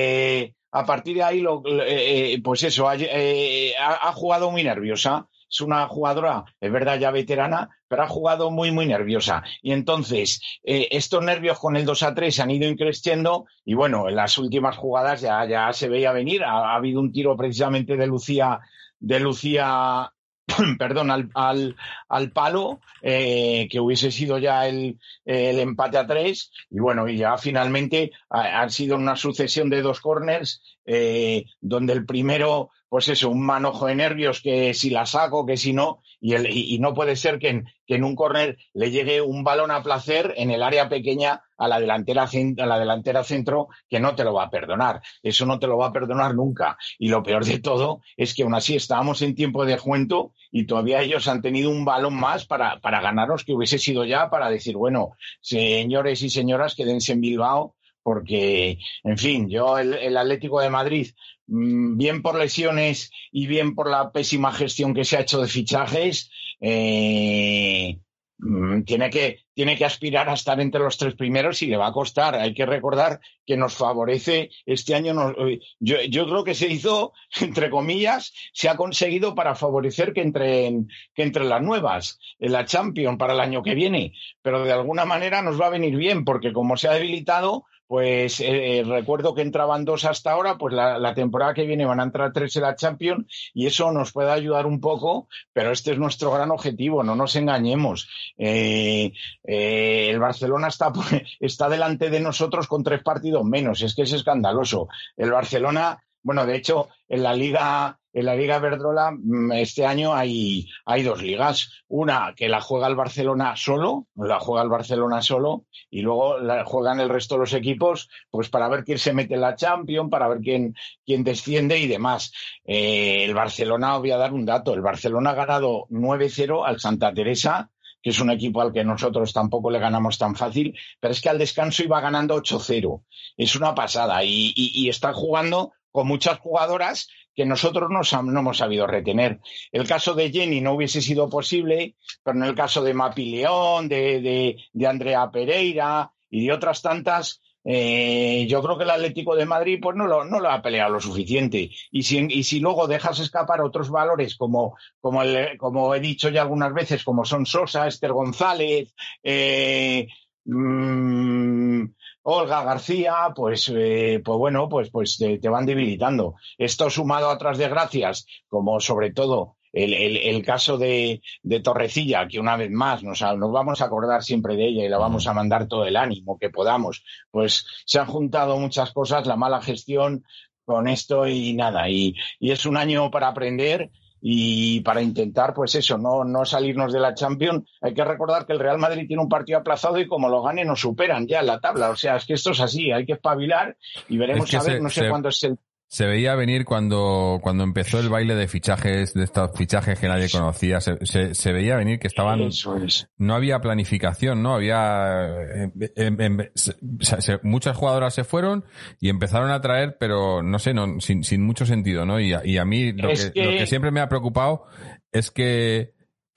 E: pues eso, ha jugado muy nerviosa. Es una jugadora, es verdad, ya veterana, pero ha jugado muy, muy nerviosa. Y entonces, estos nervios con el 2-3 han ido increciendo y bueno, en las últimas jugadas ya se veía venir. Ha habido un tiro precisamente de Lucía perdón, al palo, que hubiese sido ya el empate a 3, y bueno, y ya finalmente ha sido una sucesión de 2 córners, donde el primero, pues eso, un manojo de nervios, que si la saco, que si no, y no puede ser que en un córner le llegue un balón a placer en el área pequeña a la delantera centro, que no te lo va a perdonar. Eso no te lo va a perdonar nunca. Y lo peor de todo es que aún así estábamos en tiempo de descuento y todavía ellos han tenido un balón más para ganarnos, que hubiese sido ya para decir, bueno, señores y señoras, quédense en Bilbao, porque, en fin, yo el Atlético de Madrid, bien por lesiones y bien por la pésima gestión que se ha hecho de fichajes, tiene que aspirar a estar entre los 3 primeros y le va a costar. Hay que recordar que nos favorece este año. Yo creo que se hizo, entre comillas, se ha conseguido para favorecer que entre las nuevas en la Champions para el año que viene. Pero de alguna manera nos va a venir bien, porque como se ha debilitado, pues recuerdo que entraban 2 hasta ahora, pues la temporada que viene van a entrar 3 en la Champions y eso nos puede ayudar un poco, pero este es nuestro gran objetivo, no nos engañemos. El Barcelona está delante de nosotros con 3 partidos menos, es que es escandaloso. El Barcelona, bueno, de hecho, en la Liga Iberdrola este año hay 2 ligas. Una que la juega el Barcelona solo, y luego la juegan el resto de los equipos, pues para ver quién se mete en la Champions, para ver quién desciende y demás. El Barcelona, os voy a dar un dato, el Barcelona ha ganado 9-0 al Santa Teresa, que es un equipo al que nosotros tampoco le ganamos tan fácil, pero es que al descanso iba ganando 8-0. Es una pasada y están jugando con muchas jugadoras que nosotros no hemos sabido retener. El caso de Jenny no hubiese sido posible, pero en el caso de Mapi León, de Andrea Pereira y de otras tantas, yo creo que el Atlético de Madrid pues no lo ha peleado lo suficiente. Y si luego dejas escapar otros valores como he dicho ya algunas veces, como son Sosa, Esther González, Olga García, pues bueno, pues te van debilitando. Esto sumado a otras desgracias, como sobre todo el caso de Torrecilla, que una vez más nos vamos a acordar siempre de ella y la vamos a mandar todo el ánimo que podamos. Pues se han juntado muchas cosas, la mala gestión con esto y nada. Y es un año para aprender y para intentar, pues eso, no salirnos de la Champions. Hay que recordar que el Real Madrid tiene un partido aplazado y como lo gane nos superan ya en la tabla. O sea, es que esto es así, hay que espabilar y veremos a ver, no sé cuándo es el...
B: Se veía venir cuando empezó el baile de fichajes, de estos fichajes que nadie conocía. Se veía venir que estaban...
E: Eso es.
B: No había planificación, ¿no? Había... muchas jugadoras se fueron y empezaron a traer, pero no sé, sin mucho sentido, ¿no? Y a mí lo que siempre me ha preocupado es que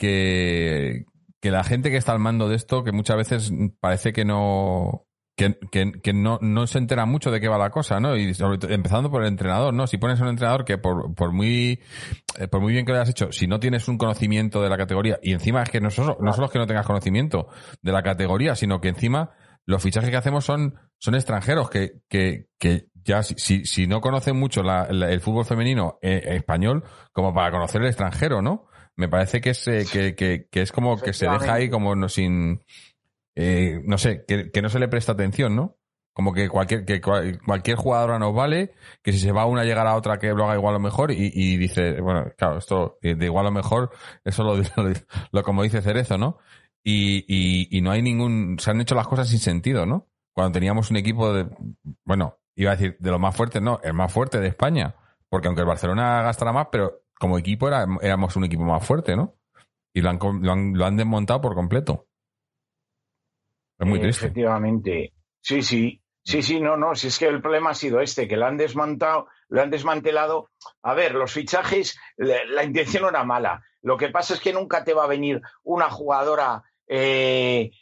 B: la gente que está al mando de esto, que muchas veces parece que no se entera mucho de qué va la cosa, ¿no? Y sobre todo, empezando por el entrenador, ¿no? Si pones a un entrenador que por muy bien que lo hayas hecho, si no tienes un conocimiento de la categoría, y encima es que no solo es que no tengas conocimiento de la categoría, sino que encima los fichajes que hacemos son extranjeros que ya si no conocen mucho el fútbol femenino español como para conocer el extranjero, ¿no? Me parece que es como que se deja ahí como no sin... no sé, que no se le presta atención, ¿no? Como que cualquier jugadora nos vale, que si se va una llegará a otra que lo haga igual o mejor y dice, bueno, claro, esto de igual o mejor, eso lo como dice Cerezo, ¿no? Y no hay se han hecho las cosas sin sentido, ¿no? Cuando teníamos un equipo bueno, iba a decir de los más fuertes, no, el más fuerte de España, porque aunque el Barcelona gastara más, pero como equipo éramos un equipo más fuerte, ¿no? Y lo han desmontado por completo. Es muy triste.
E: Efectivamente. Sí, no, si es que el problema ha sido que lo han desmantelado. A ver, los fichajes, la intención no era mala. Lo que pasa es que nunca te va a venir una jugadora de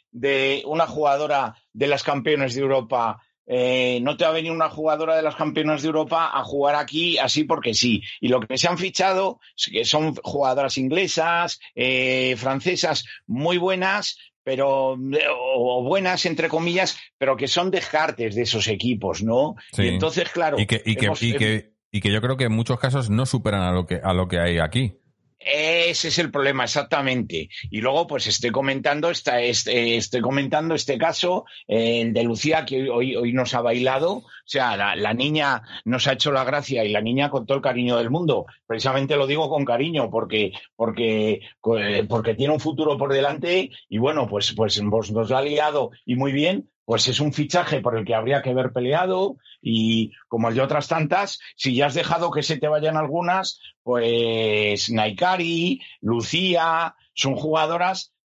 E: las campeonas de Europa. No te va a venir una jugadora de las campeonas de Europa a jugar aquí así porque sí. Y lo que se han fichado son jugadoras inglesas, francesas muy buenas, pero o buenas entre comillas, pero que son descartes de esos equipos, ¿no?
B: Sí.
E: Y entonces, claro,
B: y que yo creo que en muchos casos no superan a lo que hay aquí.
E: Ese es el problema, exactamente. Y luego, pues estoy comentando este caso, el de Lucía, que hoy nos ha bailado. O sea, la niña nos ha hecho la gracia y la niña con todo el cariño del mundo. Precisamente lo digo con cariño porque tiene un futuro por delante y bueno, pues nos lo ha liado y muy bien. Pues es un fichaje por el que habría que haber peleado y como el de otras tantas, si ya has dejado que se te vayan algunas, pues Naikari, Lucía, son jugadoras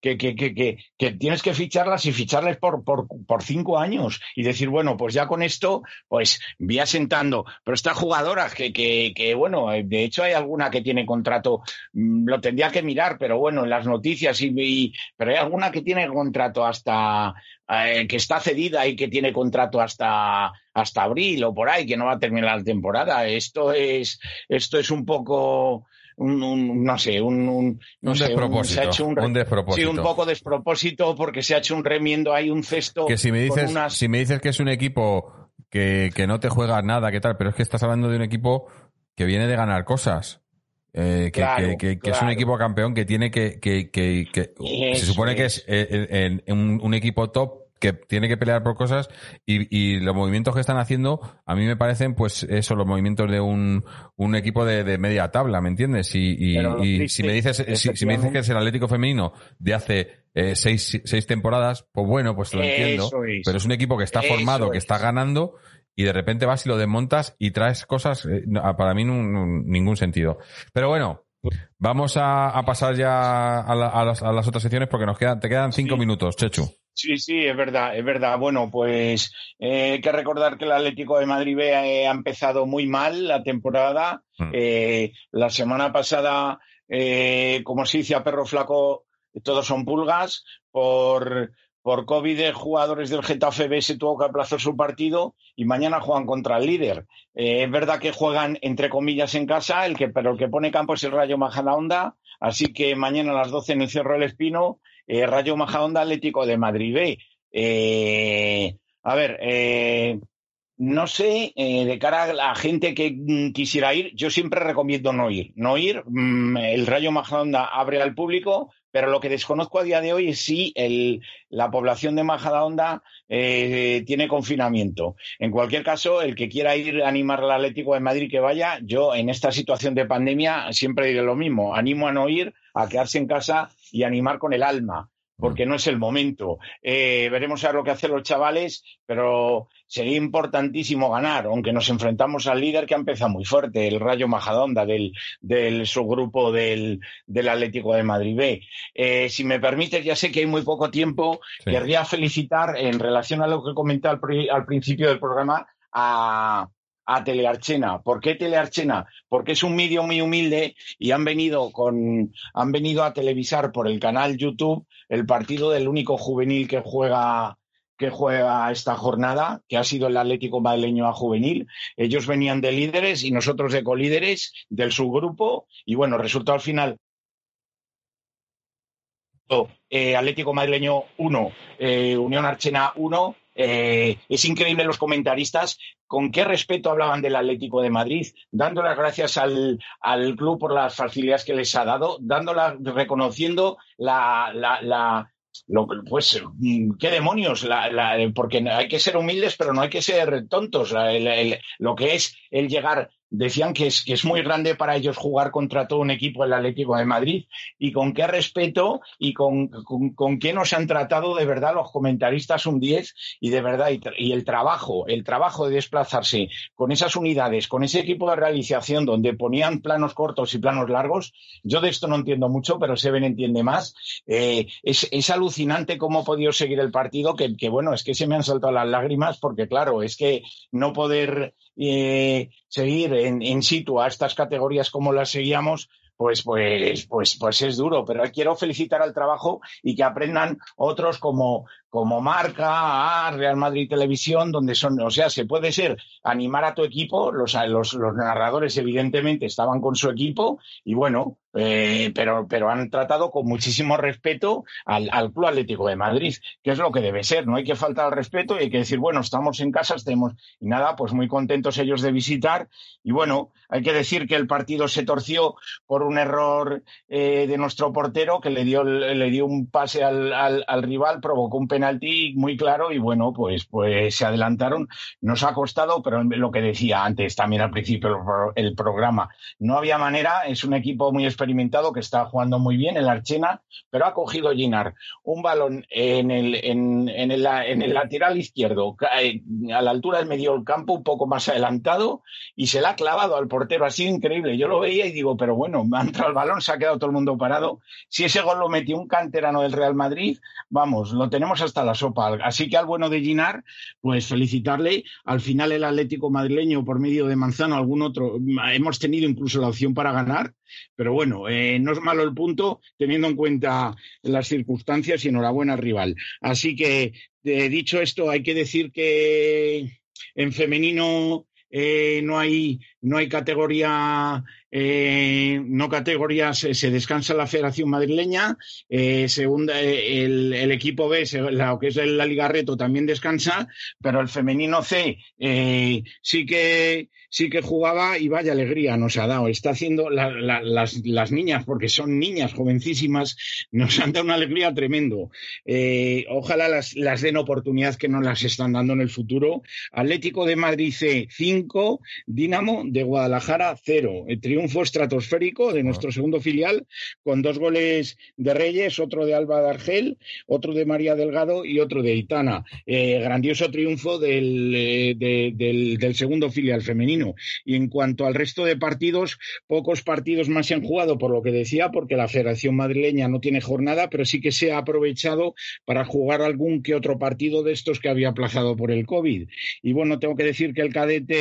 E: que tienes que ficharlas y ficharles por 5 años y decir, bueno, pues ya con esto, pues voy asentando. Pero estas jugadoras que bueno, de hecho hay alguna que tiene contrato, lo tendría que mirar, pero bueno, en las noticias, pero hay alguna que tiene contrato hasta, que está cedida y que tiene contrato hasta abril o por ahí, que no va a terminar la temporada. Esto es un poco... un despropósito.
B: Se ha hecho un despropósito.
E: Sí, un poco despropósito porque se ha hecho un remiendo ahí, un cesto.
B: Que si me dices que es un equipo que no te juega nada, ¿qué tal? Pero es que estás hablando de un equipo que viene de ganar cosas. Claro. Es un equipo campeón que tiene que se supone que es un equipo top que tiene que pelear por cosas y los movimientos que están haciendo a mí me parecen pues eso, los movimientos de un equipo de media tabla, ¿me entiendes? Y si me dices que es el Atlético femenino de hace 6 temporadas, pues bueno, pues lo entiendo, pero es un equipo que está formado, que está ganando y de repente vas y lo desmontas y traes cosas, para mí ningún sentido. Pero bueno, vamos a pasar ya a las otras secciones porque te quedan 5 minutos, Chechu.
E: Sí, es verdad. Bueno, pues hay que recordar que el Atlético de Madrid B ha empezado muy mal la temporada. La semana pasada, como se dice a perro flaco, todos son pulgas. Por COVID, jugadores del Getafe B se tuvo que aplazar su partido y mañana juegan contra el líder. Es verdad que juegan, entre comillas, en casa, pero el que pone campo es el Rayo Majadahonda. Así que mañana a las 12 en el Cerro del Espino, Rayo Majadahonda, Atlético de Madrid B. No sé, de cara a la gente que quisiera ir, yo siempre recomiendo no ir. El Rayo Majadahonda abre al público, pero lo que desconozco a día de hoy es si la población de Majadahonda tiene confinamiento. En cualquier caso, el que quiera ir a animar al Atlético de Madrid que vaya, yo en esta situación de pandemia siempre diré lo mismo, animo a no ir, a quedarse en casa y animar con el alma, porque no es el momento. Veremos a ver lo que hacen los chavales, pero sería importantísimo ganar, aunque nos enfrentamos al líder que ha empezado muy fuerte, el Rayo Majadahonda del subgrupo del Atlético de Madrid B. Si me permites, ya sé que hay muy poco tiempo, querría felicitar en relación a lo que comenté al principio del programa a Telearchena. ¿Por qué Telearchena? Porque es un medio muy humilde y han venido a televisar por el canal YouTube el partido del único juvenil que juega esta jornada, que ha sido el Atlético Madrileño A juvenil. Ellos venían de líderes y nosotros de colíderes del subgrupo y bueno, resultado al final Atlético Madrileño 1, Unión Archena 1. Es increíble los comentaristas con qué respeto hablaban del Atlético de Madrid, dando las gracias al club por las facilidades que les ha dado, reconociendo pues qué demonios, porque hay que ser humildes pero no hay que ser tontos, lo que es el llegar. Decían que es muy grande para ellos jugar contra todo un equipo del Atlético de Madrid y con qué respeto y con qué nos han tratado de verdad los comentaristas un 10 y de verdad y el trabajo de desplazarse con esas unidades, con ese equipo de realización donde ponían planos cortos y planos largos. Yo de esto no entiendo mucho, pero Seven entiende más. Es alucinante cómo ha podido seguir el partido, que bueno, es que se me han saltado las lágrimas porque claro, es que no poder seguir en situ a estas categorías como las seguíamos, pues es duro, pero quiero felicitar al trabajo y que aprendan otros como Marca, Real Madrid Televisión, donde se puede ser animar a tu equipo, los narradores evidentemente estaban con su equipo y bueno, pero han tratado con muchísimo respeto al Club Atlético de Madrid, que es lo que debe ser, no hay que faltar al respeto y hay que decir, bueno, estamos en casa, y nada, pues muy contentos ellos de visitar y bueno, hay que decir que el partido se torció por un error de nuestro portero que le dio un pase al rival, provocó un penalti muy claro y bueno, pues se adelantaron, nos ha costado, pero lo que decía antes también al principio el programa, no había manera, es un equipo muy especial
H: experimentado, que está jugando muy bien, el Archena, pero ha cogido Ginard un balón en el lateral izquierdo, a la altura del medio del campo, un poco más adelantado, y se la ha clavado al portero. Ha sido increíble. Yo lo veía y digo, pero bueno, me ha entrado el balón, se ha quedado todo el mundo parado. Si ese gol lo metió un canterano del Real Madrid, vamos, lo tenemos hasta la sopa. Así que al bueno de Ginard, pues felicitarle. Al final el Atlético madrileño, por medio de Manzano, algún otro, hemos tenido incluso la opción para ganar, pero bueno, no es malo el punto teniendo en cuenta las circunstancias, y enhorabuena al rival. Así que, dicho esto, hay que decir que en femenino no hay categoría, no categorías, se descansa la Federación Madrileña, segunda, el equipo B, lo que es la Liga Reto, también descansa, pero el femenino C sí que jugaba, y vaya alegría nos ha dado. Está haciendo las niñas, porque son niñas jovencísimas, nos han dado una alegría tremendo. Ojalá las den oportunidad, que nos las están dando en el futuro. Atlético de Madrid C 5, Dinamo de Guadalajara 0. El triunfo estratosférico de nuestro segundo filial, con 2 goles de Reyes, otro de Alba de Argel, otro de María Delgado y otro de Aitana. Grandioso triunfo del segundo filial femenino. Y en cuanto al resto de partidos, pocos partidos más se han jugado, por lo que decía, porque la Federación Madrileña no tiene jornada, pero sí que se ha aprovechado para jugar algún que otro partido de estos que había aplazado por el COVID. Y bueno, tengo que decir que el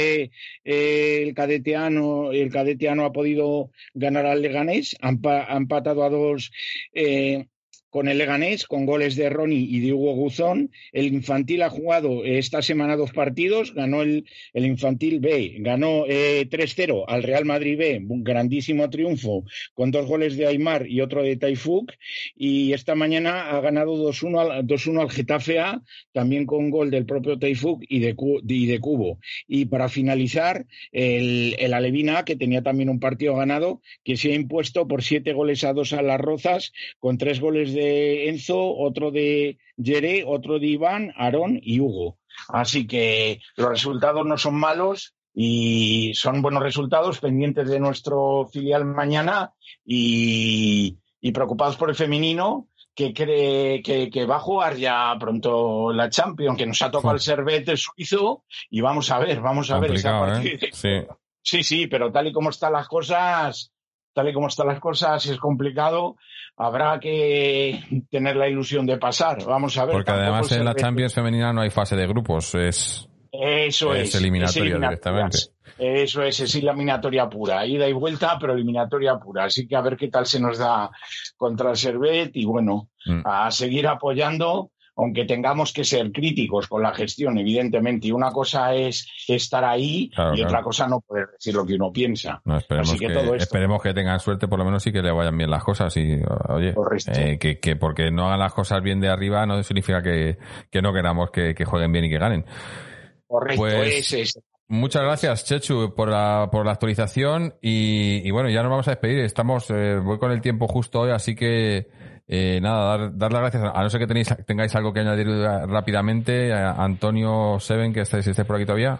H: cadeteano ha podido ganar al Leganés, ha empatado a 2 con el Leganés, con goles de Ronnie y de Hugo Guzón. El infantil ha jugado esta semana 2 partidos, ganó el infantil B, ganó 3-0 al Real Madrid B, un grandísimo triunfo, con 2 goles de Aymar y otro de Taifuk, y esta mañana ha ganado 2-1 al Getafe A, también con gol del propio Taifuk y de Cubo. Y para finalizar, el Alevina, que tenía también un partido ganado, que se ha impuesto por 7-2 a Las Rozas, con 3 goles de Enzo, otro de Jeré, otro de Iván, Aarón y Hugo. Así que los resultados no son malos y son buenos resultados, pendientes de nuestro filial mañana y preocupados por el femenino, que cree que va a jugar ya pronto la Champions, que nos ha tocado el Servette, el suizo, y vamos a ver esa partida. Sí, pero tal y como están las cosas, es complicado. Habrá que tener la ilusión de pasar. Vamos a ver.
B: Porque además en la Champions femenina no hay fase de grupos, es eliminatoria directamente.
H: Eso es eliminatoria pura, ida y vuelta, pero eliminatoria pura. Así que a ver qué tal se nos da contra el Servette, y bueno, a seguir apoyando, aunque tengamos que ser críticos con la gestión, evidentemente. Y una cosa es estar ahí, y otra cosa no poder decir lo que uno piensa.
B: No, esperemos que tengan suerte, por lo menos, y que le vayan bien las cosas. Y oye, que porque no hagan las cosas bien de arriba no significa que no queramos que jueguen bien y que ganen.
H: Correcto,
B: pues, muchas gracias, Chechu, por la actualización. Y bueno, ya nos vamos a despedir. Voy con el tiempo justo hoy, así que nada, dar las gracias, a no ser que tengáis algo que añadir rápidamente. Antonio, Seven, que estáis por aquí todavía.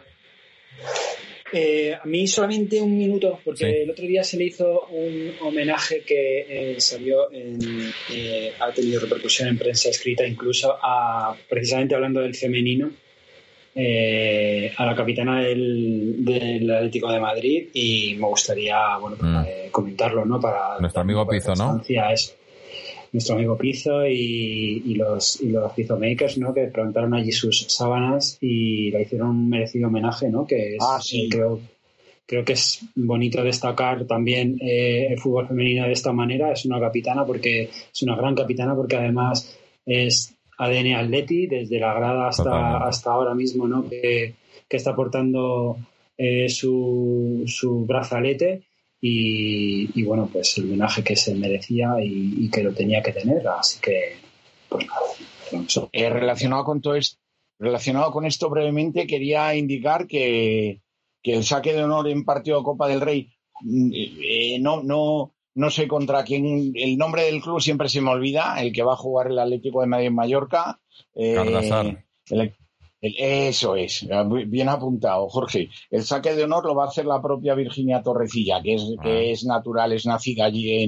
C: A mí solamente un minuto, porque el otro día se le hizo un homenaje que salió ha tenido repercusión en prensa escrita, incluso precisamente hablando del femenino, a la capitana del Atlético de Madrid, y me gustaría comentarlo, ¿no? Para
B: nuestro amigo Pizzo, ¿no?
C: Nuestro amigo Pizzo y los Pizzo Makers, ¿no? Que preguntaron allí sus sábanas y le hicieron un merecido homenaje, ¿no? Que es, creo que es bonito destacar también el fútbol femenino de esta manera. Es una gran capitana, porque además es ADN Atleti, desde la grada hasta ahora mismo, ¿no? Que está portando su brazalete. Y bueno, pues el homenaje que se merecía y que lo tenía que tener, así que pues nada.
H: Relacionado con esto brevemente, quería indicar que el saque de honor en partido de Copa del Rey, no sé contra quién, el nombre del club siempre se me olvida, el que va a jugar el Atlético de Madrid en Mallorca.
B: Cardasar.
H: Eso es, bien apuntado, Jorge. El saque de honor lo va a hacer la propia Virginia Torrecilla, que es natural, es nacida allí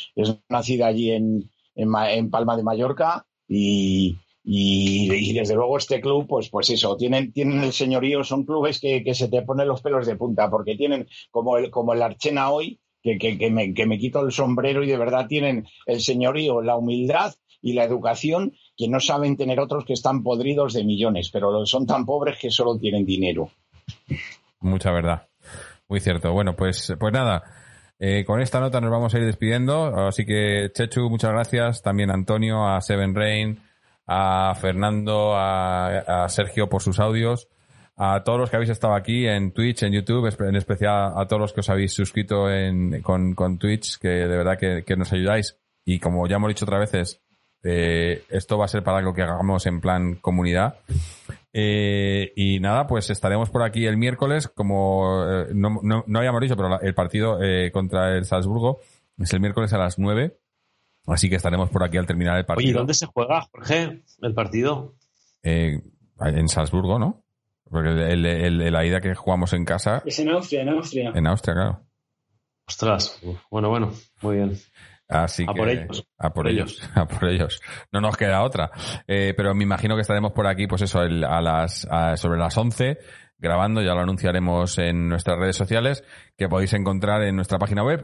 H: en Palma de Mallorca y desde luego este club, pues eso, tienen el señorío, son clubes que se te ponen los pelos de punta, porque tienen como el Archena hoy, que me quito el sombrero y de verdad tienen el señorío, la humildad y la educación que no saben tener otros que están podridos de millones, pero son tan pobres que solo tienen dinero.
B: Mucha verdad. Muy cierto. Bueno, pues nada. Con esta nota nos vamos a ir despidiendo. Así que, Chechu, muchas gracias. También a Antonio, a Seven Rain, a Fernando, a Sergio por sus audios. A todos los que habéis estado aquí en Twitch, en YouTube, en especial a todos los que os habéis suscrito con Twitch, que de verdad que nos ayudáis. Y como ya hemos dicho otras veces, esto va a ser para algo que hagamos en plan comunidad. Y nada, pues estaremos por aquí el miércoles, como no habíamos dicho, pero el partido contra el Salzburgo es el miércoles a las 9, así que estaremos por aquí al terminar el partido.
D: Oye, ¿dónde se juega, Jorge, el partido?
B: En Salzburgo, ¿no? Porque la ida que jugamos en casa...
C: Es en Austria.
B: En Austria, claro.
D: Ostras, bueno, muy bien.
B: Así
D: a
B: que,
D: por ellos.
B: A por ellos. No nos queda otra. Pero me imagino que estaremos por aquí, pues eso, sobre las 11, grabando. Ya lo anunciaremos en nuestras redes sociales, que podéis encontrar en nuestra página web,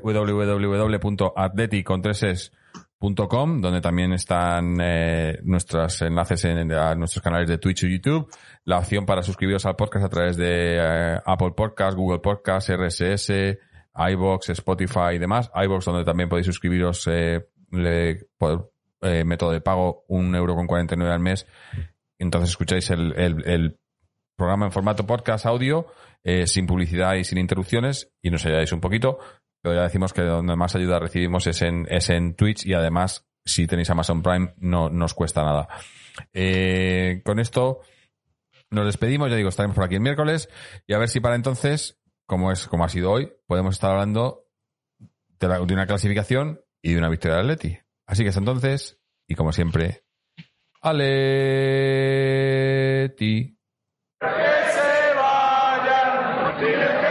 B: www.atleticontreses.com, donde también están nuestros enlaces a nuestros canales de Twitch y YouTube, la opción para suscribiros al podcast a través de Apple Podcast, Google Podcast, RSS, iVoox, Spotify y demás. iVoox, donde también podéis suscribiros por método de pago, 1,49 € al mes. Entonces escucháis el programa en formato podcast audio, sin publicidad y sin interrupciones, y nos ayudáis un poquito. Pero ya decimos que donde más ayuda recibimos es en Twitch, y además, si tenéis Amazon Prime, no nos cuesta nada. Con esto nos despedimos. Ya digo, estaremos por aquí el miércoles, y a ver si para entonces, como ha sido hoy, podemos estar hablando de una clasificación y de una victoria del Atleti. Así que hasta entonces, y como siempre, Atleti.
A: Que se vayan.